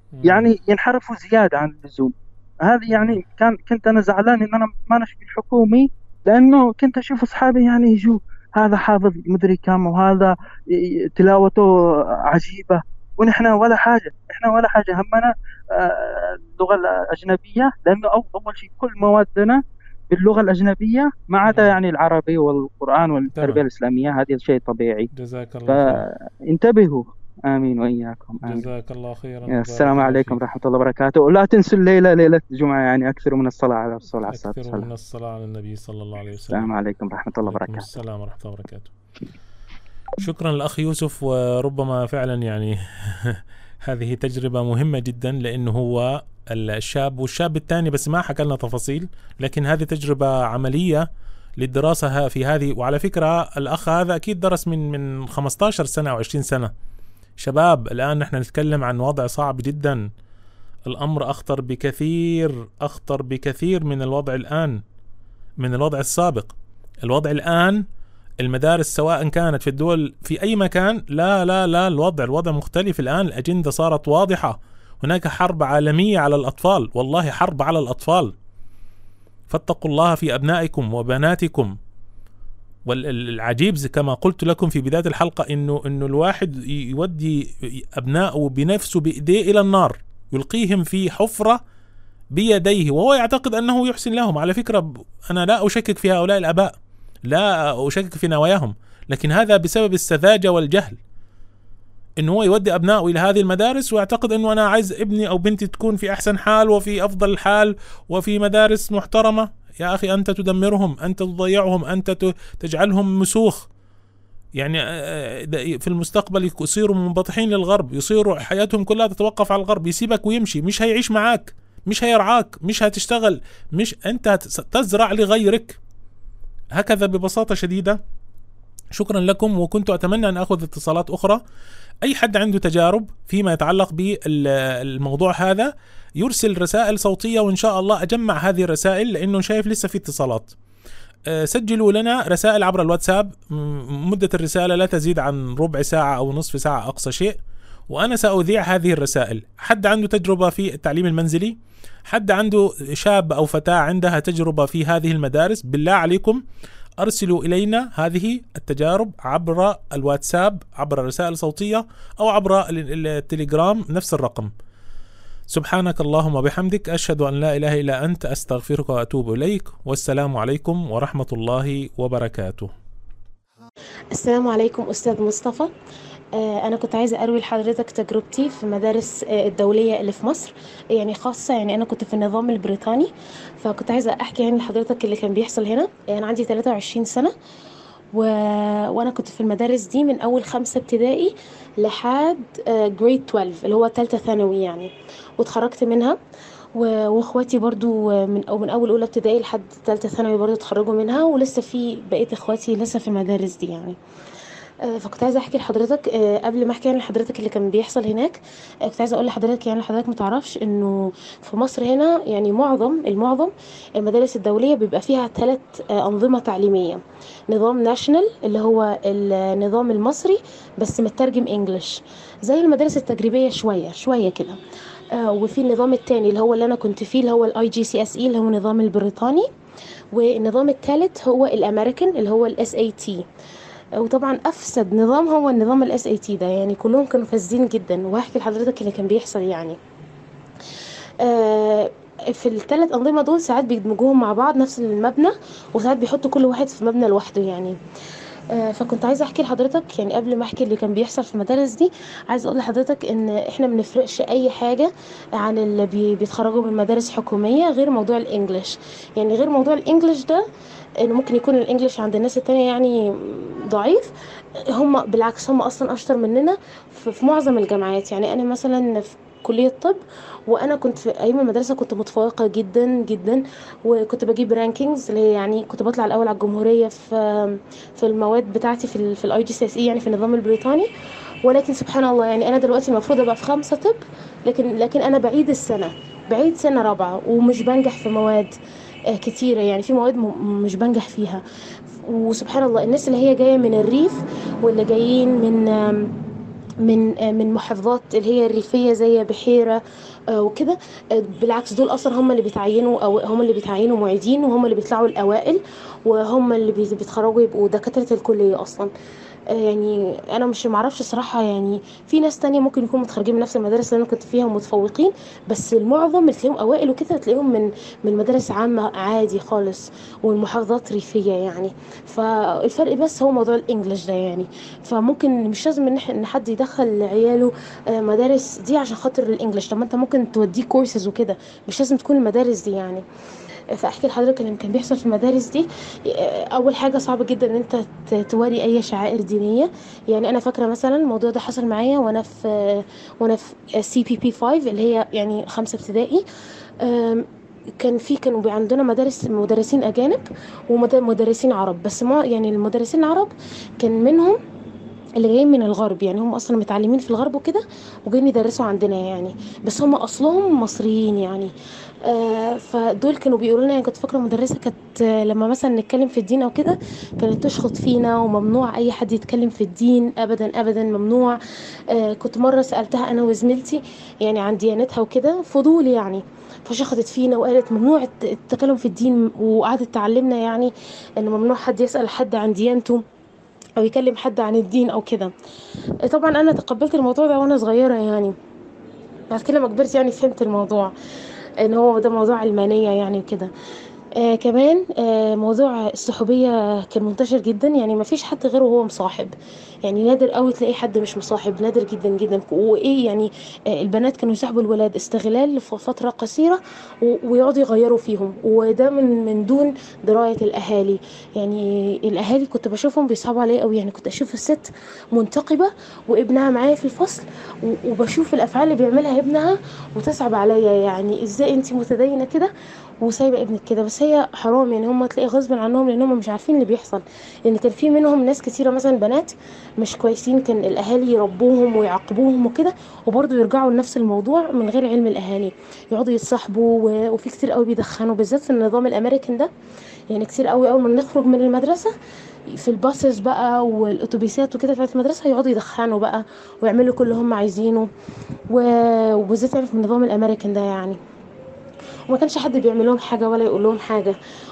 زيادة عن اللزوم. هذه يعني كنت أنا زعلان إن أنا ما نشبه الحكومي، لأنه كنت أشوف أصحابي يعني يجوا هذا حافظ مدري كم، وهذا تلاوته عجيبة، ونحن ولا حاجة. همنا اللغة الأجنبية، لأنه أول شيء كل موادنا باللغة الأجنبية ما عدا يعني العربي والقرآن والتربية الإسلامية، هذا شيء طبيعي. جزاك الله فانتبهوا. آمين وإياكم. آمين. جزاك الله خيرا. السلام عليكم ورحمة الله وبركاته. ولا تنسوا الليلة ليلة الجمعة يعني أكثروا من الصلاة على الرسول عليه الصلاة والسلام. من الصلاة على النبي صلى الله عليه وسلم. السلام عليكم ورحمة الله وبركاته. السلام ورحمة الله وبركاته. شكرا الأخ يوسف. وربما فعلا يعني هذه تجربة مهمة جدا، لأنه هو الشاب والشاب الثاني بس ما حكى لنا تفاصيل، لكن هذه تجربة عملية للدراسة في هذه. وعلى فكرة الأخ هذا أكيد درس من 15 سنة أو 20 سنة. شباب الآن نحن نتكلم عن وضع صعب جدا، الأمر أخطر بكثير من الوضع الآن، من الوضع السابق. الوضع الآن المدارس سواء كانت في الدول في أي مكان، لا الوضع مختلف الآن. الأجندة صارت واضحة، هناك حرب عالمية على الأطفال، والله حرب على الأطفال. فاتقوا الله في أبنائكم وبناتكم، والعجيب كما قلت لكم في بداية الحلقة إنه الواحد يودي أبنائه بنفسه بإيديه إلى النار، يلقيهم في حفرة بيديه وهو يعتقد أنه يحسن لهم. على فكرة أنا لا أشكك في هؤلاء الآباء، لا أشكك في نواياهم، لكن هذا بسبب السذاجة والجهل، إنه هو يودي أبنائه إلى هذه المدارس ويعتقد إنه أنا عايز ابني أو بنتي تكون في أحسن حال وفي أفضل حال وفي مدارس محترمة. يا أخي أنت تدمرهم، أنت تضيعهم، أنت تجعلهم مسوخ، يعني في المستقبل يصيروا منبطحين للغرب، يصيروا حياتهم كلها تتوقف على الغرب، يسيبك ويمشي، مش هيعيش معاك، مش هيرعاك، مش هتشتغل، مش أنت تزرع لغيرك. هكذا ببساطة شديدة. شكرا لكم، وكنت أتمنى أن أخذ اتصالات أخرى. أي حد عنده تجارب فيما يتعلق بالموضوع هذا يرسل رسائل صوتية، وإن شاء الله أجمع هذه الرسائل، لأنه شايف لسه في اتصالات. سجلوا لنا رسائل عبر الواتساب، مدة الرسالة لا تزيد عن ربع ساعة أو نصف ساعة أقصى شيء، وأنا سأذيع هذه الرسائل. حد عنده تجربة في التعليم المنزلي، حد عنده شاب أو فتاة عندها تجربة في هذه المدارس، بالله عليكم أرسلوا إلينا هذه التجارب عبر الواتساب، عبر الرسائل الصوتية، أو عبر التليجرام نفس الرقم. سبحانك اللهم وبحمدك، أشهد أن لا إله إلا أنت، أستغفرك وأتوب إليك، والسلام عليكم ورحمة الله وبركاته. السلام عليكم أستاذ مصطفى. أنا كنت عايزة أروي لحضرتك تجربتي في مدارس الدولية اللي في مصر، يعني خاصة يعني أنا كنت في النظام البريطاني، فكنت عايزة أحكي يعني لحضرتك اللي كان بيحصل هنا. أنا عندي 23 سنة وأنا كنت في المدارس دي من أول 5 ابتدائي لحد جريد 12 اللي هو تالتة ثانوي يعني، واتخرجت منها. واخواتي برضو من اول اولى ابتدائي لحد ثالثه ثانوي برضو اتخرجوا منها، ولسه في بقيه اخواتي لسه في المدارس دي يعني. فكنت عايزه احكي لحضرتك قبل ما احكي يعني لحضرتك اللي كان بيحصل هناك. كنت عايزه اقول لحضرتك يعني حضرتك ما تعرفش انه في مصر هنا يعني المعظم المدارس الدوليه بيبقى فيها 3 انظمه تعليميه. نظام ناشونال اللي هو النظام المصري بس مترجم انجلش، زي المدارس التجريبيه شويه كده. وفي النظام الثاني اللي هو اللي انا كنت فيه اللي هو IGCSE اللي هو النظام البريطاني، والنظام الثالث هو الامريكان اللي هو SAT. وطبعا افسد نظام هو النظام SAT ده، يعني كلهم كانوا فاسدين جدا. وهحكي لحضرتك اللي كان بيحصل يعني. في ال3 أنظمة دول ساعات بيدمجوهم مع بعض نفس المبنى، وساعات بيحطوا كل واحد في مبنى لوحده يعني. فكنت عايزه احكي لحضرتك يعني قبل ما احكي اللي كان بيحصل في المدارس دي، عايزه اقول لحضرتك ان احنا ما بنفرقش اي حاجه عن اللي بيتخرجوا من مدارس حكوميه، غير موضوع الانجليش. يعني غير موضوع الانجليش ده انه ممكن يكون الانجليش عند الناس التانية يعني ضعيف، هم بالعكس هم اصلا اشطر مننا في معظم الجامعات. يعني انا مثلا في كلية طب، وانا كنت في ايام المدرسه كنت متفوقه جدا جدا، وكنت بجيب رانكينجز اللي يعني كنت بطلع الاول على الجمهوريه في المواد بتاعتي في IGCSE يعني في النظام البريطاني. ولكن سبحان الله يعني انا دلوقتي المفروض ابقى في 5 طب، لكن انا بعيد سنه رابعه، ومش بنجح في مواد كتيره. يعني في مواد مش بنجح فيها. وسبحان الله الناس اللي هي جايه من الريف واللي جايين من محافظات اللي هي الريفيه زي بحيره وكده، بالعكس دول اصلا هم اللي بيتعينوا، او هم اللي بيتعينوا معيدين، وهم اللي بيطلعوا الاوائل، وهم اللي بيتخرجوا يبقوا دكاتره الكليه اصلا. يعني انا مش معرفش الصراحه، يعني في ناس تانية ممكن يكونوا متخرجين من نفس المدارس اللي انا كنت فيها متفوقين، بس المعظم تلاقيهم اوائل وكده، تلاقيهم من مدارس عامه عادي خالص، والمحافظات ريفيه يعني. فالفرق بس هو موضوع الانجليش ده يعني. فممكن مش لازم ان حد يدخل عياله مدارس دي عشان خاطر الانجليش. طب ما انت ممكن توديه كورسز وكده، مش لازم تكون المدارس دي يعني. فاحكي لحضرتك اللي كان بيحصل في المدارس دي. اول حاجه صعب جدا ان انت توري اي شعائر دينيه. يعني انا فاكره مثلا الموضوع ده حصل معايا وانا في CPP 5 اللي هي يعني 5 ابتدائي. كانوا عندنا مدرسين اجانب ومدرسين عرب، بس ما يعني المدرسين العرب كان منهم اللي جايين من الغرب، يعني هم اصلا متعلمين في الغرب وكده وجايين يدرسوا عندنا يعني، بس هم اصلهم مصريين يعني. فدول كانوا بيقولوا لنا، يعني كنت فاكره مدرسه كانت لما مثلا نتكلم في الدين او كده كانت تشخط فينا، وممنوع اي حد يتكلم في الدين ابدا ابدا، ممنوع. كنت مره سالتها انا وزميلتي يعني عن ديانتها وكده، فضول يعني، فشخطت فينا وقالت ممنوع التكلم في الدين، وقعدت تعلمنا يعني ان ممنوع حد يسال حد عن ديانته او يكلم حد عن الدين او كده. طبعا انا تقبلت الموضوع ده وانا صغيره يعني، بعد كده لما كبرت يعني فهمت الموضوع ان هو ده موضوع علمانيه يعني وكده. كمان موضوع الصحوبية كان منتشر جدا، يعني ما فيش حد غيره هو مصاحب، يعني نادر قوي تلاقي حد مش مصاحب، نادر جدا جدا. وايه يعني البنات كانوا يصاحبوا الولاد استغلال لفترة قصيرة ويقعدوا يغيروا فيهم، وده من دون دراية الاهالي. يعني الاهالي كنت بشوفهم بيصعبوا عليا قوي، يعني كنت اشوف الست منتقبة وابنها معايا في الفصل وبشوف الافعال اللي بيعملها ابنها وتصعب عليا، يعني ازاي انتي متدينة كده وسايبه ابنك كده؟ بس هي حرام يعني، هم تلاقي غصب عنهم لان هم مش عارفين اللي بيحصل. لان كان في منهم ناس كتيره مثلا بنات مش كويسين، كان الاهالي يربوهم ويعاقبوهم وكده، وبرضه يرجعوا لنفس الموضوع من غير علم الاهالي، يقعدوا يتصاحبوا. وفي كتير قوي بيدخنوا بالذات في النظام الامريكان ده، يعني كتير قوي اول ما نخرج من المدرسه في الباصز بقى والاتوبيسات وكده بتاعت المدرسه يقعدوا يدخنوا بقى ويعملوا كل اللي هم عايزينه، وبالذات يعني في النظام الامريكان ده يعني. وما كانش حد بيعمل لهم حاجه ولا يقول لهم حاجه.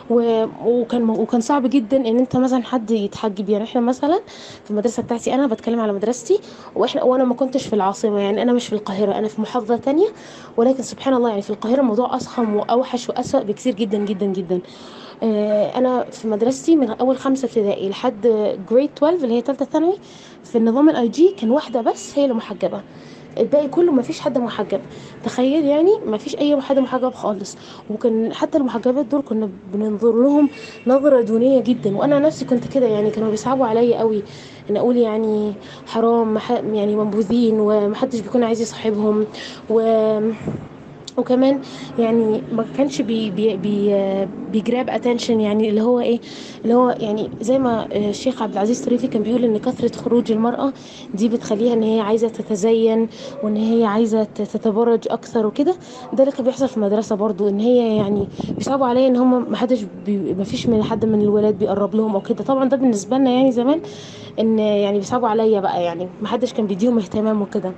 وكان صعب جدا ان انت مثلا حد يتحجب. يعني احنا مثلا في المدرسه بتاعتي، انا بتكلم على مدرستي، وانا ما كنتش في العاصمه، يعني انا مش في القاهره، انا في محافظه تانية، ولكن سبحان الله يعني في القاهره الموضوع اضخم واوحش واسوأ بكثير جدا جدا جدا. انا في مدرستي من اول 5 ابتدائي لحد جريد 12 اللي هي ثالثه ثانوي في النظام الاي جي كان واحده بس هي اللي محجبه، الباقي كله ما فيش حد محجب. تخيل يعني ما فيش اي حد محجب خالص. وكان حتى المحجبات دول كنا بننظر لهم نظرة دونية جدا، وانا نفسي كنت كده يعني، كانوا بيصعبوا عليا قوي ان اقول يعني حرام، يعني منبوذين ومحدش بيكون عايز يصاحبهم. و وكمان يعني ما كانش بيجراب اتنشن، يعني اللي هو ايه، اللي هو يعني زي ما الشيخ عبد العزيز طريفي كان بيقول ان كثرة خروج المرأة دي بتخليها ان هي عايزة تتزين وان هي عايزة تتبرج اكثر وكده. ده اللي كان بيحصل في المدرسة برضو، ان هي يعني بيصعبوا عليا ان هم ما فيش من حد من الولاد بيقرب لهم او كده. طبعا ده بالنسبة لنا يعني زمان ان يعني بيصعبوا عليا بقى، يعني ما حدش كان بيديهم اهتمام وكده.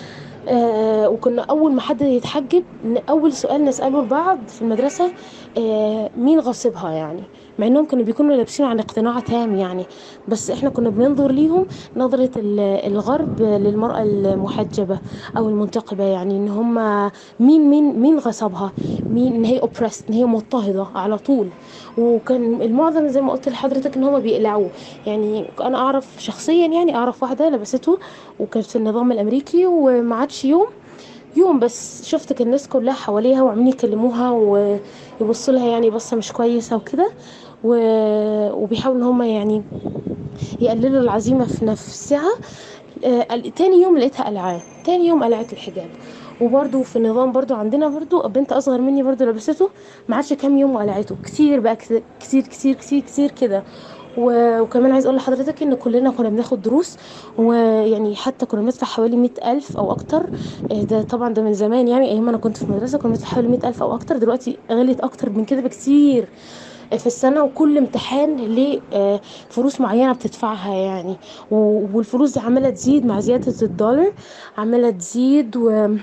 وكنا اول ما حد يتحجب اول سؤال نساله لبعض في المدرسه مين غاصبها، يعني مع انهم كانوا بيكونوا لابسين عن اقتناع تام يعني، بس احنا كنا بننظر ليهم نظره الغرب للمراه المحجبه او المنتقبه، يعني ان هم مين غصبها، مين ان هي اوبرست، ان هي مضطهده على طول. وكان المعظم زي ما قلت لحضرتك ان هم بيقلعوه. يعني انا اعرف شخصيا، يعني اعرف واحده لبسته وكانت في النظام الامريكي، وما عادش يوم بس شفت الناس كلها حواليها وعمالين يكلموها ويبصوا لها يعني بصه مش كويسه وكده، وبيحاولوا ان هم يعني يقللوا العزيمه في نفسها. تاني يوم لقيتها قلعاه، تاني يوم قلعت الحجاب. وبرده في النظام برده عندنا برده بنت اصغر مني برده لبسته، ما عادش كام يوم وقلعته، كتير بقى، كتير كتير كتير كتير كده. وكمان عايز اقول لحضرتك ان كلنا كنا بناخد دروس، ويعني حتى كنا بندفع حوالي 100,000 او اكتر. ده طبعا ده من زمان، يعني ايام انا كنت في المدرسه كنا بندفع حوالي 100,000 او اكتر، دلوقتي غلت اكتر من كده بكتير في السنة. وكل امتحان ليه فلوس معينة بتدفعها يعني، والفلوس دي عمالة تزيد مع زيادة الدولار، عمالة تزيد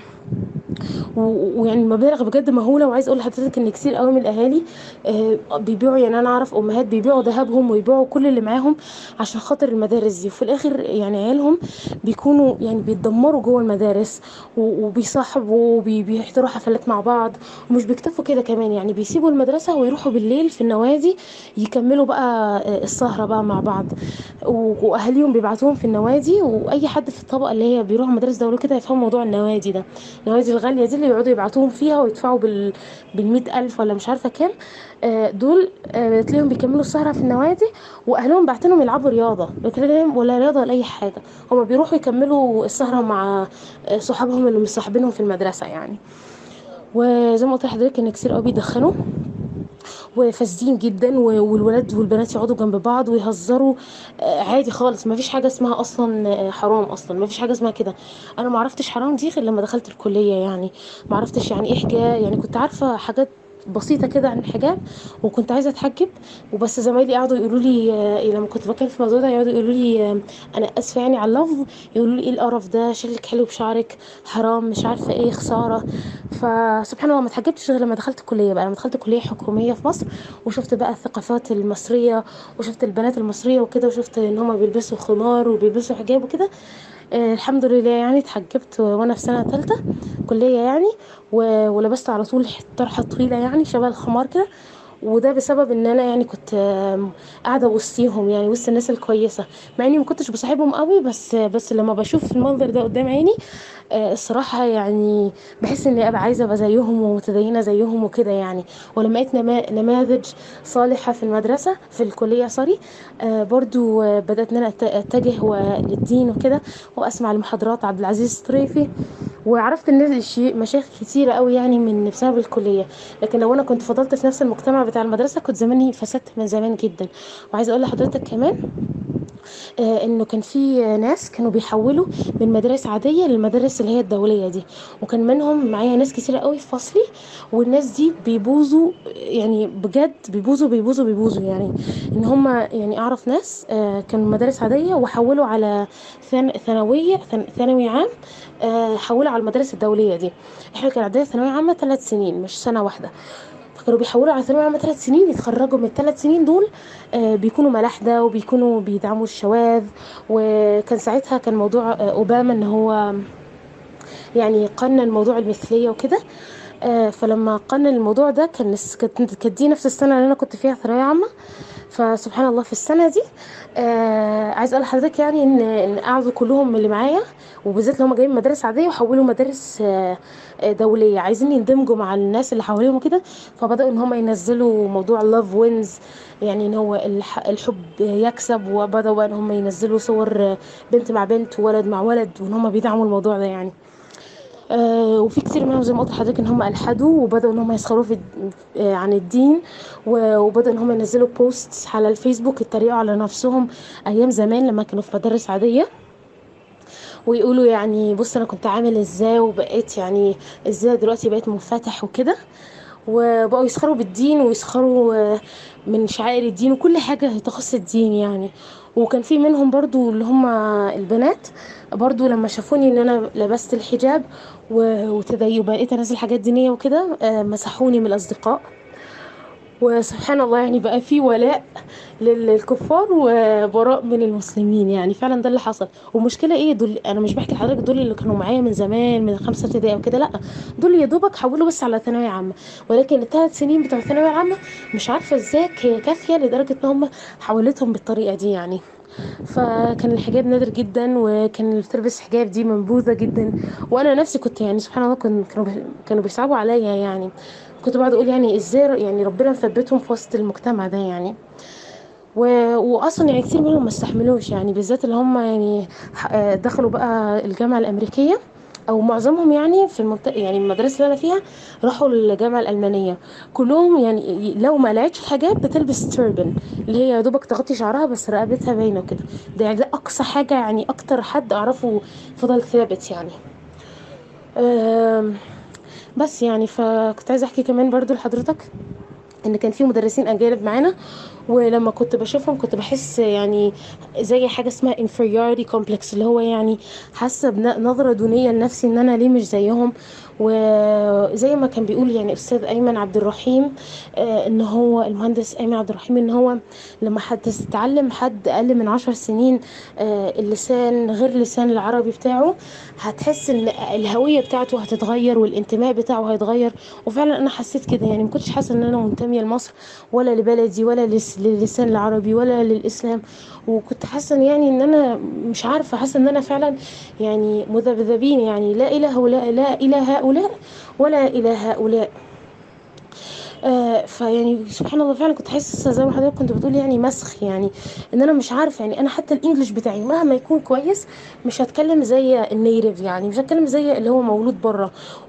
ويعني مبالغ بجد مهوله. وعايز اقول لحضرتك ان كتير قوي من الاهالي بيبيعوا، يعني انا اعرف امهات بيبيعوا ذهبهم ويبيعوا كل اللي معاهم عشان خاطر المدارس دي، وفي الاخر يعني عيالهم بيكونوا يعني بيتدمروا جوه المدارس وبيصاحبوا وبيحضروا حفلات مع بعض. ومش بيكتفوا كده كمان، يعني بيسيبوا المدرسه ويروحوا بالليل في النوادي يكملوا بقى السهره بقى مع بعض، واهاليهم بيبعتوهم في النوادي. واي حد في الطبقه اللي هي بيروح مدارس دوليه كده يفهم موضوع النوادي ده، النوادي الغالية دي اللي يقعدوا يبعتوهم فيها ويدفعوا 100,000 ولا مش عارفة كام. دول تلاقيهم بيكملوا السهرة في النوادي، وأهلهم بعتنهم يلعبوا رياضة، ولا رياضة ولا أي حاجة، هما بيروحوا يكملوا السهرة مع صحابهم اللي مصاحبينهم في المدرسة يعني. وزي ما قلت لحضرتك إن كتير قوي بيدخنوا، وفاسدين جدا، والولاد والبنات يقعدوا جنب بعض ويهزروا عادي خالص. ما فيش حاجه اسمها اصلا حرام، اصلا ما فيش حاجه اسمها كده. انا ما عرفتش حرام دي غير لما دخلت الكليه يعني. ما عرفتش يعني ايه حجاب، يعني كنت عارفه حاجات بسيطه كده عن الحجاب وكنت عايزه اتحجب وبس. زمايلي قعدوا يقولوا لي لما كنت بتكلم في الموضوع ده يقعدوا يقولوا لي انا اسفه يعني على اللفظ، يقولوا لي ايه القرف ده، شكلك حلو بشعرك، حرام، مش عارفه ايه، خساره. فسبحان الله ما اتحجبتش غير لما دخلت الكليه بقى. لما دخلت كليه حكوميه في مصر وشفت بقى الثقافات المصريه وشفت البنات المصريه وكده، وشفت ان هما بيلبسوا خمار وبيلبسوا حجاب وكده. الحمد لله يعني اتحجبت وانا في سنه ثالثه كليه يعني. ولبست على طول طرحه طويله يعني شبه الخمار كده. وده بسبب ان انا يعني كنت قاعده وسطيهم، يعني وسط الناس الكويسه، مع اني ما كنتش بصاحبهم قوي، بس لما بشوف المنظر ده قدام عيني الصراحه يعني بحس اني ابقى عايزه ابقى زيهم ومتدينه زيهم وكده يعني. ولما لقيت نماذج صالحه في المدرسه في الكليه سوري، برضو بدات ان انا اتجه للدين وكده، واسمع لمحاضرات عبد العزيز الطريفي، وعرفت ان مشايخ كتيره قوي يعني من بسبب الكليه. لكن لو انا كنت فضلت في نفس المجتمع بتاع المدرسه كنت زماني فسدت من زمان جدا. وعايزه اقول لحضرتك كمان انه كان في ناس كانوا بيحولوا من مدارس عاديه للمدارس اللي هي الدوليه دي، وكان منهم معايا ناس كتيره قوي في فصلي. والناس دي بيبوظوا يعني بجد، بيبوظوا يعني. ان هم يعني اعرف ناس كانوا مدارس عاديه وحولوا على ثانوي عام، حولوا على المدارس الدوليه دي. احنا كان عندنا ثانويه عامه 3 سنين مش سنه واحده، فكانوا بيحولوا على ثانويه عامه 3 سنين، يتخرجوا من ال3 سنين دول بيكونوا ملاحده وبيكونوا بيدعموا الشواذ. وكان ساعتها كان موضوع اوباما ان هو يعني قنن موضوع المثليه وكده. فلما قنن الموضوع ده كانت دي نفس السنه اللي انا كنت فيها ثانويه عامه. فسبحان الله في السنه دي عايز اقول لحضرتك يعني ان قعدوا كلهم اللي معايا، وبالذات اللي هم جايين مدارس عاديه وحولوا مدارس دوليه، عايزين يندمجوا مع الناس اللي حواليهم كده. فبداوا ان هم ينزلوا موضوع لاف وينز، يعني ان هو الحب يكسب. وبداوا ان هم ينزلوا صور بنت مع بنت وولد مع ولد، وان هم بيدعموا الموضوع ده يعني. وفي كتير منهم زي ما قلت لحضرتك ان هم الحدوا وبداوا ان هم يسخروا في عن الدين، وبداوا ان هم ينزلوا بوستس على الفيسبوك يتريقوا على نفسهم ايام زمان لما كانوا في مدارس عاديه، ويقولوا يعني بص انا كنت عامل ازاي وبقيت يعني ازاي دلوقتي بقيت منفتح وكده. وبقوا يسخروا بالدين ويسخروا من شعائر الدين وكل حاجة تخص الدين يعني. وكان في منهم برضو اللي هم البنات برضو لما شافوني ان انا لبست الحجاب وبقيت انزل حاجات دينية وكده مسحوني من الاصدقاء. وسبحان الله يعني بقى في ولاء للكفار وبراء من المسلمين، يعني فعلا ده اللي حصل. والمشكله ايه، دول انا مش بحكي لحضرتك دول اللي كانوا معايا من زمان من 5 ابتدائي وكده، لا دول يا دوبك حولوا بس على ثانويه عامه. ولكن ال3 سنين بتوع الثانويه العامه مش عارفه ازاي كافيه لدرجه ان هم حولتهم بالطريقه دي يعني. فكان الحجاب نادر جدا، وكان اللي بتلبس حجاب دي منبوذه جدا. وانا نفسي كنت يعني سبحان الله كانوا بيصعبوا عليا يعني. كنت بقعد اقول يعني ازاي يعني ربنا مثبتهم في وسط المجتمع ده يعني. واصلا يعني كتير منهم ما استحملوش يعني، بالذات اللي هم يعني دخلوا بقى الجامعه الامريكيه، او معظمهم يعني في المنطقه يعني المدرسه اللي انا فيها راحوا الجامعه الالمانيه. كلهم يعني لو ما لقيتش الحجاب بتلبس تيربن اللي هي يا دوبك تغطي شعرها بس رقبتها باينه كده. ده يعني ده اقصى حاجه يعني، اكتر حد اعرفه فضل ثابت يعني. بس يعني فكنت عايزه احكي كمان برضو لحضرتك ان كان في مدرسين اجانب معانا، ولما كنت بشوفهم كنت بحس يعني زي حاجه اسمها inferiority complex، اللي هو يعني حاسه بنظره دونيه لنفسي ان انا ليه مش زيهم. وزي ما كان بيقول يعني استاذ ايمن عبد الرحيم ان هو المهندس ايمن عبد الرحيم ان هو لما حد تتعلم حد اقل من 10 سنين اللسان غير اللسان العربي بتاعه، هتحس ان الهويه بتاعته هتتغير والانتماء بتاعه هيتغير. وفعلا انا حسيت كده يعني، ما كنتش حاسه ان انا منتميه لمصر ولا لبلدي ولا للسان العربي ولا للاسلام. وكنت حاسه يعني ان انا مش عارفه، حاسه ان انا فعلا يعني مذبذبين يعني، لا اله هؤلاء ولا اله هؤلاء. فيعني سبحان الله فعلا كنت حاسه زي ما حضرتك كنت بتقول يعني مسخ، يعني ان انا مش عارفه، يعني انا حتى الانجليش بتاعي مهما يكون كويس مش هتكلم زي النيتيف، يعني مش هتكلم زي اللي هو مولود بره.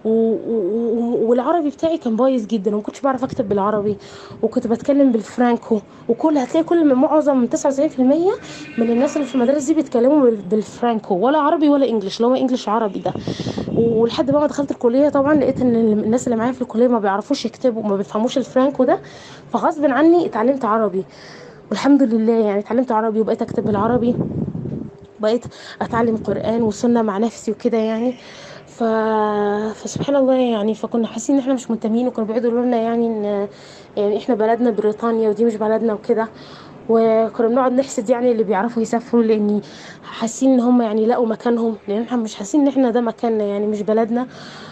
والعربي بتاعي كان بايظ جدا وما كنتش بعرف اكتب بالعربي، وكنت بتكلم بالفرانكو، هتلاقي كل معظم 99% من الناس اللي في المدارس دي بيتكلموا بالفرانكو، ولا عربي ولا انجليش، اللي هو انجليش عربي ده. ولحد بقى ما دخلت الكليه طبعا لقيت ان الناس اللي معايا في الكليه ما بيعرفوش يكتبوا وما بيفهموش الفرانكو ده، فغصب عني اتعلمت عربي، والحمد لله يعني اتعلمت عربي وبقيت اكتب بالعربي، بقيت اتعلم قرآن وسنة مع نفسي وكده يعني. فسبحان الله يعني، فكنا حاسين ان احنا مش منتمين، وكانوا بيقعدوا يقولوا لنا يعني ان يعني احنا بلدنا بريطانيا ودي مش بلدنا وكده. وكنا بنقعد نحسد يعني اللي بيعرفوا يسافروا، لاني حاسين ان هم يعني لقوا مكانهم، لان احنا مش حاسين ان احنا ده مكاننا، يعني مش بلدنا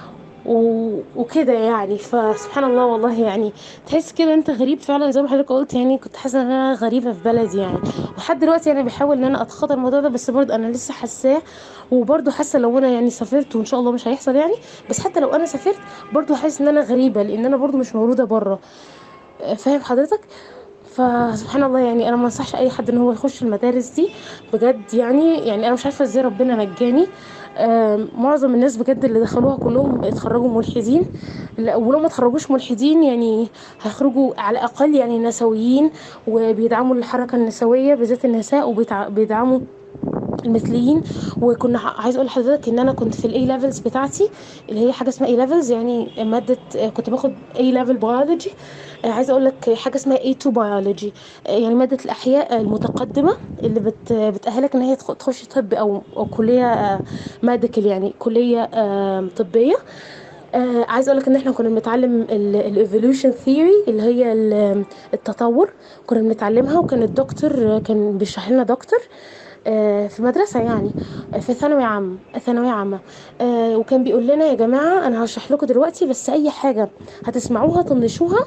وكده يعني. فسبحان الله والله يعني تحس كده انت غريب فعلا زي ما حضرتك قلت، يعني كنت حاسه ان انا غريبه في بلدي يعني. لحد دلوقتي انا بحاول ان انا اتخطى الموضوع ده، بس برضه انا لسه حاساه، وبرضه حاسه لو انا يعني سافرت، وان شاء الله مش هيحصل يعني، بس حتى لو انا سافرت برضه حاسس ان انا غريبه، لان انا برضه مش مولوده بره. فاهم حضرتك؟ فسبحان الله يعني انا ما انصحش اي حد ان هو يخش المدارس دي بجد، يعني انا مش عارفه ازاي ربنا نجاني. معظم الناس بجد اللي دخلوها كلهم اتخرجوا ملحدين، ولو ما اتخرجوش ملحدين يعني هيخرجوا على الاقل يعني نسويين، وبيدعموا الحركه النسويه بالذات النساء، وبيدعموا المثليين. وكنا عايز اقول لحضرتك ان انا كنت في الاي ليفلز بتاعتي، اللي هي حاجه اسمها اي ليفلز، يعني ماده كنت باخد اي ليفل بيولوجي. عايزه اقول لك حاجه اسمها A2 بيولوجي، يعني ماده الاحياء المتقدمه اللي بتاهلك ان هي تخش طب او كليه ميديكال، يعني كليه طبيه. عايز اقول لك ان احنا كنا بنتعلم الايفولوشن ثيوري، اللي هي التطور، كنا بنتعلمها. وكان الدكتور كان بيشرح لنا دكتور في مدرسة يعني، في ثانوية عامة. وكان بيقول لنا يا جماعة أنا هشرح لكم دلوقتي، بس أي حاجة هتسمعوها طنشوها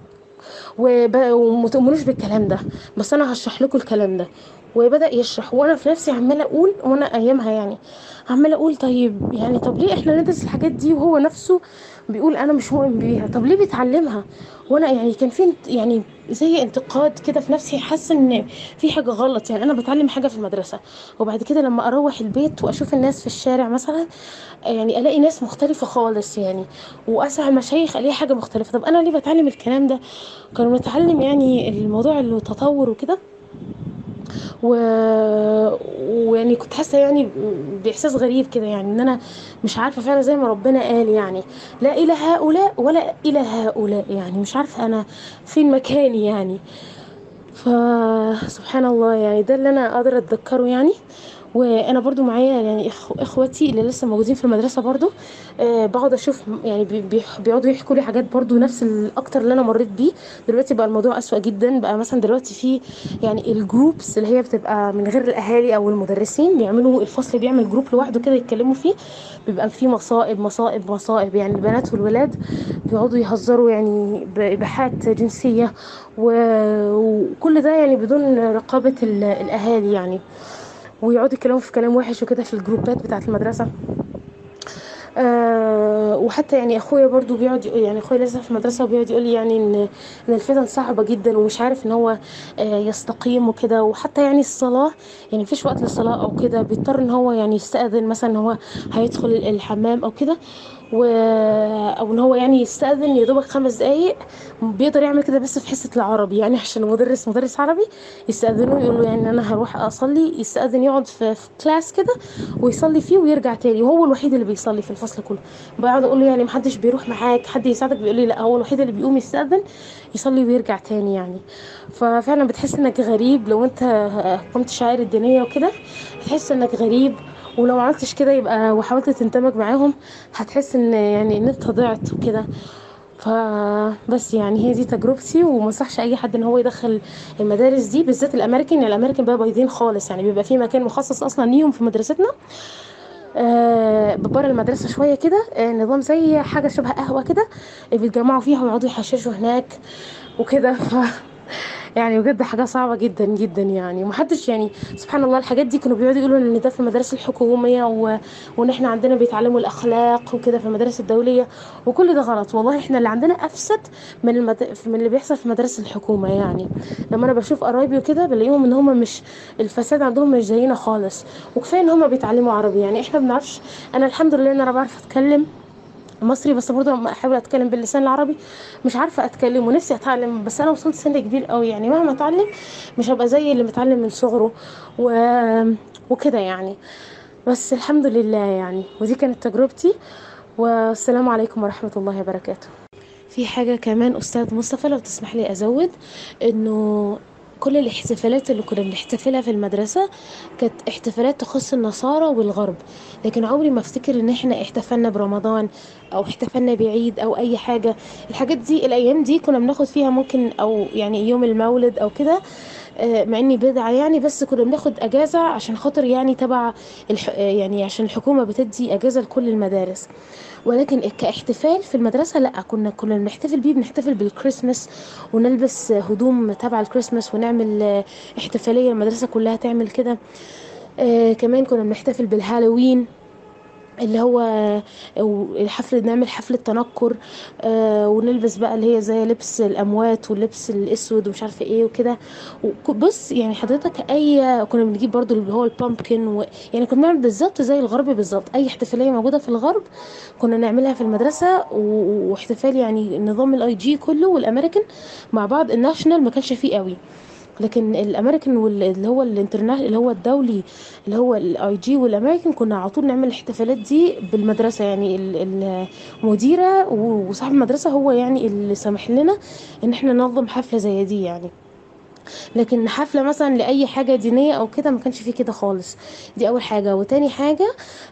وما تؤمنوش بالكلام ده، بس أنا هشرح لكم الكلام ده. وبدأ يشرح، وأنا في نفسي عمالة أقول، وأنا أيامها يعني عمالة أقول طيب يعني طب ليه إحنا ندرس الحاجات دي وهو نفسه بيقول أنا مش مؤمن بيها؟ طب ليه بيتعلمها؟ وأنا يعني كان في يعني زي انتقاد كده في نفسي، حاسة إن في حاجة غلط، يعني أنا بتعلم حاجة في المدرسة، وبعد كده لما أروح البيت وأشوف الناس في الشارع مثلا، يعني ألاقي ناس مختلفة خالص يعني، وأسمع المشايخ ألاقي حاجة مختلفة. طب أنا ليه بتعلم الكلام ده؟ كانوا بنتعلم يعني الموضوع اللي تطور وكده. و... ويعني كنت حاسه يعني باحساس غريب كده، يعني ان انا مش عارفه فعلا زي ما ربنا قال يعني لا الى هؤلاء ولا الى هؤلاء، يعني مش عارفه انا فين مكاني يعني. فسبحان الله يعني ده اللي انا قادره اتذكره يعني. وانا برضو معايا يعني اخواتي اللي لسه موجودين في المدرسه برضو، بقعد اشوف يعني بيقعدوا يحكوا لي حاجات برضو نفس الاكتر اللي انا مريت بيه. دلوقتي بقى الموضوع اسوأ جدا، بقى مثلا دلوقتي في يعني الجروبس اللي هي بتبقى من غير الاهالي او المدرسين، بيعملوا الفصل بيعمل جروب لوحده كده يتكلموا فيه، بيبقى فيه مصائب مصائب مصائب، يعني البنات والولاد بيقعدوا يهزروا يعني بإيحاءات جنسيه وكل ده يعني بدون رقابه الاهالي يعني، ويقعدوا يتكلموا في كلام وحش وكده في الجروبات بتاعه المدرسه. وحتى يعني اخويا برضو بيقعد يعني اخويا لسه في المدرسه وبيقعد يقول لي يعني ان الفتن صعبه جدا، ومش عارف ان هو يستقيم وكده. وحتى يعني الصلاه يعني مفيش وقت للصلاه او كده، بيضطر ان هو يعني يستأذن مثلا ان هو هيدخل الحمام او كده، او ان هو يعني يستأذن يا دوبك 5 دقايق، بيقدر يعمل كده بس في حصة العربي، يعني عشان مدرس عربي يستأذنه يقول له يعني انا هروح اصلي، يستأذن يقعد في كلاس كده ويصلي فيه ويرجع تاني، وهو الوحيد اللي بيصلي في الفصل كله. بقعد اقول له يعني محدش بيروح معاك، حد يساعدك؟ بيقول لي لا، هو الوحيد اللي بيقوم يستأذن يصلي ويرجع تاني يعني. ففعلا بتحس انك غريب لو انت قمت شعائر الدينية وكده، بتحس انك غريب، ولو عملتش كده يبقى وحاولت تندمج معاهم هتحس ان يعني ان انت ضعت وكده. فبس يعني هي دي تجربتي، وما انصحش اي حد ان هو يدخل المدارس دي بالذات الامريكان، يعني الامريكان بقى بايظين خالص، يعني بيبقى في مكان مخصص اصلا ليهم في مدرستنا بره المدرسه شويه كده، نظام زي حاجه شبه قهوه كده بيتجمعوا فيها ويقعدوا يحششوا هناك وكده. يعني بجد حاجة صعبة جدا جدا يعني. ومحدش يعني سبحان الله الحاجات دي كانوا بيقعدوا يقولوا ان ده في المدارس الحكومية وان احنا عندنا بيتعلموا الاخلاق وكده في المدارس الدولية، وكل ده غلط والله. احنا اللي عندنا افسد من اللي بيحصل في مدارس الحكومة يعني. لما انا بشوف قرايبي وكده بلاقيهم ان هم مش الفساد عندهم مش زينا خالص. وكفاية ان هم بيتعلموا عربي، يعني احنا بنعرفش. انا الحمد لله ان انا بعرف اتكلم مصري، بس برضه لما احاول اتكلم باللسان العربي مش عارفه اتكلم، ونفسي اتعلم. بس انا وصلت سن كبير قوي يعني، مهما اتعلم مش هبقى زي اللي متعلم من صغره و... وكده يعني. بس الحمد لله يعني. ودي كانت تجربتي، والسلام عليكم ورحمه الله وبركاته. في حاجة كمان أستاذ مصطفى لو تسمح لي أزود، إنه كل الاحتفالات اللي كنا بنحتفلها في المدرسة كانت احتفالات تخص النصارى والغرب، لكن عمري ما افتكر ان احنا احتفلنا برمضان او احتفلنا بعيد او اي حاجة. الحاجات دي الايام دي كنا بناخد فيها ممكن او يعني يوم المولد او كده، مع اني بدعة يعني، بس كنا بناخد اجازة عشان خاطر يعني تبع يعني عشان الحكومة بتدي اجازة لكل المدارس. ولكن كاحتفال في المدرسة لا، كنا بنحتفل بالكريسماس، ونلبس هدوم تبع الكريسماس ونعمل احتفالية المدرسة كلها تعمل كده. كمان كنا بنحتفل بالهالوين اللي هو نعمل حفلة تنكر، ونلبس بقى اللي هي زي لبس الأموات واللبس الأسود ومش عارفة ايه وكده. بص يعني حضرتك كنا بنجيب برضو اللي هو البامبكن يعني كنا بنعمل بالظبط زي الغرب بالظبط. أي احتفالية موجودة في الغرب كنا نعملها في المدرسة. واحتفال يعني نظام الاي جي كله والأمريكان مع بعض. الناشونال ما كانش فيه قوي، لكن الامريكان اللي هو الانترناشونال اللي هو الدولي اللي هو الاي جي والامريكان كنا على طول نعمل الاحتفالات دي بالمدرسه يعني. المديره وصاحب المدرسه هو يعني اللي سمح لنا ان احنا ننظم حفله زي دي يعني. لكن حفلة مثلا لأي حاجة دينية أو كده ما كانش فيه كده خالص. دي أول حاجة. وتاني حاجة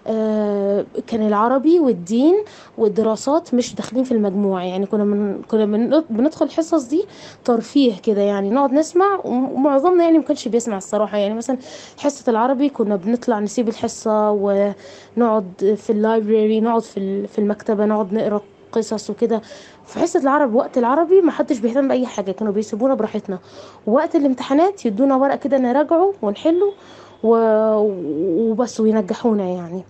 كان العربي والدين والدراسات مش داخلين في المجموع يعني. كنا بندخل الحصص دي ترفيه كده يعني، نقعد نسمع، ومعظمنا يعني ما كانش بيسمع الصراحة يعني. مثلا حصة العربي كنا بنطلع نسيب الحصة ونقعد في اللايبراري، نقعد في المكتبة نقعد نقرأ قصص وكده. في حصة العرب وقت العربي ما حدش بيهتم بأي حاجة، كانوا بيسيبونا براحتنا. ووقت الامتحانات يدونا ورق كده نراجعه ونحله وبس وينجحونا يعني.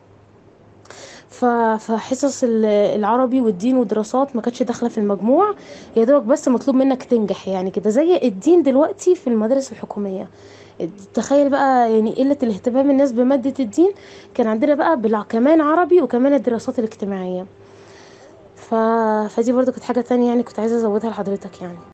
فحصص العربي والدين والدراسات ما كانتش داخله في المجموع، يا دوبك بس مطلوب منك تنجح يعني كده، زي الدين دلوقتي في المدارس الحكوميه. تخيل بقى يعني قله الاهتمام الناس بماده الدين. كان عندنا بقى كمان عربي وكمان الدراسات الاجتماعيه. فدي برضو كانت حاجه تانية يعني كنت عايزه ازودها لحضرتك يعني.